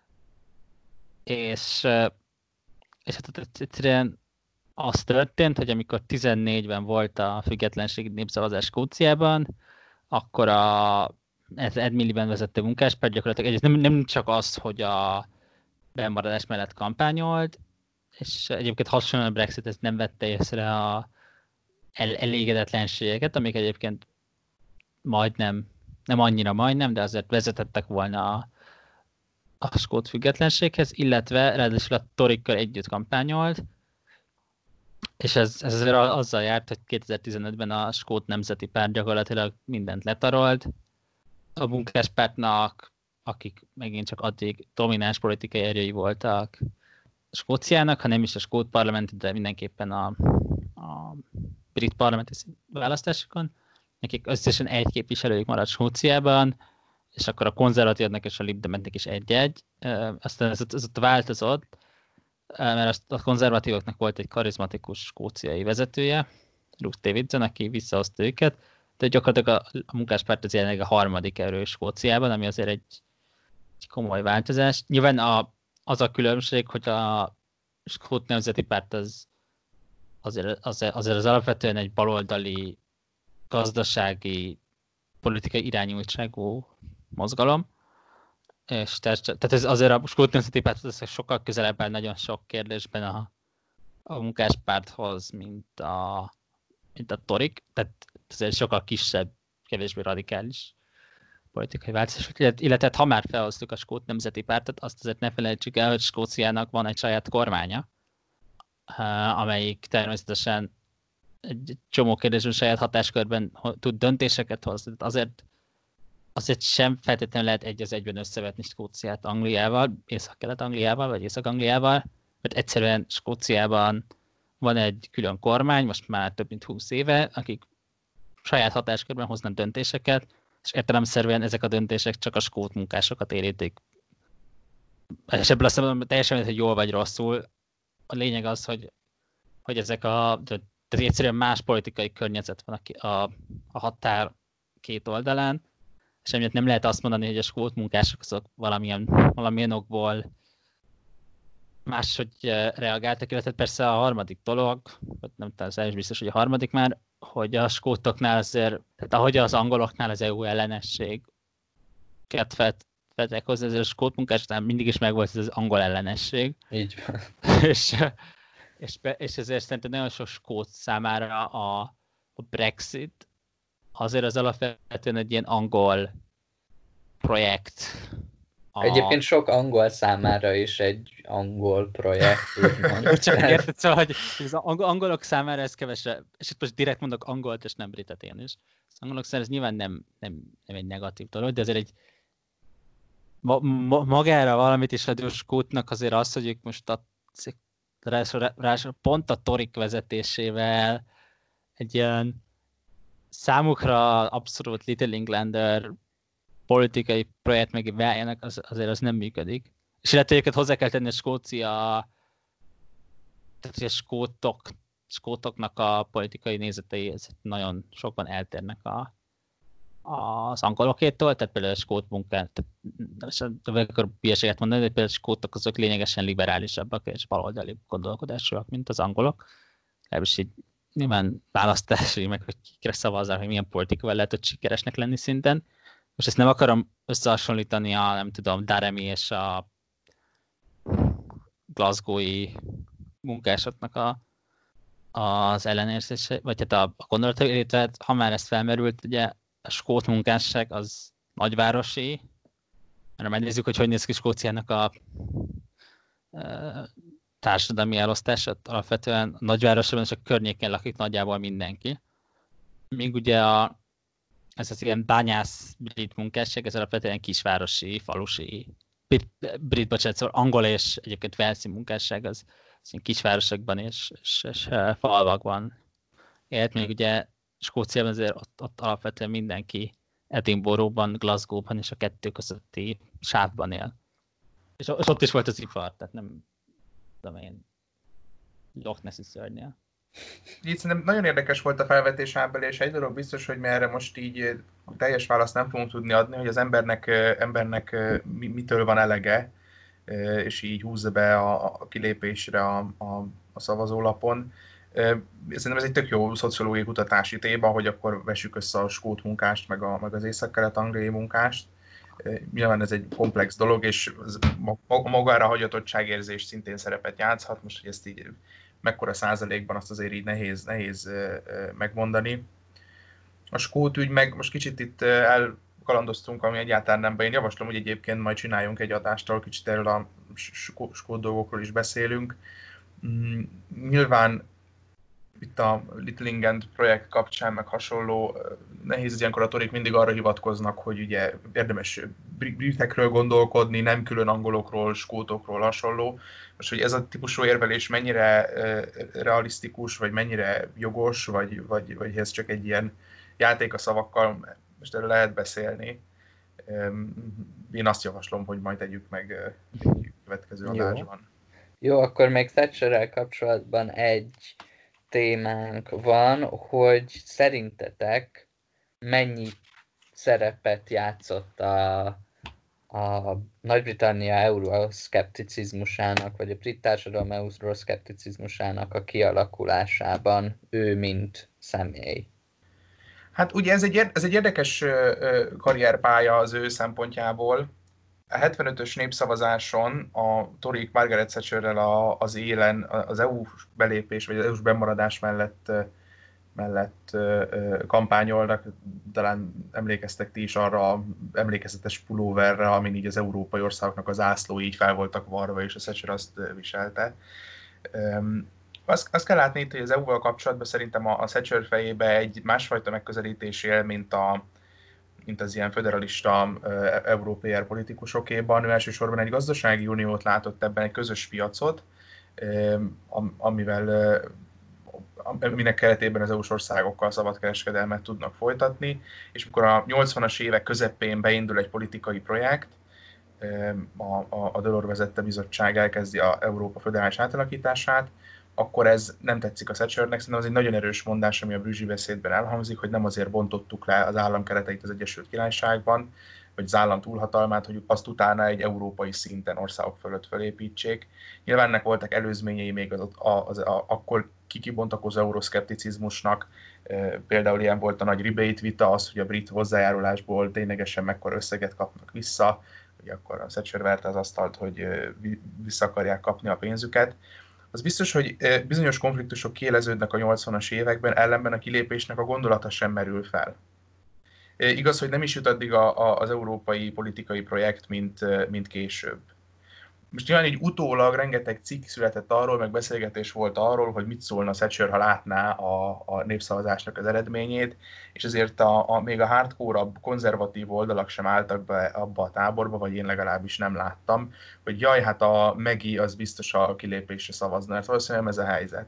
És, és hát egyszerűen az történt, hogy amikor tizennégyben volt a függetlenségi népszavazás Skóciában, akkor a, ez Ed Miliband vezette munkáspárt gyakorlatilag nem, nem csak az, hogy a bennmaradás mellett kampányolt, és egyébként hasonlóan a Brexit ezt nem vette észre a el, elégedetlenségeket, amik egyébként majdnem, nem annyira majdnem, de azért vezetettek volna a, a skót függetlenséghez, illetve ráadásul a Torikkal együtt kampányolt, és ez, ez azért azzal járt, hogy kétezer-tizenötben a skót nemzeti párt gyakorlatilag mindent letarolt. A munkáspártnak, akik megint csak addig domináns politikai erői voltak Skóciának, ha nem is a skót parlament, de mindenképpen a, a brit parlamenti választásokon. Nekik összesen egy képviselőjük maradt Skóciában, és akkor a konzervatívnak és a Lib Demeknek is egy-egy. Aztán ez, ez ott változott, mert a konzervatívoknak volt egy karizmatikus skóciai vezetője, Ruth Davidson, aki visszahozta őket, de gyakorlatilag a, a munkáspárt az jelenleg a harmadik erő Skóciában, ami azért egy, egy komoly változás. Nyilván a, az a különbség, hogy a skót nemzeti párt az azért, azért, azért az alapvetően egy baloldali, gazdasági, politikai irányultságú mozgalom, és tehát, tehát ez azért a skót nemzeti párt az sokkal közelebb áll nagyon sok kérdésben a, a munkáspárthoz, mint a, mint a Torik, tehát azért sokkal kisebb, kevésbé radikális politikai változás. Illetve ha már felhoztuk a skót nemzeti pártot, azt azért ne felejtsük el, hogy Skóciának van egy saját kormánya, amelyik természetesen egy csomó kérdésben saját hatáskörben tud döntéseket hozni. Azért, azért sem feltétlenül lehet egy az egyben összevetni Skóciát Angliával, Észak-Kelet-Angliával, vagy Észak-Angliával, mert egyszerűen Skóciában van egy külön kormány, most már több mint húsz éve, akik saját hatáskörben hoznak döntéseket, és értelemszerűen ezek a döntések csak a skót munkásokat érítik. És ebből azt mondom, teljesen mindegy, hogy jól vagy rosszul. A lényeg az, hogy, hogy ezek a... Tehát egyszerűen más politikai környezet van a, a, a határ két oldalán, és emiatt nem lehet azt mondani, hogy a skót munkások azok valamilyen, valamilyen okból máshogy reagáltak, illetve persze a harmadik dolog, nem tudom, az is biztos, hogy a harmadik már, hogy a skótoknál azért, tehát ahogy az angoloknál az é u ellenességet vettek hozzá, ezért a skót munkásoknál mindig is megvolt ez az angol ellenesség. Így van. és, és, és ezért szerintem nagyon sok skót számára a, a Brexit azért az alapvetően egy ilyen angol projekt. A... Egyébként sok angol számára is egy angol projekt, úgymond. Csak érted, szóval, hogy az angolok számára ez kevesebb, és itt most direkt mondok angolt, és nem britet én is. Az angolok számára ez nyilván nem, nem, nem egy negatív dolog, de azért egy ma, ma, magára valamit is adó skótnak azért az, hogy ők most a, rá, rá, pont a Torik vezetésével egy ilyen számukra abszolút Little Englander politikai projekt meg váljanak, az, azért az nem működik. És illetve őket hozzá kell tenni, a Skócia tehát hogy a skótok, skótoknak a politikai nézetei nagyon sokban eltérnek a, az angolokétól, tehát például a skót munkát, vagy akkor hülyeséget mondani, de például a skótok azok lényegesen liberálisabbak és baloldali gondolkodásúak, mint az angolok. Legalábbis így nyilván választási, meg hogy kikre szavazzák, hogy milyen politikával lehet ott sikeresnek lenni szinten. Most ezt nem akarom összehasonlítani a, nem tudom, Daremi és a glasgowi munkásoknak a, az ellenérzése, vagy hát a, a gondolatok, illetve ha már ez felmerült, ugye a skót munkásság az nagyvárosi, mert megnézzük, hogy hogy néz ki Skóciának a e, társadalmi elosztása, alapvetően a nagyvárosban és a környéken lakik nagyjából mindenki. Míg ugye a, ez az ilyen bányász brit munkásság, ez alapvetően kisvárosi, falusi, brit, brit bocsánat, szóval angol és egyébként walesi munkásság az, az ilyen kisvárosokban és, és, és falvakban élt, még ugye Skóciában azért ott, ott alapvetően mindenki Edinburghban, Glasgowban és a kettő közötti sávban él. És, és ott is volt az ipar, tehát nem tudom én, Loch Nessi szörnyel. Így szerintem nagyon érdekes volt a felvetés ábel, és egy dolog biztos, hogy mi erre most így teljes választ nem fogunk tudni adni, hogy az embernek, embernek mitől van elege, és így húzza be a, a kilépésre a, a, a szavazólapon. Szerintem ez egy tök jó szociológiai kutatási téma, hogy akkor vessük össze a skót munkást, meg, a, meg az észak-kelet-angliai munkást. Nyilván ez egy komplex dolog, és magára a hagyatottságérzés szintén szerepet játszhat. Most, hogy ezt így mekkora százalékban, azt azért így nehéz, nehéz megmondani. A skót ügy meg most kicsit itt elkalandoztunk, ami egyáltalán nem be. Én javaslom, hogy egyébként majd csináljunk egy adást, ahol kicsit erről a skót dolgokról is beszélünk. Nyilván itt a Little England projekt kapcsán, meg hasonló, nehéz ilyenkor a torik mindig arra hivatkoznak, hogy ugye érdemes britekről gondolkodni, nem külön angolokról, skótokról, hasonló. Most, hogy ez a típusú érvelés mennyire realisztikus, vagy mennyire jogos, vagy, vagy, vagy ez csak egy ilyen játék a szavakkal, most erről lehet beszélni. Én azt javaslom, hogy majd tegyük meg egy következő adásban. Jó, akkor még Thatcherrel kapcsolatban egy témánk van, hogy szerintetek mennyi szerepet játszott a, a Nagy-Britannia euroszkepticizmusának, vagy a brit társadalom euroszkepticizmusának a kialakulásában ő, mint személy? Hát ugye ez egy, ez egy érdekes karrierpálya az ő szempontjából. A hetvenötös népszavazáson a torik Margaret Thatcherrel az élen az é u belépés, vagy az é u-s bennmaradás mellett, mellett kampányolnak. Talán emlékeztek ti is arra a emlékezetes pulóverre, amin így az európai országoknak az zászlói így fel voltak varva, és a Thatcher azt viselte. Azt, azt kell látni itt, hogy az é u-val kapcsolatban szerintem a, a Thatcher fejébe egy másfajta megközelítés él, mint a mint az ilyen föderalista európai politikusokéban. Ő elsősorban egy gazdasági uniót látott ebben, egy közös piacot, amivel, aminek keretében az é u-s országokkal szabadkereskedelmet tudnak folytatni, és mikor a nyolcvanas évek közepén beindul egy politikai projekt, a, a, a Delors vezette bizottság elkezdi a Európa föderális átalakítását, akkor ez nem tetszik a Thatchernek, szerintem az egy nagyon erős mondás, ami a Brüsszi beszédben elhangzik, hogy nem azért bontottuk le az állam kereteit az Egyesült Királyságban, vagy az állam túlhatalmát, hogy azt utána egy európai szinten országok fölött fölépítsék. Nyilván ennek voltak előzményei még az, az, az, az akkor kikibontakozó euroszkepticizmusnak, például ilyen volt a nagy rebate vita, az, hogy a brit hozzájárulásból ténylegesen mekkora összeget kapnak vissza, hogy akkor a Thatcher verte az asztalt, hogy vissza akarják kapni a pénzüket. Az biztos, hogy bizonyos konfliktusok kiéleződnek a nyolcvanas években, ellenben a kilépésnek a gondolata sem merül fel. Igaz, hogy nem is jut addig a, a, az európai politikai projekt, mint, mint később. Most nyilván így utólag rengeteg cikk született arról, meg beszélgetés volt arról, hogy mit szólna Thatcher, ha látná a, a népszavazásnak az eredményét, és ezért a, a, még a hardcore-abb, konzervatív oldalak sem álltak be abba a táborba, vagy én legalábbis nem láttam, hogy jaj, hát a Maggie az biztos a kilépésre szavazna, mert valószínűleg ez a helyzet.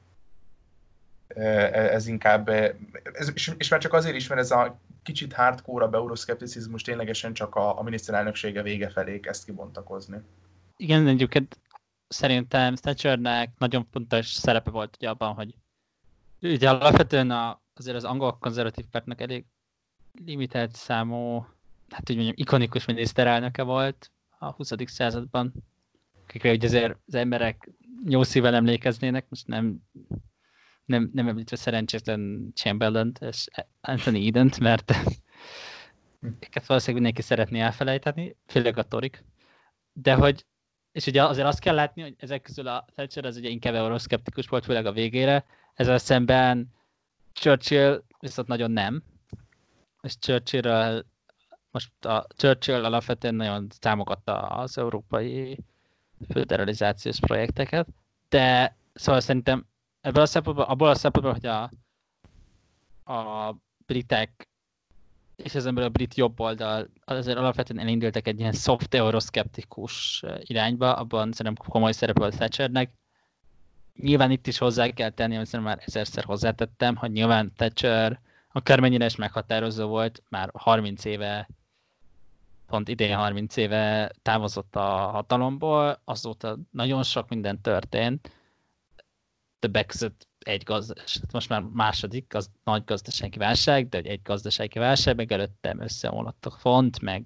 Ez inkább, ez, és már csak azért is, mert ez a kicsit hardcore-abb euroszkepticizmus ténylegesen csak a, a miniszterelnöksége vége felé kezd kibontakozni. Igen, egyébként szerintem Thatchernek nagyon fontos szerepe volt ugye abban, hogy ugye alapvetően a, azért az angol konzervatív pártnak elég limitált számú, hát úgy mondjam, ikonikus miniszterelnöke volt a huszadik században, akikre ugye azért az emberek jó szívvel emlékeznének, most nem, nem, nem említve szerencsétlen Chamberlain-t és Anthony Eden-t, mert őket valószínűleg mindenki szeretné elfelejteni, főleg a torik. De hogy, és ugye azért azt kell látni, hogy ezek közül a Thatcher az ugye inkább euroszkeptikus volt, főleg a végére, ezzel szemben Churchill viszont nagyon nem. És Churchill most a Churchill alapvetően nagyon támogatta az európai föderalizációs projekteket, de szóval szerintem ebből a szempontból, abból a szempontból, hogy a, a britek és az ember a brit jobb oldal azért alapvetően elindultak egy ilyen soft euroszkeptikus irányba, abban szerintem komoly szerepe volt Thatchernek. Nyilván itt is hozzá kell tenni, amit szerintem már ezerszer hozzátettem, hogy nyilván Thatcher akármennyire is meghatározó volt, már harminc éve, pont idén harminc éve távozott a hatalomból, azóta nagyon sok minden történt, többek között egy gazdaság, most már második, az nagy gazdasági válság, de egy gazdasági válság, meg előttem összeomlott a font, meg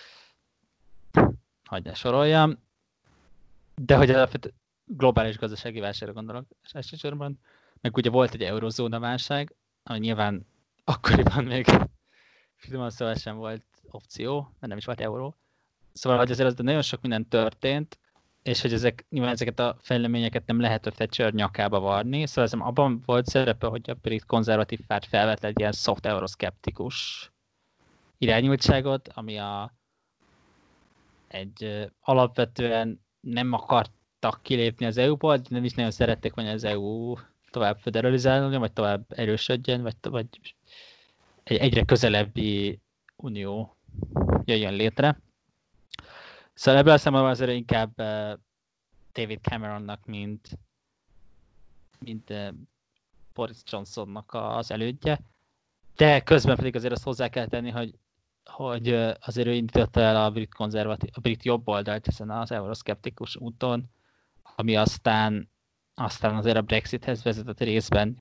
hagyj ne soroljam, de hogy alapvetően globális gazdasági válságra gondolok elsősorban, meg ugye volt egy eurozóna válság, ami nyilván akkoriban még finoman szóval sem volt opció, mert nem is volt euró. Szóval hogy azért az nagyon sok minden történt, és hogy ezek, nyilván ezeket a fejleményeket nem lehet a Thatcher nyakába varni, szóval ez abban volt szerepe, hogy a brit konzervatív párt felvett egy ilyen soft euroszkeptikus irányultságot, ami a, egy uh, alapvetően nem akartak kilépni az é u-ból, de nem is nagyon szerették volna az é u tovább federalizálni, vagy tovább erősödjön, vagy, vagy egy egyre közelebbi unió jöjjön létre. Szóval ebből a szemben azért inkább uh, David Cameronnak, mint, mint uh, Boris Johnsonnak az elődje. De közben pedig azért azt hozzá kell tenni, hogy, hogy uh, azért ő indította el a brit konzervatív, a brit jobb oldalt ezen az euroszkeptikus úton, ami aztán, aztán azért a Brexithez vezetett részben.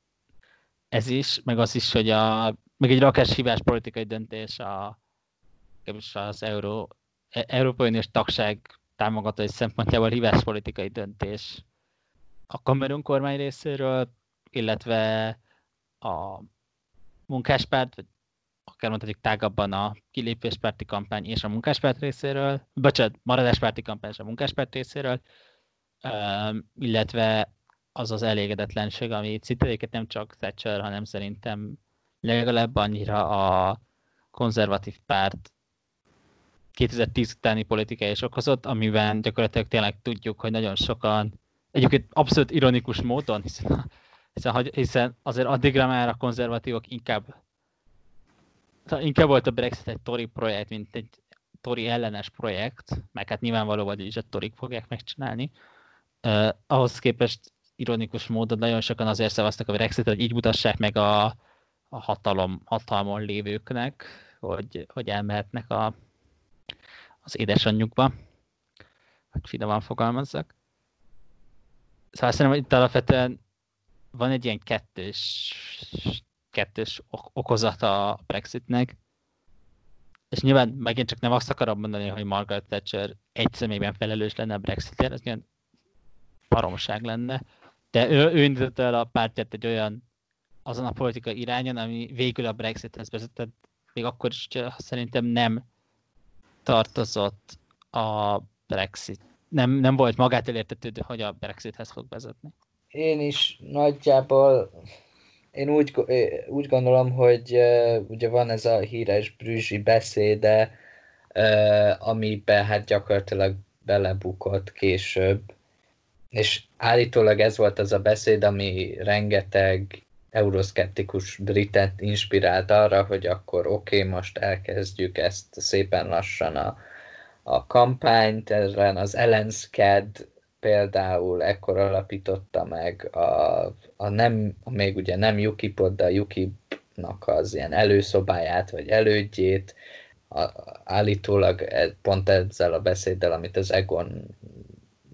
Ez is, meg az is, hogy a, meg egy rakás hibás politikai döntés a, az Euró, Európai Uniós tagság támogatói szempontjából hibás politikai döntés a Cameron kormány részéről, illetve a munkáspárt, vagy akár mondhatjuk tágabban a kilépéspárti kampány és a munkáspárt részéről, bocsánat, maradáspárti kampány és a munkáspárt részéről, illetve az az elégedetlenség, ami szintén nem csak Thatcher, hanem szerintem legalább annyira a konzervatív párt kétezer-tíz utáni politikai is okozott, amiben gyakorlatilag tényleg tudjuk, hogy nagyon sokan, egyébként abszolút ironikus módon, hiszen, hiszen, hiszen azért addigra már a konzervatívok inkább, inkább volt a Brexit egy Tory projekt, mint egy Tory ellenes projekt, meg hát nyilvánvaló volt, hogy is a Toryk fogják megcsinálni. Uh, ahhoz képest ironikus módon nagyon sokan azért szavaztak a Brexitre, hogy így mutassák meg a, a hatalom, hatalmon lévőknek, hogy, hogy elmehetnek a, az édesanyjukba, hogy finoman fogalmazzak. Szóval szerintem, hogy itt alapvetően van egy ilyen kettős, kettős okozata a Brexitnek, és nyilván megint csak nem azt akarom mondani, hogy Margaret Thatcher egy személyben felelős lenne a Brexitért, ez ilyen baromság lenne, de ő, ő indította el a pártját egy olyan, azon a politikai irányon, ami végül a Brexithez vezetett, még akkor is szerintem nem tartozott a Brexit. Nem, nem volt magától értetődő, hogy a Brexithez fog vezetni. Én is nagyjából, én úgy, úgy gondolom, hogy uh, ugye van ez a híres brüzsi beszéde, uh, amiben hát gyakorlatilag belebukott később. És állítólag ez volt az a beszéd, ami rengeteg euroszkeptikus britet inspirált arra, hogy akkor oké, okay, most elkezdjük ezt szépen lassan a, a kampányt. Erre az Ellen Scad például ekkor alapította meg a, a nem, a még ugye nem UKIP-ot, de a UKIP-nak az ilyen előszobáját, vagy elődjét, a, állítólag pont ezzel a beszéddel, amit az Egon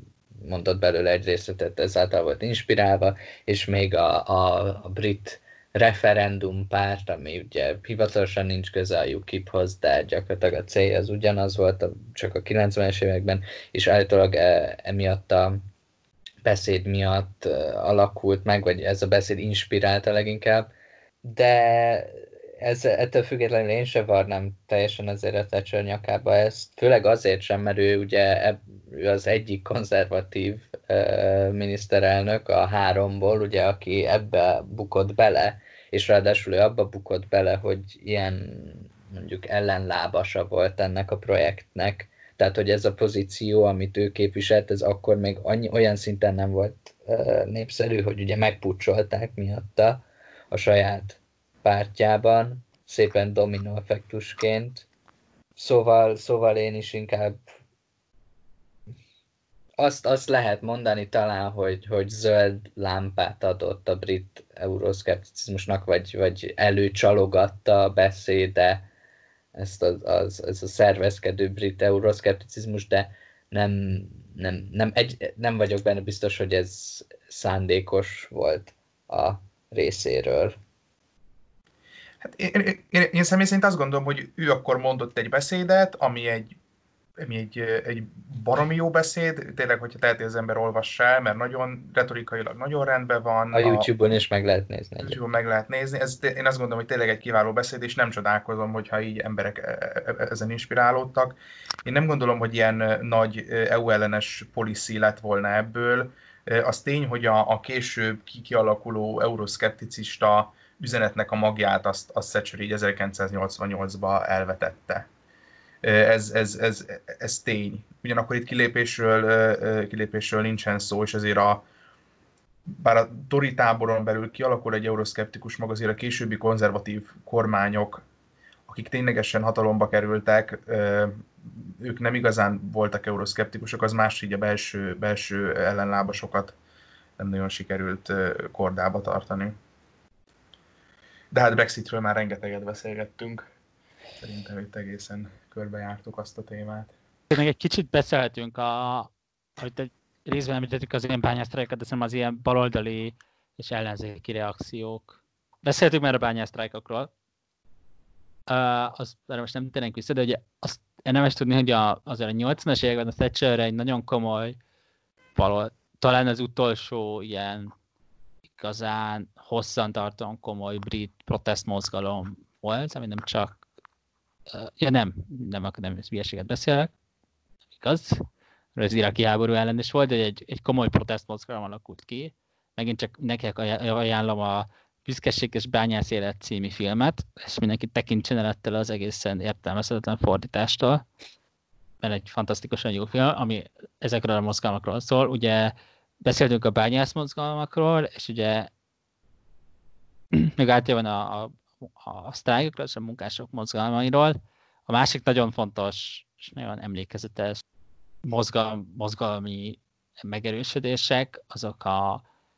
mondott belőle egy részletet, ezáltal volt inspirálva, és még a, a, a brit referendum párt, ami ugye hivatalosan nincs köze a UKIP-hoz, de gyakorlatilag a célja az ugyanaz volt, csak a kilencvenes években, és állítólag emiatt a beszéd miatt alakult meg, vagy ez a beszéd inspirálta leginkább, de ez, ettől függetlenül én sem varnám teljesen azért a Thatcher nyakába ezt, főleg azért sem, mert ő ugye ő az egyik konzervatív uh, miniszterelnök a háromból, ugye, aki ebbe bukott bele, és ráadásul ő abba bukott bele, hogy ilyen mondjuk ellenlábasa volt ennek a projektnek, tehát hogy ez a pozíció, amit ő képviselt, ez akkor még annyi, olyan szinten nem volt uh, népszerű, hogy ugye megpucsolták miatta a saját pártjában, szépen dominó effektusként. Szóval, szóval én is inkább azt, azt lehet mondani talán, hogy, hogy zöld lámpát adott a brit euroszkepticizmusnak, vagy, vagy előcsalogatta a beszéde ezt az, az, ez a szervezkedő brit euroszkepticizmus, de nem, nem, nem, egy, nem vagyok benne biztos, hogy ez szándékos volt a részéről. Hát én, én, én személy szerint azt gondolom, hogy ő akkor mondott egy beszédet, ami egy, ami egy, egy baromi jó beszéd, tényleg, hogyha teheti az ember olvassa el, mert nagyon retorikailag nagyon rendben van. A YouTube-on is meg lehet nézni. A YouTube-on meg lehet nézni. Ez, én azt gondolom, hogy tényleg egy kiváló beszéd, és nem csodálkozom, hogyha így emberek ezen inspirálódtak. Én nem gondolom, hogy ilyen nagy é u ellenes policy lett volna ebből. Az tény, hogy a, a később kialakuló euroszkepticista üzenetnek a magját azt, azt Thatcher így ezerkilencszáznyolcvannyolcban elvetette. Ez, ez, ez, ez tény. Ugyanakkor itt kilépésről, kilépésről nincsen szó, és azért a, bár a Tory táboron belül kialakul egy euroszkeptikus mag, azért a későbbi konzervatív kormányok, akik ténylegesen hatalomba kerültek, ők nem igazán voltak euroszkeptikusok, az más így a belső, belső ellenlábasokat nem nagyon sikerült kordába tartani. De hát Brexitről már rengeteget beszélgettünk. Szerintem itt egészen körbejártuk azt a témát. Még egy kicsit beszélhetünk, a, hogy egy részben említettük az ilyen bányásztrájkokat, de szerintem az ilyen baloldali és ellenzéki reakciók. Beszéltük már a bányásztrájkokról, uh, azt erre most nem térnénk vissza, de ugye azt érdemes tudni, hogy a, azért a nyolcvanas években a Thatcher egy nagyon komoly balold, talán az utolsó ilyen igazán hosszantartóan komoly brit protestmozgalom volt, ami nem csak uh, ja nem, nem, nem hülyeséget beszélek, igaz, az iraki háború ellen is volt, de egy, egy komoly protestmozgalom alakult ki. Megint csak nekik ajánlom a Büszkeség és Bányász élet című filmet, és mindenki tekintsen el ettől az egészen értelmezhetetlen fordítástól, mert egy fantasztikusan jó film, ami ezekről a mozgalmakról szól. Ugye beszéltünk a bányász mozgalmakról, és ugye meg általában a, a, a sztrájkokról és a munkások mozgalmairól. A másik nagyon fontos és nagyon emlékezetes mozgal, mozgalmi megerősödések, azok a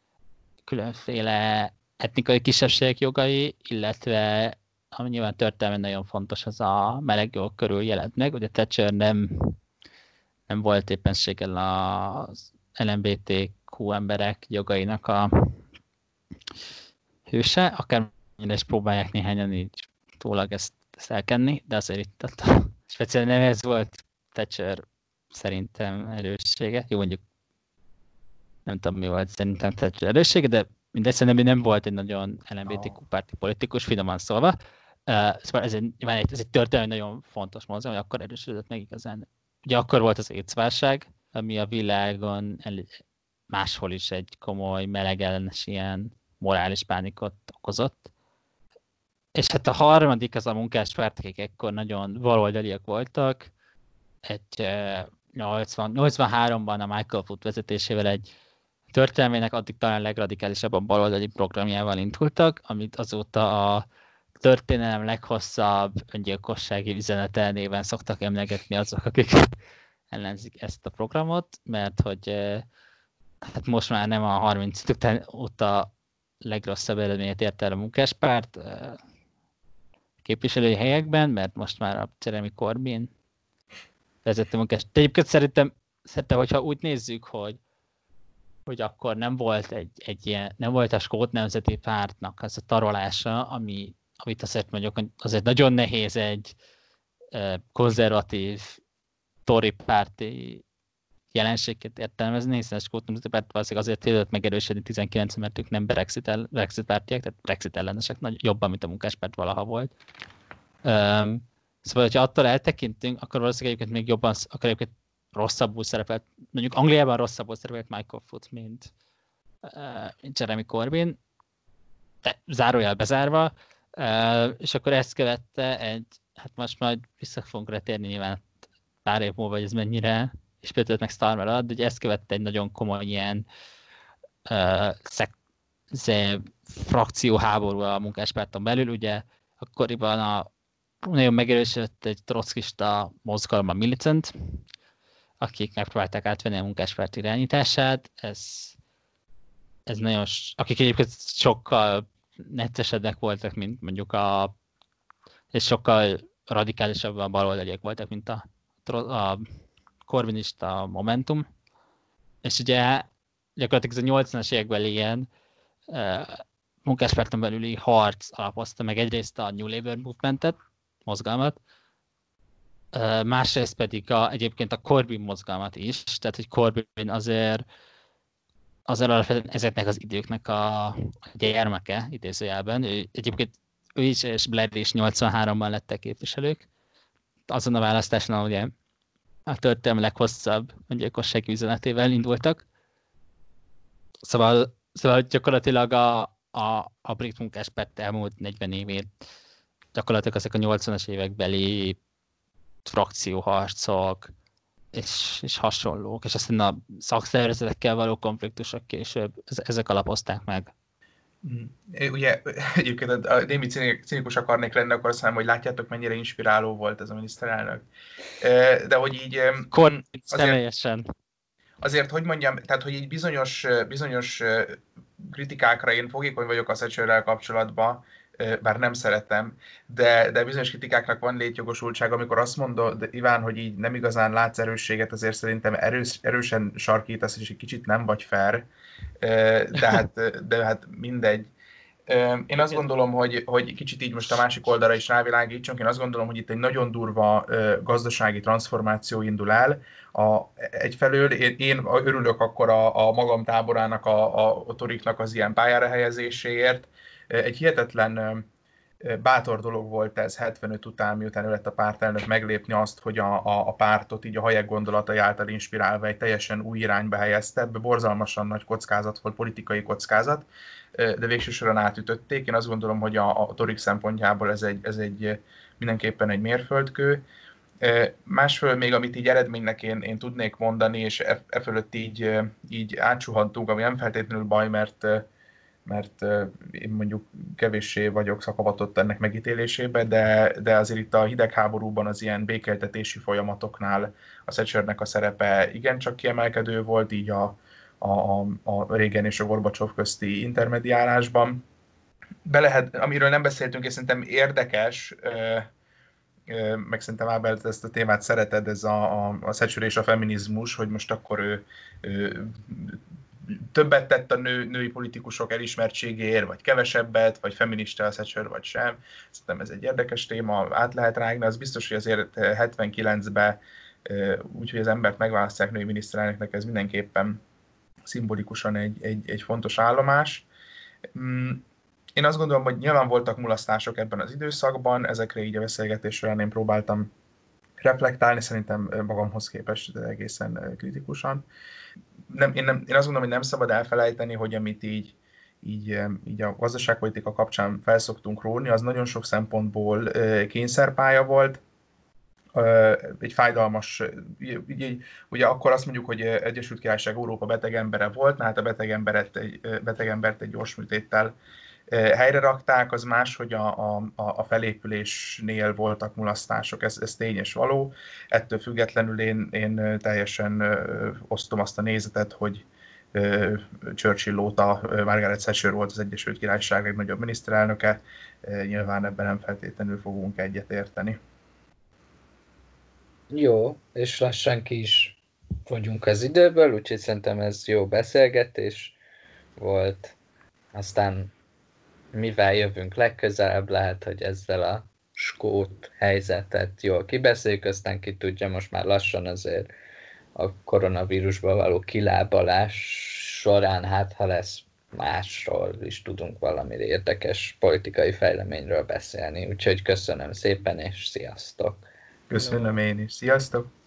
különféle etnikai kisebbségek jogai, illetve ami nyilván történelmen nagyon fontos, az a melegjogok körül jelent meg. Ugye Thatcher nem, nem volt éppenséggel az el em bé té kú emberek jogainak a hőse, akár is próbálják néhányan így tólag ezt, ezt elkenni, de azért itt a speciális nem ez volt Thatcher szerintem erőssége. Jó, mondjuk nem tudom, mi volt szerintem Thatcher erőssége, de mindegy, szerintem nem volt egy nagyon el em bé té kú párti politikus, finoman szólva. Uh, szóval ez egy, ez egy történelmi nagyon fontos mozgalom, hogy akkor erősödött meg igazán. Ugye akkor volt az AIDS-válság, ami a világon el, máshol is egy komoly melegellenes ilyen morális pánikot okozott. És hát a harmadik az a munkáspárt, akik ekkor nagyon baloldaliak voltak. Egy uh, nyolcvan, nyolcvanháromban a Michael Foot vezetésével egy történelmének addig talán legradikálisabban baloldali programjával indultak, amit azóta a történelem leghosszabb öngyilkossági üzenete néven szoktak emlegetni azok, akik ellenzik ezt a programot, mert hogy hát most már nem a harminc után óta legrosszabb eredményet ért el a munkáspárt képviselői helyekben, mert most már a Jeremy Corbyn vezette munkás. De egyébként szerintem, szerintem, hogyha úgy nézzük, hogy hogy akkor nem volt egy, egy ilyen, nem volt a skót nemzeti pártnak az a tarolása, ami, amit azért mondjuk, azért nagyon nehéz egy konzervatív Tory párti jelenségét értelmezni, hiszen a skót nemzeti párt valószínűleg azért tudott megerősödni tizenkilencben, mert ők nem Brexit, Brexit pártiak, tehát Brexit ellenesek, nagy, jobban, mint a munkáspárt valaha volt. Um, szóval, hogyha attól eltekintünk, akkor valószínűleg egyébként még jobban, akkor egyébként rosszabbul szerepelt, mondjuk Angliában rosszabbul szerepelt Michael Foot, mint, uh, mint Jeremy Corbyn, de zárójel bezárva, uh, és akkor ezt követte egy, hát most majd vissza fogunk retérni nyilván pár év múlva, hogy ez mennyire, és például meg Starmer alatt, de ugye ezt követte egy nagyon komoly ilyen uh, szek, frakcióháború a munkáspárton belül, ugye akkoriban a nagyon megerősödött egy trockista mozgalom, a Militant, akik megpróbálták átvenni a munkáspárt irányítását. Ez, ez nagyon, akik egyébként sokkal neccesebbek voltak, mint mondjuk a, és sokkal radikálisabban baloldaliak voltak, mint a, a korvinista Momentum. És ugye gyakorlatilag ez a nyolcvanas években ilyen uh, munkáspárton belüli harc alapozta meg egyrészt a New Labour Movementet, mozgalmat, uh, másrészt pedig a, egyébként a Corbyn mozgalmat is, tehát hogy Corbyn azért azért alapvetően ezeknek az időknek a, a gyermeke, idézőjelben. Ő, egyébként ő is és Blair is nyolcvanháromban lettek képviselők. Azon a választásnál ugye a történelem leghosszabb öngyilkossági üzenetével indultak. Szóval, szóval gyakorlatilag a, a, a brit munkáspárt elmúlt negyven évét gyakorlatilag ezek a nyolcvanas évekbeli frakcióharcok és, és hasonlók, és aztán a szakszervezetekkel való konfliktusok később, ezek alapozták meg. Ugye egyébként a némi cinikus akarnék lenni, akkor azt mondom, hogy látjátok, mennyire inspiráló volt ez a miniszterelnök. De hogy így... Kor, személyesen. Azért, hogy mondjam, tehát, hogy így bizonyos, bizonyos kritikákra én fogékony vagyok a Thatcherrel kapcsolatban, bár nem szeretem, de, de bizonyos kritikáknak van létjogosultság, amikor azt mondod, Iván, hogy így nem igazán látsz erősséget, azért szerintem erős, erősen sarkítasz, és egy kicsit nem vagy fair, de hát, de hát mindegy. Én azt gondolom, hogy, hogy kicsit így most a másik oldalra is rávilágítsunk, én azt gondolom, hogy itt egy nagyon durva gazdasági transformáció indul el. A, egyfelől én, én örülök akkor a, a magam táborának, a, a, a toriknak az ilyen pályára helyezéséért. Egy hihetetlen bátor dolog volt ez hetvenöt után, miután ő lett a pártelnök, meglépni azt, hogy a, a, a pártot így a Hayek gondolatai által inspirálva egy teljesen új irányba helyezte. Ebbe borzalmasan nagy kockázat volt, politikai kockázat, de végső soron átütötték. Én azt gondolom, hogy a, a torik szempontjából ez egy, ez egy mindenképpen egy mérföldkő. Másfél még, amit így eredménynek én, én tudnék mondani, és e, e fölött így, így átsuhantunk, ami nem feltétlenül baj, mert mert én mondjuk kevéssé vagyok szakavatott ennek megítélésébe, de, de azért itt a hidegháborúban az ilyen békéltetési folyamatoknál a Thatchernek a szerepe igencsak kiemelkedő volt, így a, a, a Reagan és a Gorbacsov közti intermediálásban. Be lehet, amiről nem beszéltünk, és szerintem érdekes, meg szerintem Ábel ezt a témát szereted, ez a, a, a Thatcher és a feminizmus, hogy most akkor ő, ő többet tett a nő, női politikusok elismertségéért, vagy kevesebbet, vagy feminista a Thatcher, vagy sem. Szerintem ez egy érdekes téma, át lehet rágni. Az biztos, hogy azért hetvenkilencben úgyhogy az embert megválasztják női miniszterelnöknek, ez mindenképpen szimbolikusan egy, egy, egy fontos állomás. Én azt gondolom, hogy nyilván voltak mulasztások ebben az időszakban, ezekre így a beszélgetés során én próbáltam reflektálni, szerintem magamhoz képest egészen kritikusan. Nem, én, nem, én azt gondolom, hogy nem szabad elfelejteni, hogy amit így, így, így a gazdaságpolitika kapcsán felszoktunk róni, az nagyon sok szempontból kényszerpálya volt, egy fájdalmas, így, ugye akkor azt mondjuk, hogy Egyesült Királyság Európa beteg embere volt, na hát a beteg embert egy, beteg embert egy gyors műtéttel helyre rakták, az más, hogy a, a, a felépülésnél voltak mulasztások, ez, ez tény és való. Ettől függetlenül én, én teljesen osztom azt a nézetet, hogy Churchill óta Margaret Thatcher volt az Egyesült Királyság legnagyobb miniszterelnöke, nyilván ebben nem feltétlenül fogunk egyetérteni. Jó, és lassan ki is vagyunk az időből, úgyhogy szerintem ez jó beszélgetés volt. Aztán mivel jövünk legközelebb, lehet, hogy ezzel a skót helyzetet jól kibeszéljük, aztán ki tudja, most már lassan azért a koronavírusba való kilábalás során, hát ha lesz másról is tudunk valami érdekes politikai fejleményről beszélni. Úgyhogy köszönöm szépen, és sziasztok! Köszönöm én is. Sziasztok!